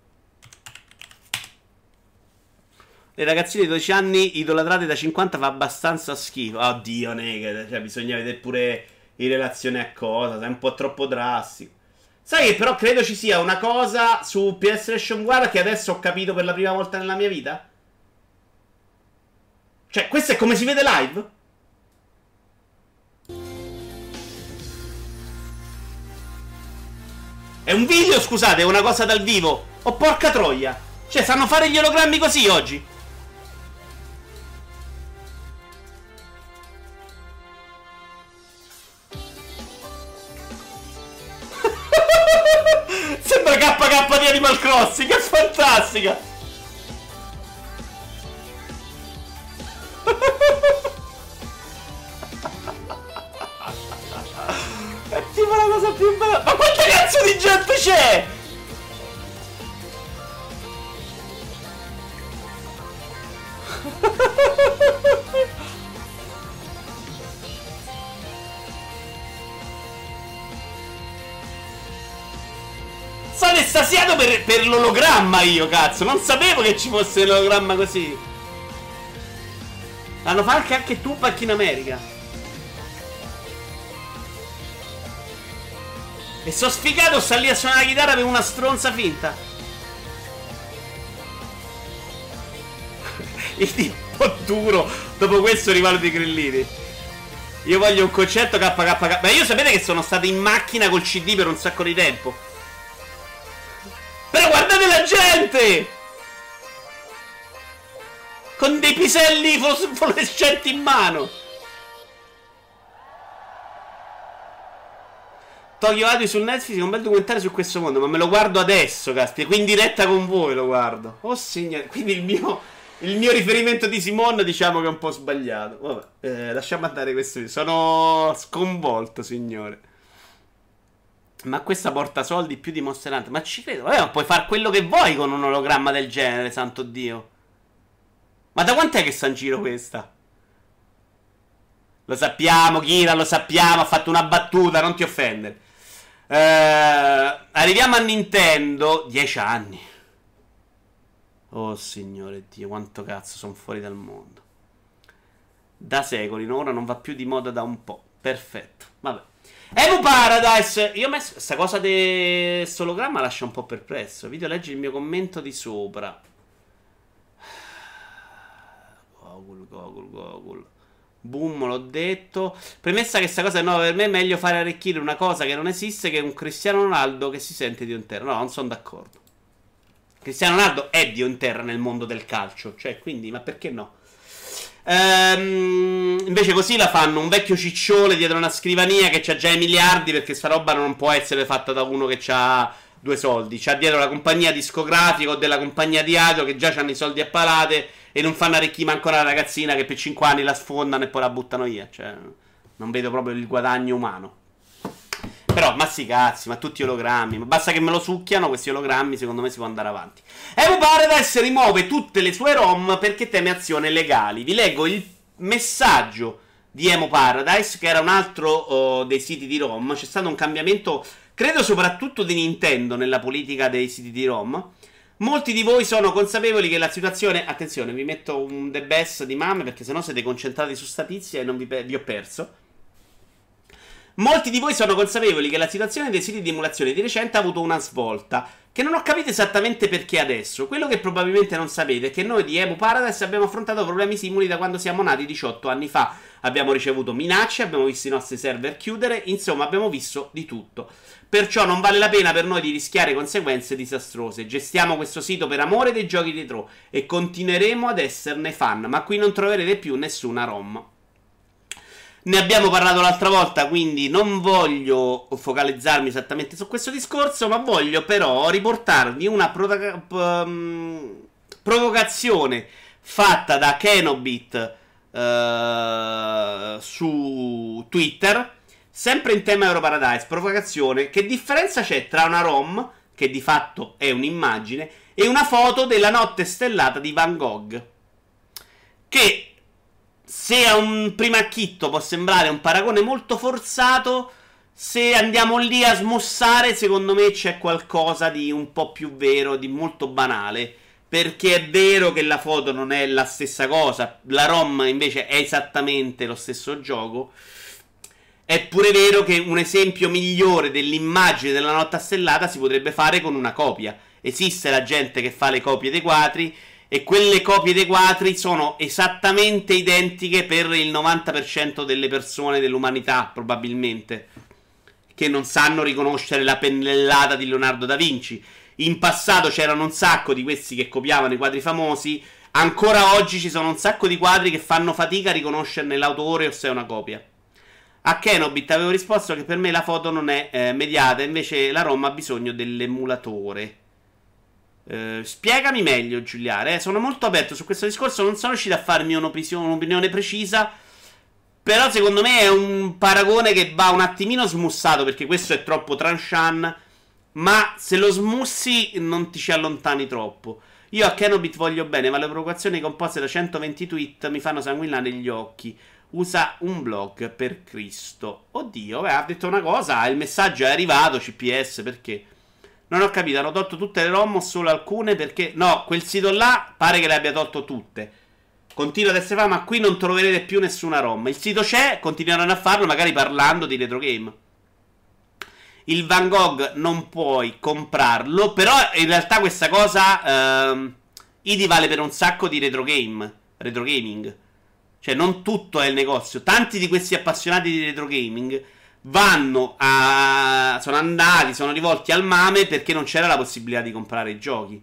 Le ragazzine di 12 anni idolatrate da 50 fa abbastanza schifo. Oddio, Naked, cioè bisogna vedere pure in relazione a cosa, è un po' troppo drastico. Sai che però credo ci sia una cosa su PlayStation Guarda che adesso ho capito per la prima volta nella mia vita. Cioè, questo è come si vede live? È un video, scusate, è una cosa dal vivo. Oh, porca troia. Cioè, sanno fare gli ologrammi così oggi. Sembra KK di Animal Crossing, è fantastica. c'è? Sono estasiato per l'ologramma io, cazzo. Non sapevo che ci fosse l'ologramma così. L'hanno fatto anche Tupac in America. E so sfigato, sta lì a suonare la chitarra per una stronza finta. Il tipo duro. Dopo questo rivaluto i grillini. Io voglio un concerto KKK. Ma io sapete che sono stato in macchina col CD per un sacco di tempo. Però guardate la gente! Con dei piselli fluorescenti in mano. Tokyo Adui sul Netflix è un bel documentario su questo mondo. Ma me lo guardo adesso, caspita. Qui in diretta con voi lo guardo. Oh signore. Quindi il mio riferimento di Simone diciamo che è un po' sbagliato. Vabbè, lasciamo andare questo video. Sono sconvolto, signore. Ma questa porta soldi più di Monster Hunter. Ma ci credo. Vabbè, ma puoi fare quello che vuoi con un ologramma del genere, santo Dio. Ma da quant'è che sta in giro questa? Lo sappiamo, Kira, lo sappiamo. Ha fatto una battuta, non ti offendere. Arriviamo a Nintendo. 10 anni. Oh signore Dio, quanto cazzo sono fuori dal mondo. Da secoli, ora non va più di moda da un po'. Perfetto, vabbè. Emu Paradise. Io ho messo questa cosa di sologramma, lascia un po' perplesso. Video, leggi il mio commento di sopra. Google. Boom, l'ho detto. Premessa che questa cosa è nuova per me, è meglio fare arricchire una cosa che non esiste che un Cristiano Ronaldo che si sente Dio in terra. No, non sono d'accordo. Cristiano Ronaldo è Dio in terra nel mondo del calcio. Cioè, quindi, ma perché no? Invece così la fanno un vecchio ciccione dietro una scrivania che c'ha già i miliardi, perché sta roba non può essere fatta da uno che ha 2 soldi. C'ha dietro la compagnia discografica o della compagnia di audio che già hanno i soldi a palate e non fanno arricchire manco una ragazzina che per 5 anni la sfondano e poi la buttano via. Cioè, non vedo proprio il guadagno umano. Però, ma sti cazzi, ma tutti ologrammi. Ma basta che me lo succhiano questi ologrammi, secondo me si può andare avanti. Emu Paradise rimuove tutte le sue ROM perché teme azioni legali. Vi leggo il messaggio di Emu Paradise, che era un altro dei siti di ROM. C'è stato un cambiamento, credo soprattutto di Nintendo, nella politica dei siti di ROM. Molti di voi sono consapevoli che la situazione... Attenzione, vi metto un The Best di Mame, perché sennò siete concentrati su sta tizia e non vi ho perso. Molti di voi sono consapevoli che la situazione dei siti di emulazione di recente ha avuto una svolta, che non ho capito esattamente perché adesso. Quello che probabilmente non sapete è che noi di Emu Paradise abbiamo affrontato problemi simili da quando siamo nati 18 anni fa. Abbiamo ricevuto minacce, abbiamo visto i nostri server chiudere, insomma abbiamo visto di tutto. Perciò non vale la pena per noi di rischiare conseguenze disastrose. Gestiamo questo sito per amore dei giochi retro e continueremo ad esserne fan, ma qui non troverete più nessuna ROM. Ne abbiamo parlato l'altra volta, quindi non voglio focalizzarmi esattamente su questo discorso, ma voglio però riportarvi una provocazione fatta da Kenobit su Twitter, sempre in tema Euro Paradise. Provocazione: che differenza c'è tra una ROM, che di fatto è un'immagine, e una foto della notte stellata di Van Gogh? Che, se a un primo acchitto può sembrare un paragone molto forzato, se andiamo lì a smussare, secondo me c'è qualcosa di un po' più vero, di molto banale. Perché è vero che la foto non è la stessa cosa, la ROM invece è esattamente lo stesso gioco. È pure vero che un esempio migliore dell'immagine della notte stellata si potrebbe fare con una copia. Esiste la gente che fa le copie dei quadri, e quelle copie dei quadri sono esattamente identiche per il 90% delle persone dell'umanità, probabilmente, che non sanno riconoscere la pennellata di Leonardo da Vinci. In passato c'erano un sacco di questi che copiavano i quadri famosi. Ancora oggi ci sono un sacco di quadri che fanno fatica a riconoscerne l'autore o se è una copia. A Kenobit avevo risposto che per me la foto non è mediata, invece la ROM ha bisogno dell'emulatore. Spiegami meglio, Giuliare. Sono molto aperto su questo discorso, non sono riuscito a farmi un'opinione precisa, però secondo me è un paragone che va un attimino smussato, perché questo è troppo tranchant. ma se lo smussi non ti ci allontani troppo. Io a Kenobit voglio bene, ma le provocazioni composte da 120 tweet mi fanno sanguinare gli occhi. Usa un blog per Cristo. Oddio, ha detto una cosa, il messaggio è arrivato, CPS, perché? Non ho capito, hanno tolto tutte le ROM o solo alcune? Perché? No, quel sito là pare che le abbia tolto tutte. Continua ad essere fatto, ma qui non troverete più nessuna ROM. Il sito c'è, continueranno a farlo, magari parlando di retro game. Il Van Gogh non puoi comprarlo, però in realtà questa cosa ID vale per un sacco di retro gaming. Cioè non tutto è il negozio. Tanti di questi appassionati di retro gaming sono rivolti al mame perché non c'era la possibilità di comprare i giochi.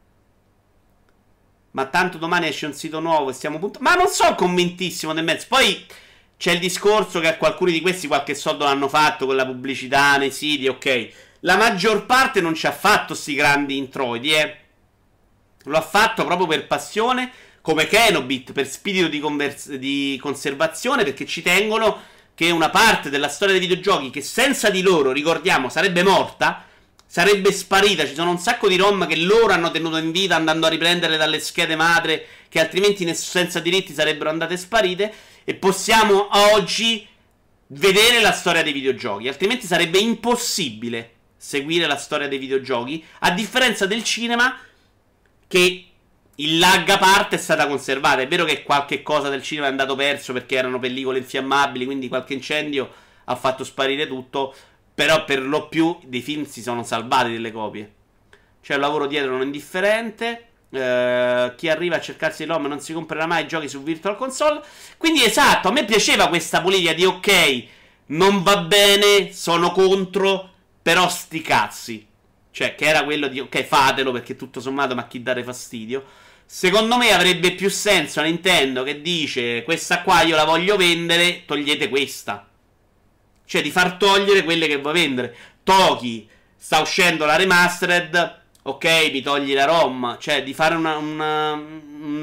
Ma tanto domani esce un sito nuovo e stiamo ma non sono convintissimo nel mezzo. Poi c'è il discorso che a alcuni di questi qualche soldo l'hanno fatto con la pubblicità nei siti, ok. La maggior parte non ci ha fatto sti grandi introiti, Lo ha fatto proprio per passione, come Kenobit, per spirito di conservazione, perché ci tengono che una parte della storia dei videogiochi, che senza di loro, ricordiamo, sarebbe morta, sarebbe sparita. Ci sono un sacco di ROM che loro hanno tenuto in vita andando a riprendere dalle schede madre, che altrimenti senza diritti sarebbero andate sparite. E possiamo oggi vedere la storia dei videogiochi. Altrimenti sarebbe impossibile seguire la storia dei videogiochi. A differenza del cinema, che il lag a parte è stata conservata. È vero che qualche cosa del cinema è andato perso perché erano pellicole infiammabili, quindi qualche incendio ha fatto sparire tutto. Però per lo più dei film si sono salvati delle copie. C'è un lavoro dietro non indifferente. Chi arriva a cercarsi l'home non si comprerà mai giochi su Virtual Console. Quindi esatto, a me piaceva questa politica di ok, non va bene, sono contro, però sti cazzi. Cioè che era quello di ok, fatelo perché tutto sommato ma chi dare fastidio. Secondo me avrebbe più senso a Nintendo che dice questa qua io la voglio vendere, togliete questa. Cioè di far togliere quelle che vuoi vendere. Toki, sta uscendo la remastered, ok, mi togli la ROM. Cioè di fare un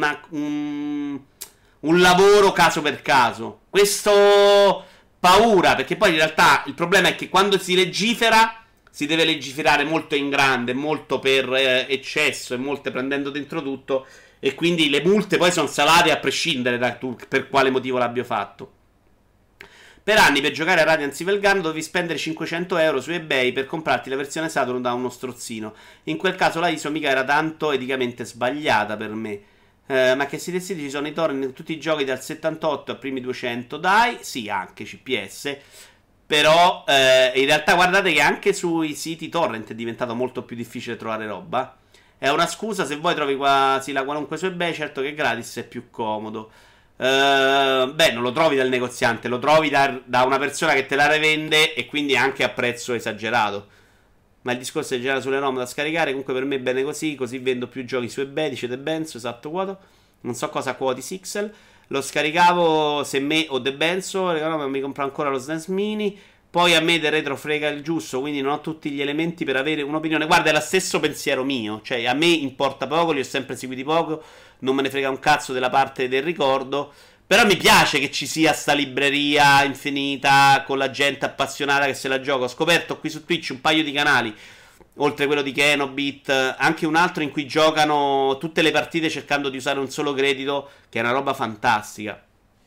lavoro caso per caso. Questo paura, perché poi in realtà il problema è che quando si legifera si deve legiferare molto in grande, molto per eccesso e molte prendendo dentro tutto. E quindi le multe poi sono salate a prescindere da per quale motivo l'abbia fatto. Per anni per giocare a Radiant Evil Gun dovevi spendere 500 euro su eBay per comprarti la versione Saturn da uno strozzino. In quel caso la ISO mica era tanto eticamente sbagliata per me. Ma che siti e siti ci sono i torrent, tutti i giochi dal 78 ai primi 200, dai, sì, anche CPS. Però in realtà guardate che anche sui siti torrent è diventato molto più difficile trovare roba. È una scusa, se voi trovi quasi la qualunque su eBay, certo che gratis è più comodo. Beh, non lo trovi dal negoziante, lo trovi da una persona che te la rivende e quindi anche a prezzo esagerato. Ma il discorso è girare sulle ROM da scaricare. Comunque per me è bene così, così vendo più giochi su eBay, dice The Benzo, esatto quoto. Non so cosa quoti Sixel. Lo scaricavo se me o The Benzo, mi compro ancora lo SNES Mini. Poi a me del retro frega il giusto, quindi non ho tutti gli elementi per avere un'opinione. Guarda, è lo stesso pensiero mio, cioè a me importa poco, li ho sempre seguiti poco, non me ne frega un cazzo della parte del ricordo. Però mi piace che ci sia sta libreria infinita con la gente appassionata che se la gioca. Ho scoperto qui su Twitch un paio di canali, oltre quello di Kenobit, anche un altro in cui giocano tutte le partite cercando di usare un solo credito, che è una roba fantastica.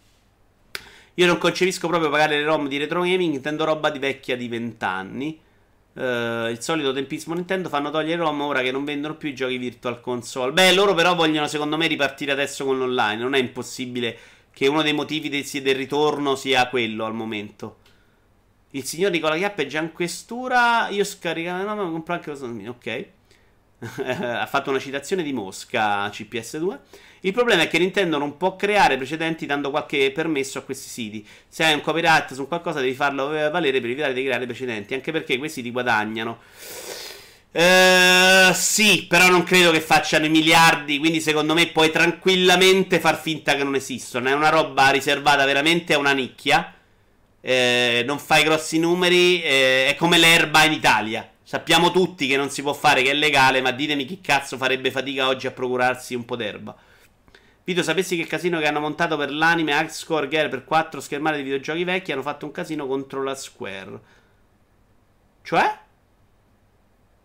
Io non concepisco proprio pagare le ROM di retro gaming, intendo roba di vecchia di 20 anni. Il solito tempismo Nintendo, fanno togliere ROM ora che non vendono più i giochi Virtual Console. Beh, loro però vogliono secondo me ripartire adesso con l'online. Non è impossibile che uno dei motivi del ritorno sia quello al momento. Il signor Nicola Chiappa è già in questura. Io scaricavo, no, ma compro anche lo ok. Ha fatto una citazione di Mosca CPS2. Il problema è che Nintendo non può creare precedenti dando qualche permesso a questi siti. Se hai un copyright su qualcosa devi farlo valere per evitare di creare precedenti, anche perché quei siti guadagnano. Sì, però non credo che facciano i miliardi, quindi secondo me puoi tranquillamente far finta che non esistono. È una roba riservata veramente a una nicchia. Non fai grossi numeri, è come l'erba in Italia. Sappiamo tutti che non si può fare, che è legale, ma ditemi chi cazzo farebbe fatica oggi a procurarsi un po' d'erba. Vito, sapessi che casino che hanno montato per l'anime Hardcore Gear per 4 schermate di videogiochi vecchi hanno fatto un casino contro la Square. Cioè?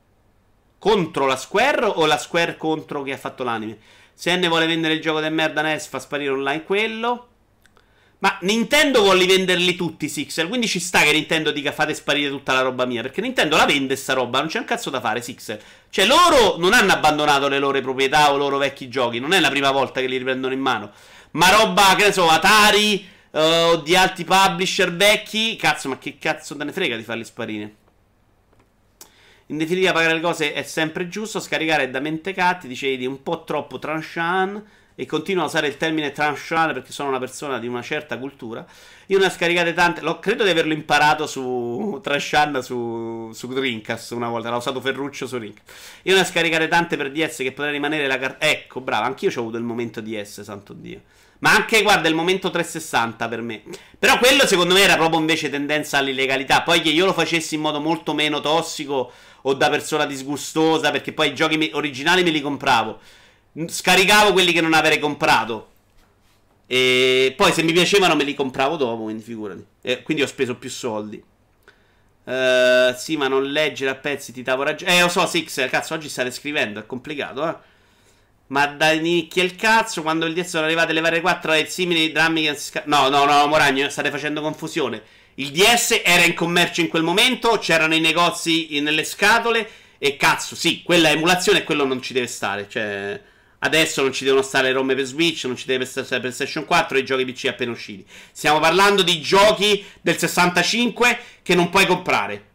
Contro la Square o la Square contro chi ha fatto l'anime? Se ne vuole vendere il gioco del merda NES, fa sparire online quello. Ma Nintendo vuole venderli tutti, Sixer. Quindi ci sta che Nintendo dica fate sparire tutta la roba mia. Perché Nintendo la vende sta roba, non c'è un cazzo da fare, Sixer. Cioè loro non hanno abbandonato le loro proprietà o i loro vecchi giochi. Non è la prima volta che li riprendono in mano. Ma roba, che ne so, Atari o di altri publisher vecchi. Cazzo, ma che cazzo te ne frega di farli sparire? In definitiva pagare le cose è sempre giusto. Scaricare è da mentecatti, dicevi un po' troppo tranchant. E continuo a usare il termine tranchant perché sono una persona di una certa cultura. Io ne ho scaricate tante. Credo di averlo imparato su tranchant su Dreamcast una volta. L'ho usato Ferruccio su Dreamcast. Io ne ho scaricate tante per DS che potrei rimanere la carta. Ecco, bravo, anch'io ho avuto il momento DS, santo Dio. Ma anche, guarda, il momento 360 per me. Però quello secondo me era proprio invece tendenza all'illegalità. Poi che io lo facessi in modo molto meno tossico o da persona disgustosa, perché poi i giochi originali me li compravo. Scaricavo quelli che non avrei comprato. E poi se mi piacevano me li compravo dopo, quindi figurati. Quindi ho speso più soldi. Sì, ma non leggere a pezzi ti davo ragione. Lo so, Six, cazzo, oggi state scrivendo, è complicato, Ma da nicchia il cazzo, quando il DS sono arrivate le varie 4 e simili drammi che no, Moragno, state facendo confusione. Il DS era in commercio in quel momento, c'erano i negozi nelle scatole e cazzo, sì, quella è emulazione e quello non ci deve stare, cioè adesso non ci devono stare le ROM per Switch, non ci deve stare PlayStation 4 e i giochi PC appena usciti. Stiamo parlando di giochi del 65 che non puoi comprare.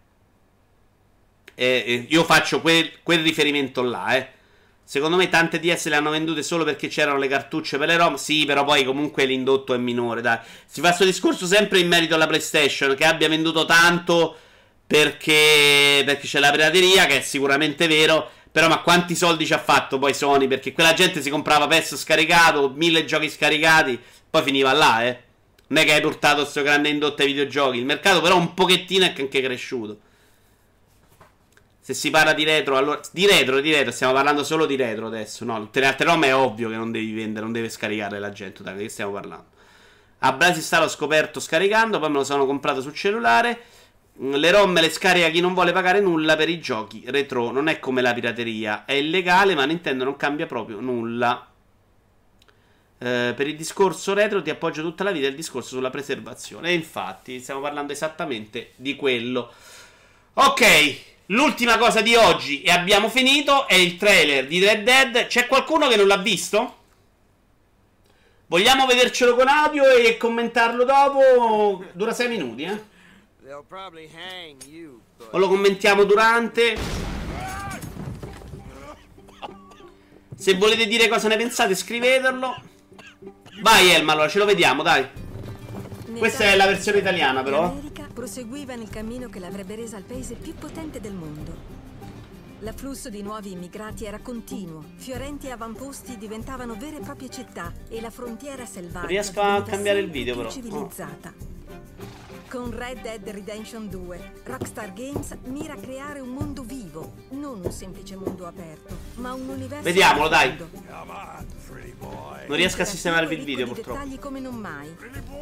Io faccio quel riferimento là, Secondo me tante DS le hanno vendute solo perché c'erano le cartucce per le ROM. Sì, però poi comunque l'indotto è minore, dai. Si fa questo discorso sempre in merito alla PlayStation, che abbia venduto tanto perché c'è la pirateria, che è sicuramente vero. Però ma quanti soldi ci ha fatto poi Sony? Perché quella gente si comprava PES scaricato, 1000 giochi scaricati, poi finiva là, Non è che hai portato questo grande indotto ai videogiochi. Il mercato però un pochettino è anche cresciuto. Se si parla di retro, allora di retro, stiamo parlando solo di retro adesso. No, tutte le altre ROM è ovvio che non devi vendere, non deve scaricare la gente. Da che stiamo parlando? A Brasi Star l'ho scoperto scaricando, poi me lo sono comprato sul cellulare. Le ROM le scarica chi non vuole pagare nulla per i giochi retro. Non è come la pirateria, è illegale, ma Nintendo non cambia proprio nulla. Per il discorso retro ti appoggio tutta la vita il discorso sulla preservazione. E infatti stiamo parlando esattamente di quello. Ok, l'ultima cosa di oggi, e abbiamo finito, è il trailer di Red Dead. C'è qualcuno che non l'ha visto? Vogliamo vedercelo con audio e commentarlo dopo? Dura 6 minuti, O lo commentiamo durante? Se volete dire cosa ne pensate, scrivetelo. Vai Elma, allora ce lo vediamo, dai. Questa è la versione italiana, però. L'America proseguiva nel cammino che l'avrebbe resa il paese più potente del mondo. L'afflusso di nuovi immigrati era continuo, fiorenti avamposti diventavano vere e proprie città e la frontiera selvaggia riesco a cambiare il video, però. Civilizzata. Con Red Dead Redemption 2, Rockstar Games mira a creare un mondo vivo, non un semplice mondo aperto, ma un universo. Vediamolo, dai. Non riesco a sistemarvi il video, purtroppo. Dettagli come non mai.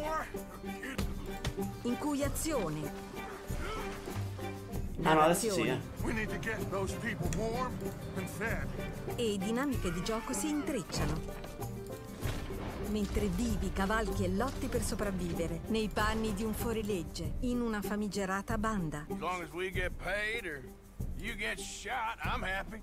In cui azione, no, adesso sì, e dinamiche di gioco si intrecciano. Mentre vivi, cavalchi e lotti per sopravvivere nei panni di un fuorilegge in una famigerata banda. As long as we get paid or you get shot, I'm happy.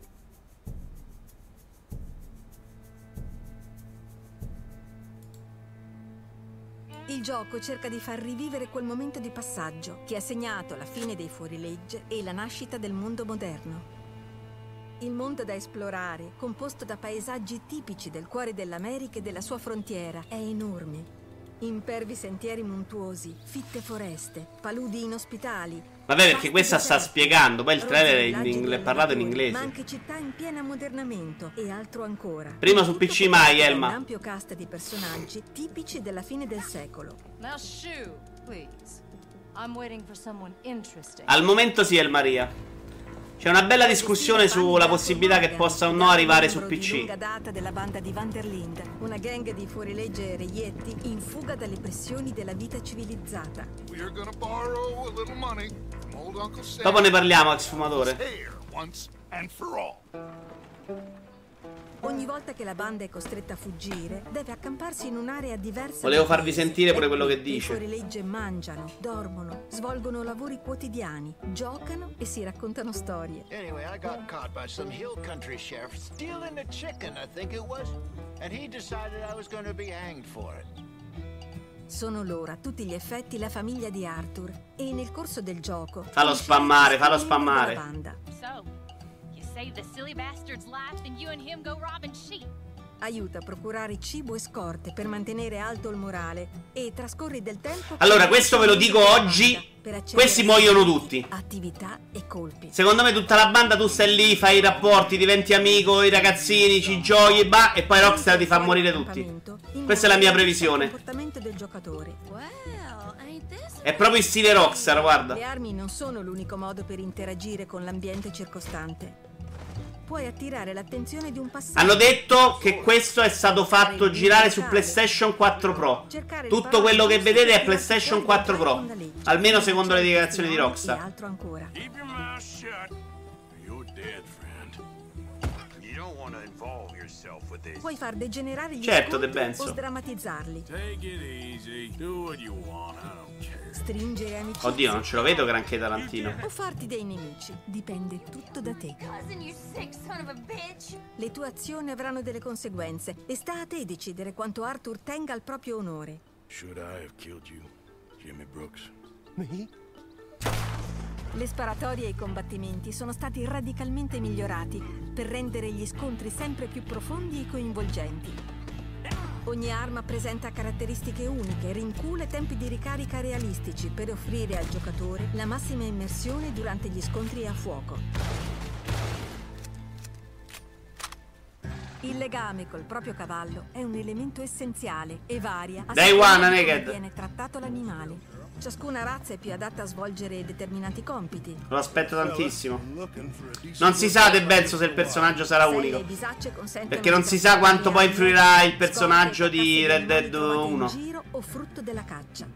Il gioco cerca di far rivivere quel momento di passaggio che ha segnato la fine dei fuorilegge e la nascita del mondo moderno. Il mondo da esplorare, composto da paesaggi tipici del cuore dell'America e della sua frontiera, è enorme. Impervi sentieri montuosi, fitte foreste, paludi inospitali. Vabbè, perché questa sta spiegando, poi il trailer è parlato in inglese. Ma anche città in pieno ammodernamento e altro ancora. Prima su PC mai, Elma. Un ampio cast di personaggi tipici della fine del secolo. Al momento sì, El Maria. C'è una bella discussione sulla possibilità che possa o no arrivare su PC. Di lunga data della banda di Van der Linde, una gang di fuorilegge reietti in fuga dalle pressioni della vita civilizzata. Dopo ne parliamo, ex fumatore. and for all. Ogni volta che la banda è costretta a fuggire, deve accamparsi in un'area diversa. Volevo dal farvi paese. sentire pure quello che I dice. fuorilegge mangiano, dormono, svolgono lavori quotidiani, giocano e si raccontano storie. Anyway, I got caught by some hill country sheriff stealing a chicken, I think it was. And he decided I was going to be hanged for it. Sono loro a tutti gli effetti la famiglia di Arthur e nel corso del gioco Fallo spammare, fallo spammare. della banda. So, you save the silly bastard's life and you and him go robbing sheep. Aiuta a procurare cibo e scorte per mantenere alto il morale e trascorri del tempo. Allora, questo ve lo dico oggi. Questi muoiono tutti. Attività e colpi. Secondo me tutta la banda tu stai lì, fai i rapporti, diventi amico, i ragazzini, ci giochi e poi Rockstar ti fa morire tutti. Questa è la mia previsione. Il comportamento del giocatore. È proprio in stile Rockstar, guarda. Le armi non sono l'unico modo per interagire con l'ambiente circostante. Puoi attirare l'attenzione di un passaggio. Hanno detto che questo è stato fatto girare su PlayStation 4 Pro. Tutto quello che vedete è PlayStation 4 Pro. Almeno secondo le dichiarazioni di E Rockstar. altro ancora. Keep your mouth shut. You're dead, friend. You don't want to involve yourself with this. Puoi far degenerare gli Certo, scontri De Benzo. o sdrammatizzarli. Take it easy. Do what you want. I don't care. Stringere amicizie. Oddio, non ce lo vedo granché Tarantino. O farti dei nemici. Dipende tutto da te. Cousin, you sick son of a bitch. Le tue azioni avranno delle conseguenze e sta a te decidere quanto Arthur tenga al proprio onore. Should I have killed you, Jimmy Brooks? Le sparatorie e i combattimenti sono stati radicalmente migliorati per rendere gli scontri sempre più profondi e coinvolgenti. Ogni arma presenta caratteristiche uniche, rincule e tempi di ricarica realistici per offrire al giocatore la massima immersione durante gli scontri a fuoco. Il legame col proprio cavallo è un elemento essenziale e varia a Day seconda one, di come Naked. viene trattato l'animale. Ciascuna razza è più adatta a svolgere determinati compiti. Lo aspetto tantissimo. Non si sa De Benzo se il personaggio sarà Serie unico. e bisacce consentono Perché non di si sa quanto poi trasformare influirà il scorte, personaggio di carcassi Red animali Dead trovati in 1. giro o frutto della caccia.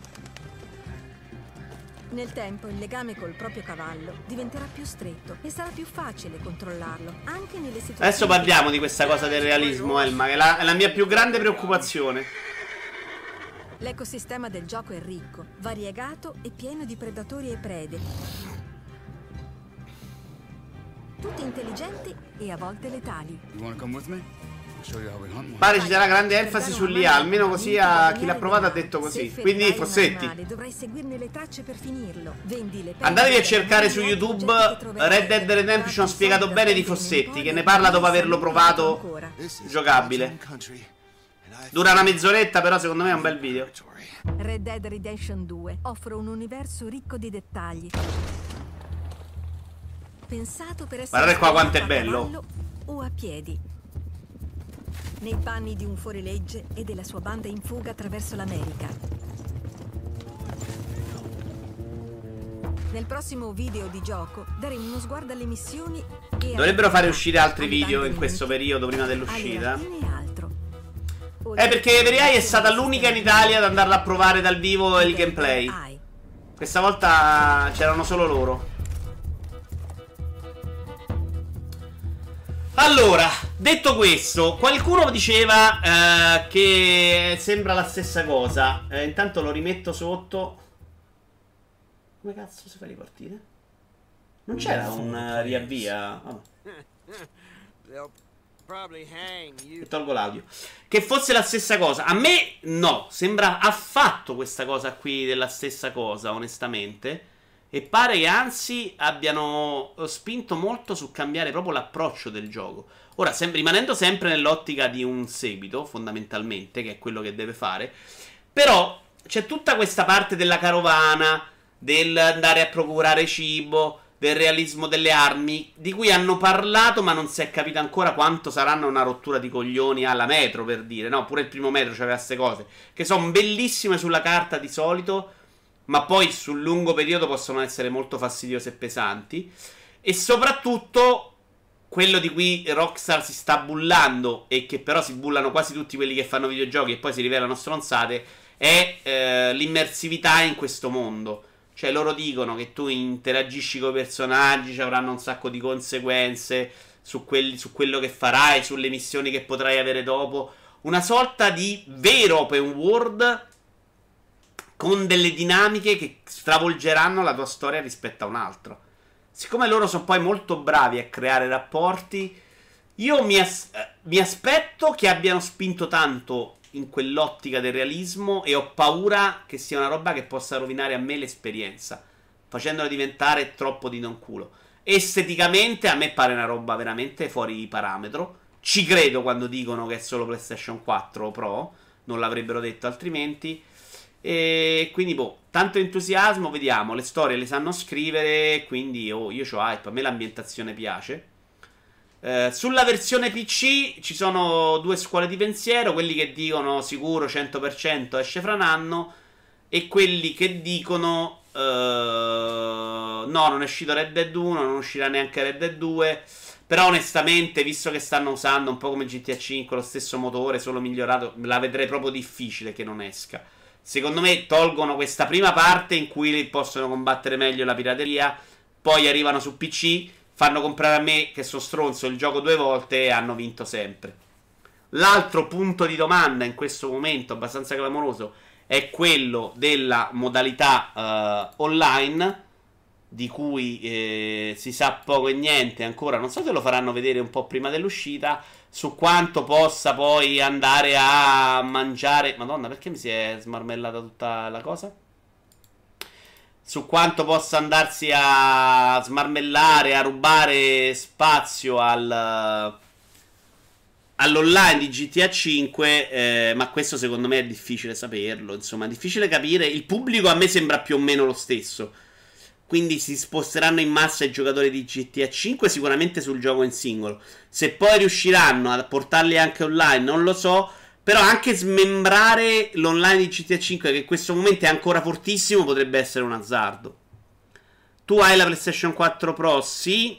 Nel tempo il legame col proprio cavallo diventerà più stretto e sarà più facile controllarlo, anche nelle situazioni. Adesso parliamo di questa cosa del realismo, Elma, che è la mia più grande preoccupazione. L'ecosistema del gioco è ricco, variegato e pieno di predatori e prede. Tutti intelligenti e a volte letali. You wanna come with me? I'll show you how we hunt one. Pare ci sarà grande enfasi sull'IA, almeno così a chi l'ha provato ha detto così. Quindi Fossetti, Dovrai seguirne le tracce per finirlo. Vendi le andatevi a perdite cercare su degli YouTube oggetti che troverai. Red Dead Redemption spiegato bene di Fossetti, che ne parla dopo averlo provato giocabile. Dura una mezz'oretta, però secondo me è un bel video. Red Dead Redemption 2 offre un universo ricco di dettagli. Pensato per essere Guardate qua quanto è a bello. cavallo o a piedi. Nei panni di un fuorilegge e della sua banda in fuga attraverso l'America. Nel prossimo video di gioco daremo uno sguardo alle missioni e Dovrebbero fare uscire altri alle video bande in questo nemiche, periodo prima alle dell'uscita. rapine e altro. Perché Everai è stata l'unica in Italia ad andarla a provare dal vivo il gameplay. Questa volta c'erano solo loro. Allora, detto questo, qualcuno diceva che sembra la stessa cosa. Intanto lo rimetto sotto. Come cazzo si fa ripartire? Non c'era un riavvia? Vabbè. E tolgo l'audio. Che fosse la stessa cosa. A me no, sembra affatto questa cosa qui della stessa cosa, onestamente. E pare che anzi abbiano spinto molto su cambiare proprio l'approccio del gioco. Ora, rimanendo sempre nell'ottica di un seguito, fondamentalmente, che è quello che deve fare. Però c'è tutta questa parte della carovana, del andare a procurare cibo, del realismo delle armi, di cui hanno parlato ma non si è capito ancora quanto saranno una rottura di coglioni alla Metro, per dire. No, pure il primo Metro c'aveva queste cose, che sono bellissime sulla carta di solito, ma poi sul lungo periodo possono essere molto fastidiose e pesanti. E soprattutto quello di cui Rockstar si sta bullando, e che però si bullano quasi tutti quelli che fanno videogiochi e poi si rivelano stronzate, è l'immersività in questo mondo. Cioè loro dicono che tu interagisci con i personaggi, ci avranno un sacco di conseguenze su quello che farai, sulle missioni che potrai avere dopo. Una sorta di vero open world con delle dinamiche che stravolgeranno la tua storia rispetto a un altro. Siccome loro sono poi molto bravi a creare rapporti, io mi aspetto che abbiano spinto tanto in quell'ottica del realismo e ho paura che sia una roba che possa rovinare a me l'esperienza, facendola diventare troppo di non culo. Esteticamente a me pare una roba veramente fuori parametro. Ci credo quando dicono che è solo PlayStation 4 Pro, non l'avrebbero detto altrimenti. E quindi tanto entusiasmo, vediamo, le storie le sanno scrivere, quindi io c'ho hype, a me l'ambientazione piace. Sulla versione PC ci sono due scuole di pensiero, quelli che dicono sicuro 100% esce fra un anno e quelli che dicono no, non è uscito Red Dead 1, non uscirà neanche Red Dead 2. Però onestamente, visto che stanno usando un po' come GTA 5 lo stesso motore, solo migliorato, la vedrei proprio difficile che non esca. Secondo me tolgono questa prima parte in cui possono combattere meglio la pirateria, poi arrivano su PC, fanno comprare a me, che sono stronzo, il gioco 2 volte e hanno vinto sempre. L'altro punto di domanda in questo momento abbastanza clamoroso è quello della modalità online, di cui si sa poco e niente ancora. Non so se lo faranno vedere un po' prima dell'uscita, su quanto possa poi andare a mangiare. Madonna, perché mi si è smarmellata tutta la cosa? Su quanto possa andarsi a smarmellare, a rubare spazio all'online di GTA 5, ma questo secondo me è difficile saperlo, insomma è difficile capire. Il pubblico a me sembra più o meno lo stesso, quindi si sposteranno in massa i giocatori di GTA 5 sicuramente sul gioco in singolo. Se poi riusciranno a portarli anche online non lo so, però anche smembrare l'online di GTA 5, che in questo momento è ancora fortissimo, potrebbe essere un azzardo. Tu hai la PlayStation 4 Pro? Sì.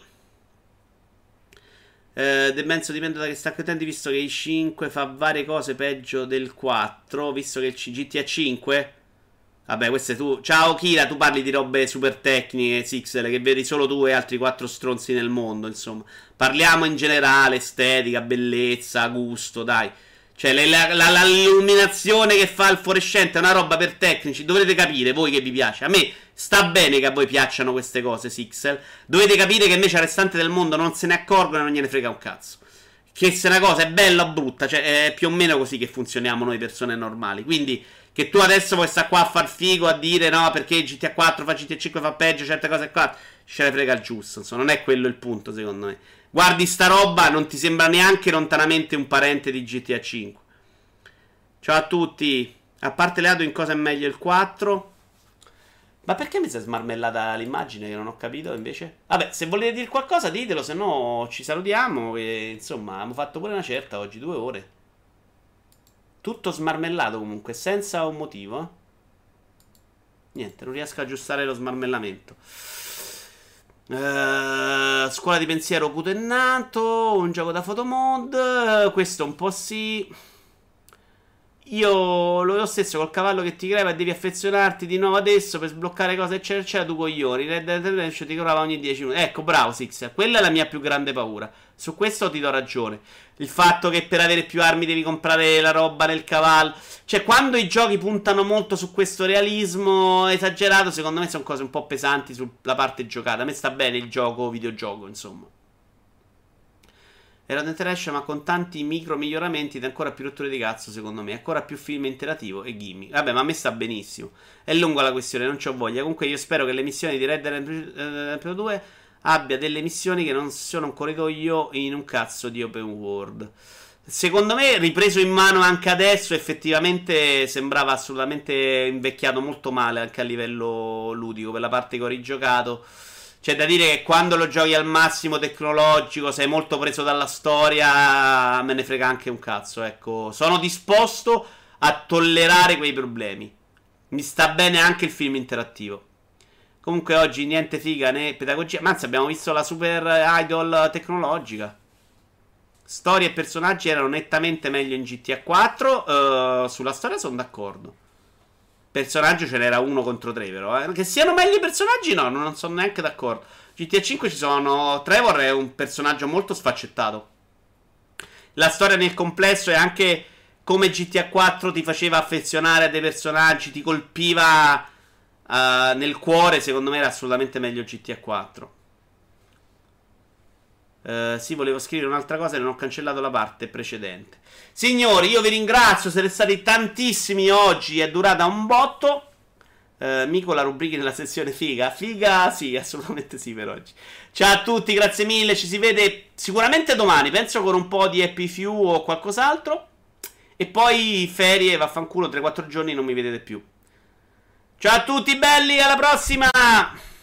Penso dipende da che stacco utenti, visto che il 5 fa varie cose peggio del 4, visto che il GTA 5... Vabbè, queste tu... Ciao Kira, tu parli di robe super tecniche, Sixel, che vedi solo tu e altri 4 stronzi nel mondo, insomma. Parliamo in generale, estetica, bellezza, gusto, dai. Cioè, l'illuminazione che fa il fluorescente è una roba per tecnici. Dovete capire, voi che vi piace. A me sta bene che a voi piacciono queste cose, Sixel. Dovete capire che invece il restante del mondo non se ne accorgono e non gliene frega un cazzo. Che se una cosa è bella o brutta, cioè è più o meno così che funzioniamo noi persone normali. Quindi... che tu adesso vuoi stare qua a far figo, a dire no perché GTA 4 fa GTA 5 fa peggio, certe cose qua, ce ne frega il giusto, insomma, non è quello il punto secondo me. Guardi sta roba, non ti sembra neanche lontanamente un parente di GTA 5. Ciao a tutti. A parte le auto, in cosa è meglio il 4? Ma perché mi si è smarmellata l'immagine che non ho capito invece? Vabbè, se volete dire qualcosa ditelo, se no ci salutiamo e insomma, abbiamo fatto pure una certa oggi, 2 ore. Tutto smarmellato comunque, senza un motivo. Niente, non riesco a aggiustare lo smarmellamento. Scuola di pensiero Cutennato, un gioco da fotomod. Questo un po' sì. Io lo stesso col cavallo che ti crepa e devi affezionarti di nuovo adesso per sbloccare cose eccetera eccetera, tu coglioni. Red Dead Redemption ti crepava ogni 10 minuti. Ecco, bravo Six, quella è la mia più grande paura. Su questo ti do ragione. Il fatto che per avere più armi devi comprare la roba nel cavallo. Cioè, quando i giochi puntano molto su questo realismo esagerato, secondo me sono cose un po' pesanti sulla parte giocata. A me sta bene il gioco videogioco, insomma. Era Dead Trash, ma con tanti micro miglioramenti ed ancora più rotture di cazzo, secondo me. Ancora più film interattivo e gimmick. Vabbè, ma a me sta benissimo. È lunga la questione, non c'ho voglia. Comunque io spero che le missioni di Red Dead Redemption 2 abbia delle missioni che non sono un corridoio in un cazzo di open world. Secondo me, ripreso in mano anche adesso, effettivamente sembrava assolutamente invecchiato molto male anche a livello ludico, per la parte che ho rigiocato. C'è da dire che quando lo giochi al massimo tecnologico, sei molto preso dalla storia, me ne frega anche un cazzo, ecco. Sono disposto a tollerare quei problemi. Mi sta bene anche il film interattivo. Comunque oggi niente figa né pedagogia. Ma anzi, abbiamo visto la super idol tecnologica. Storie e personaggi erano nettamente meglio in GTA 4. Sulla storia sono d'accordo. personaggio ce n'era 1 contro 3, però. Che siano meglio i personaggi, no, non sono neanche d'accordo. GTA 5 ci sono. Trevor è un personaggio molto sfaccettato. La storia nel complesso è anche come GTA 4 ti faceva affezionare a dei personaggi, ti colpiva nel cuore. Secondo me era assolutamente meglio GTA 4. Sì, volevo scrivere un'altra cosa e non ho cancellato la parte precedente. Signori, io vi ringrazio, siete stati tantissimi oggi, è durata un botto. Mico la rubrica nella sezione figa. Figa, sì, assolutamente sì per oggi. Ciao a tutti, grazie mille, ci si vede sicuramente domani, penso con un po' di Happy Few o qualcos'altro. E poi ferie, vaffanculo, 3-4 giorni non mi vedete più. Ciao a tutti belli, alla prossima!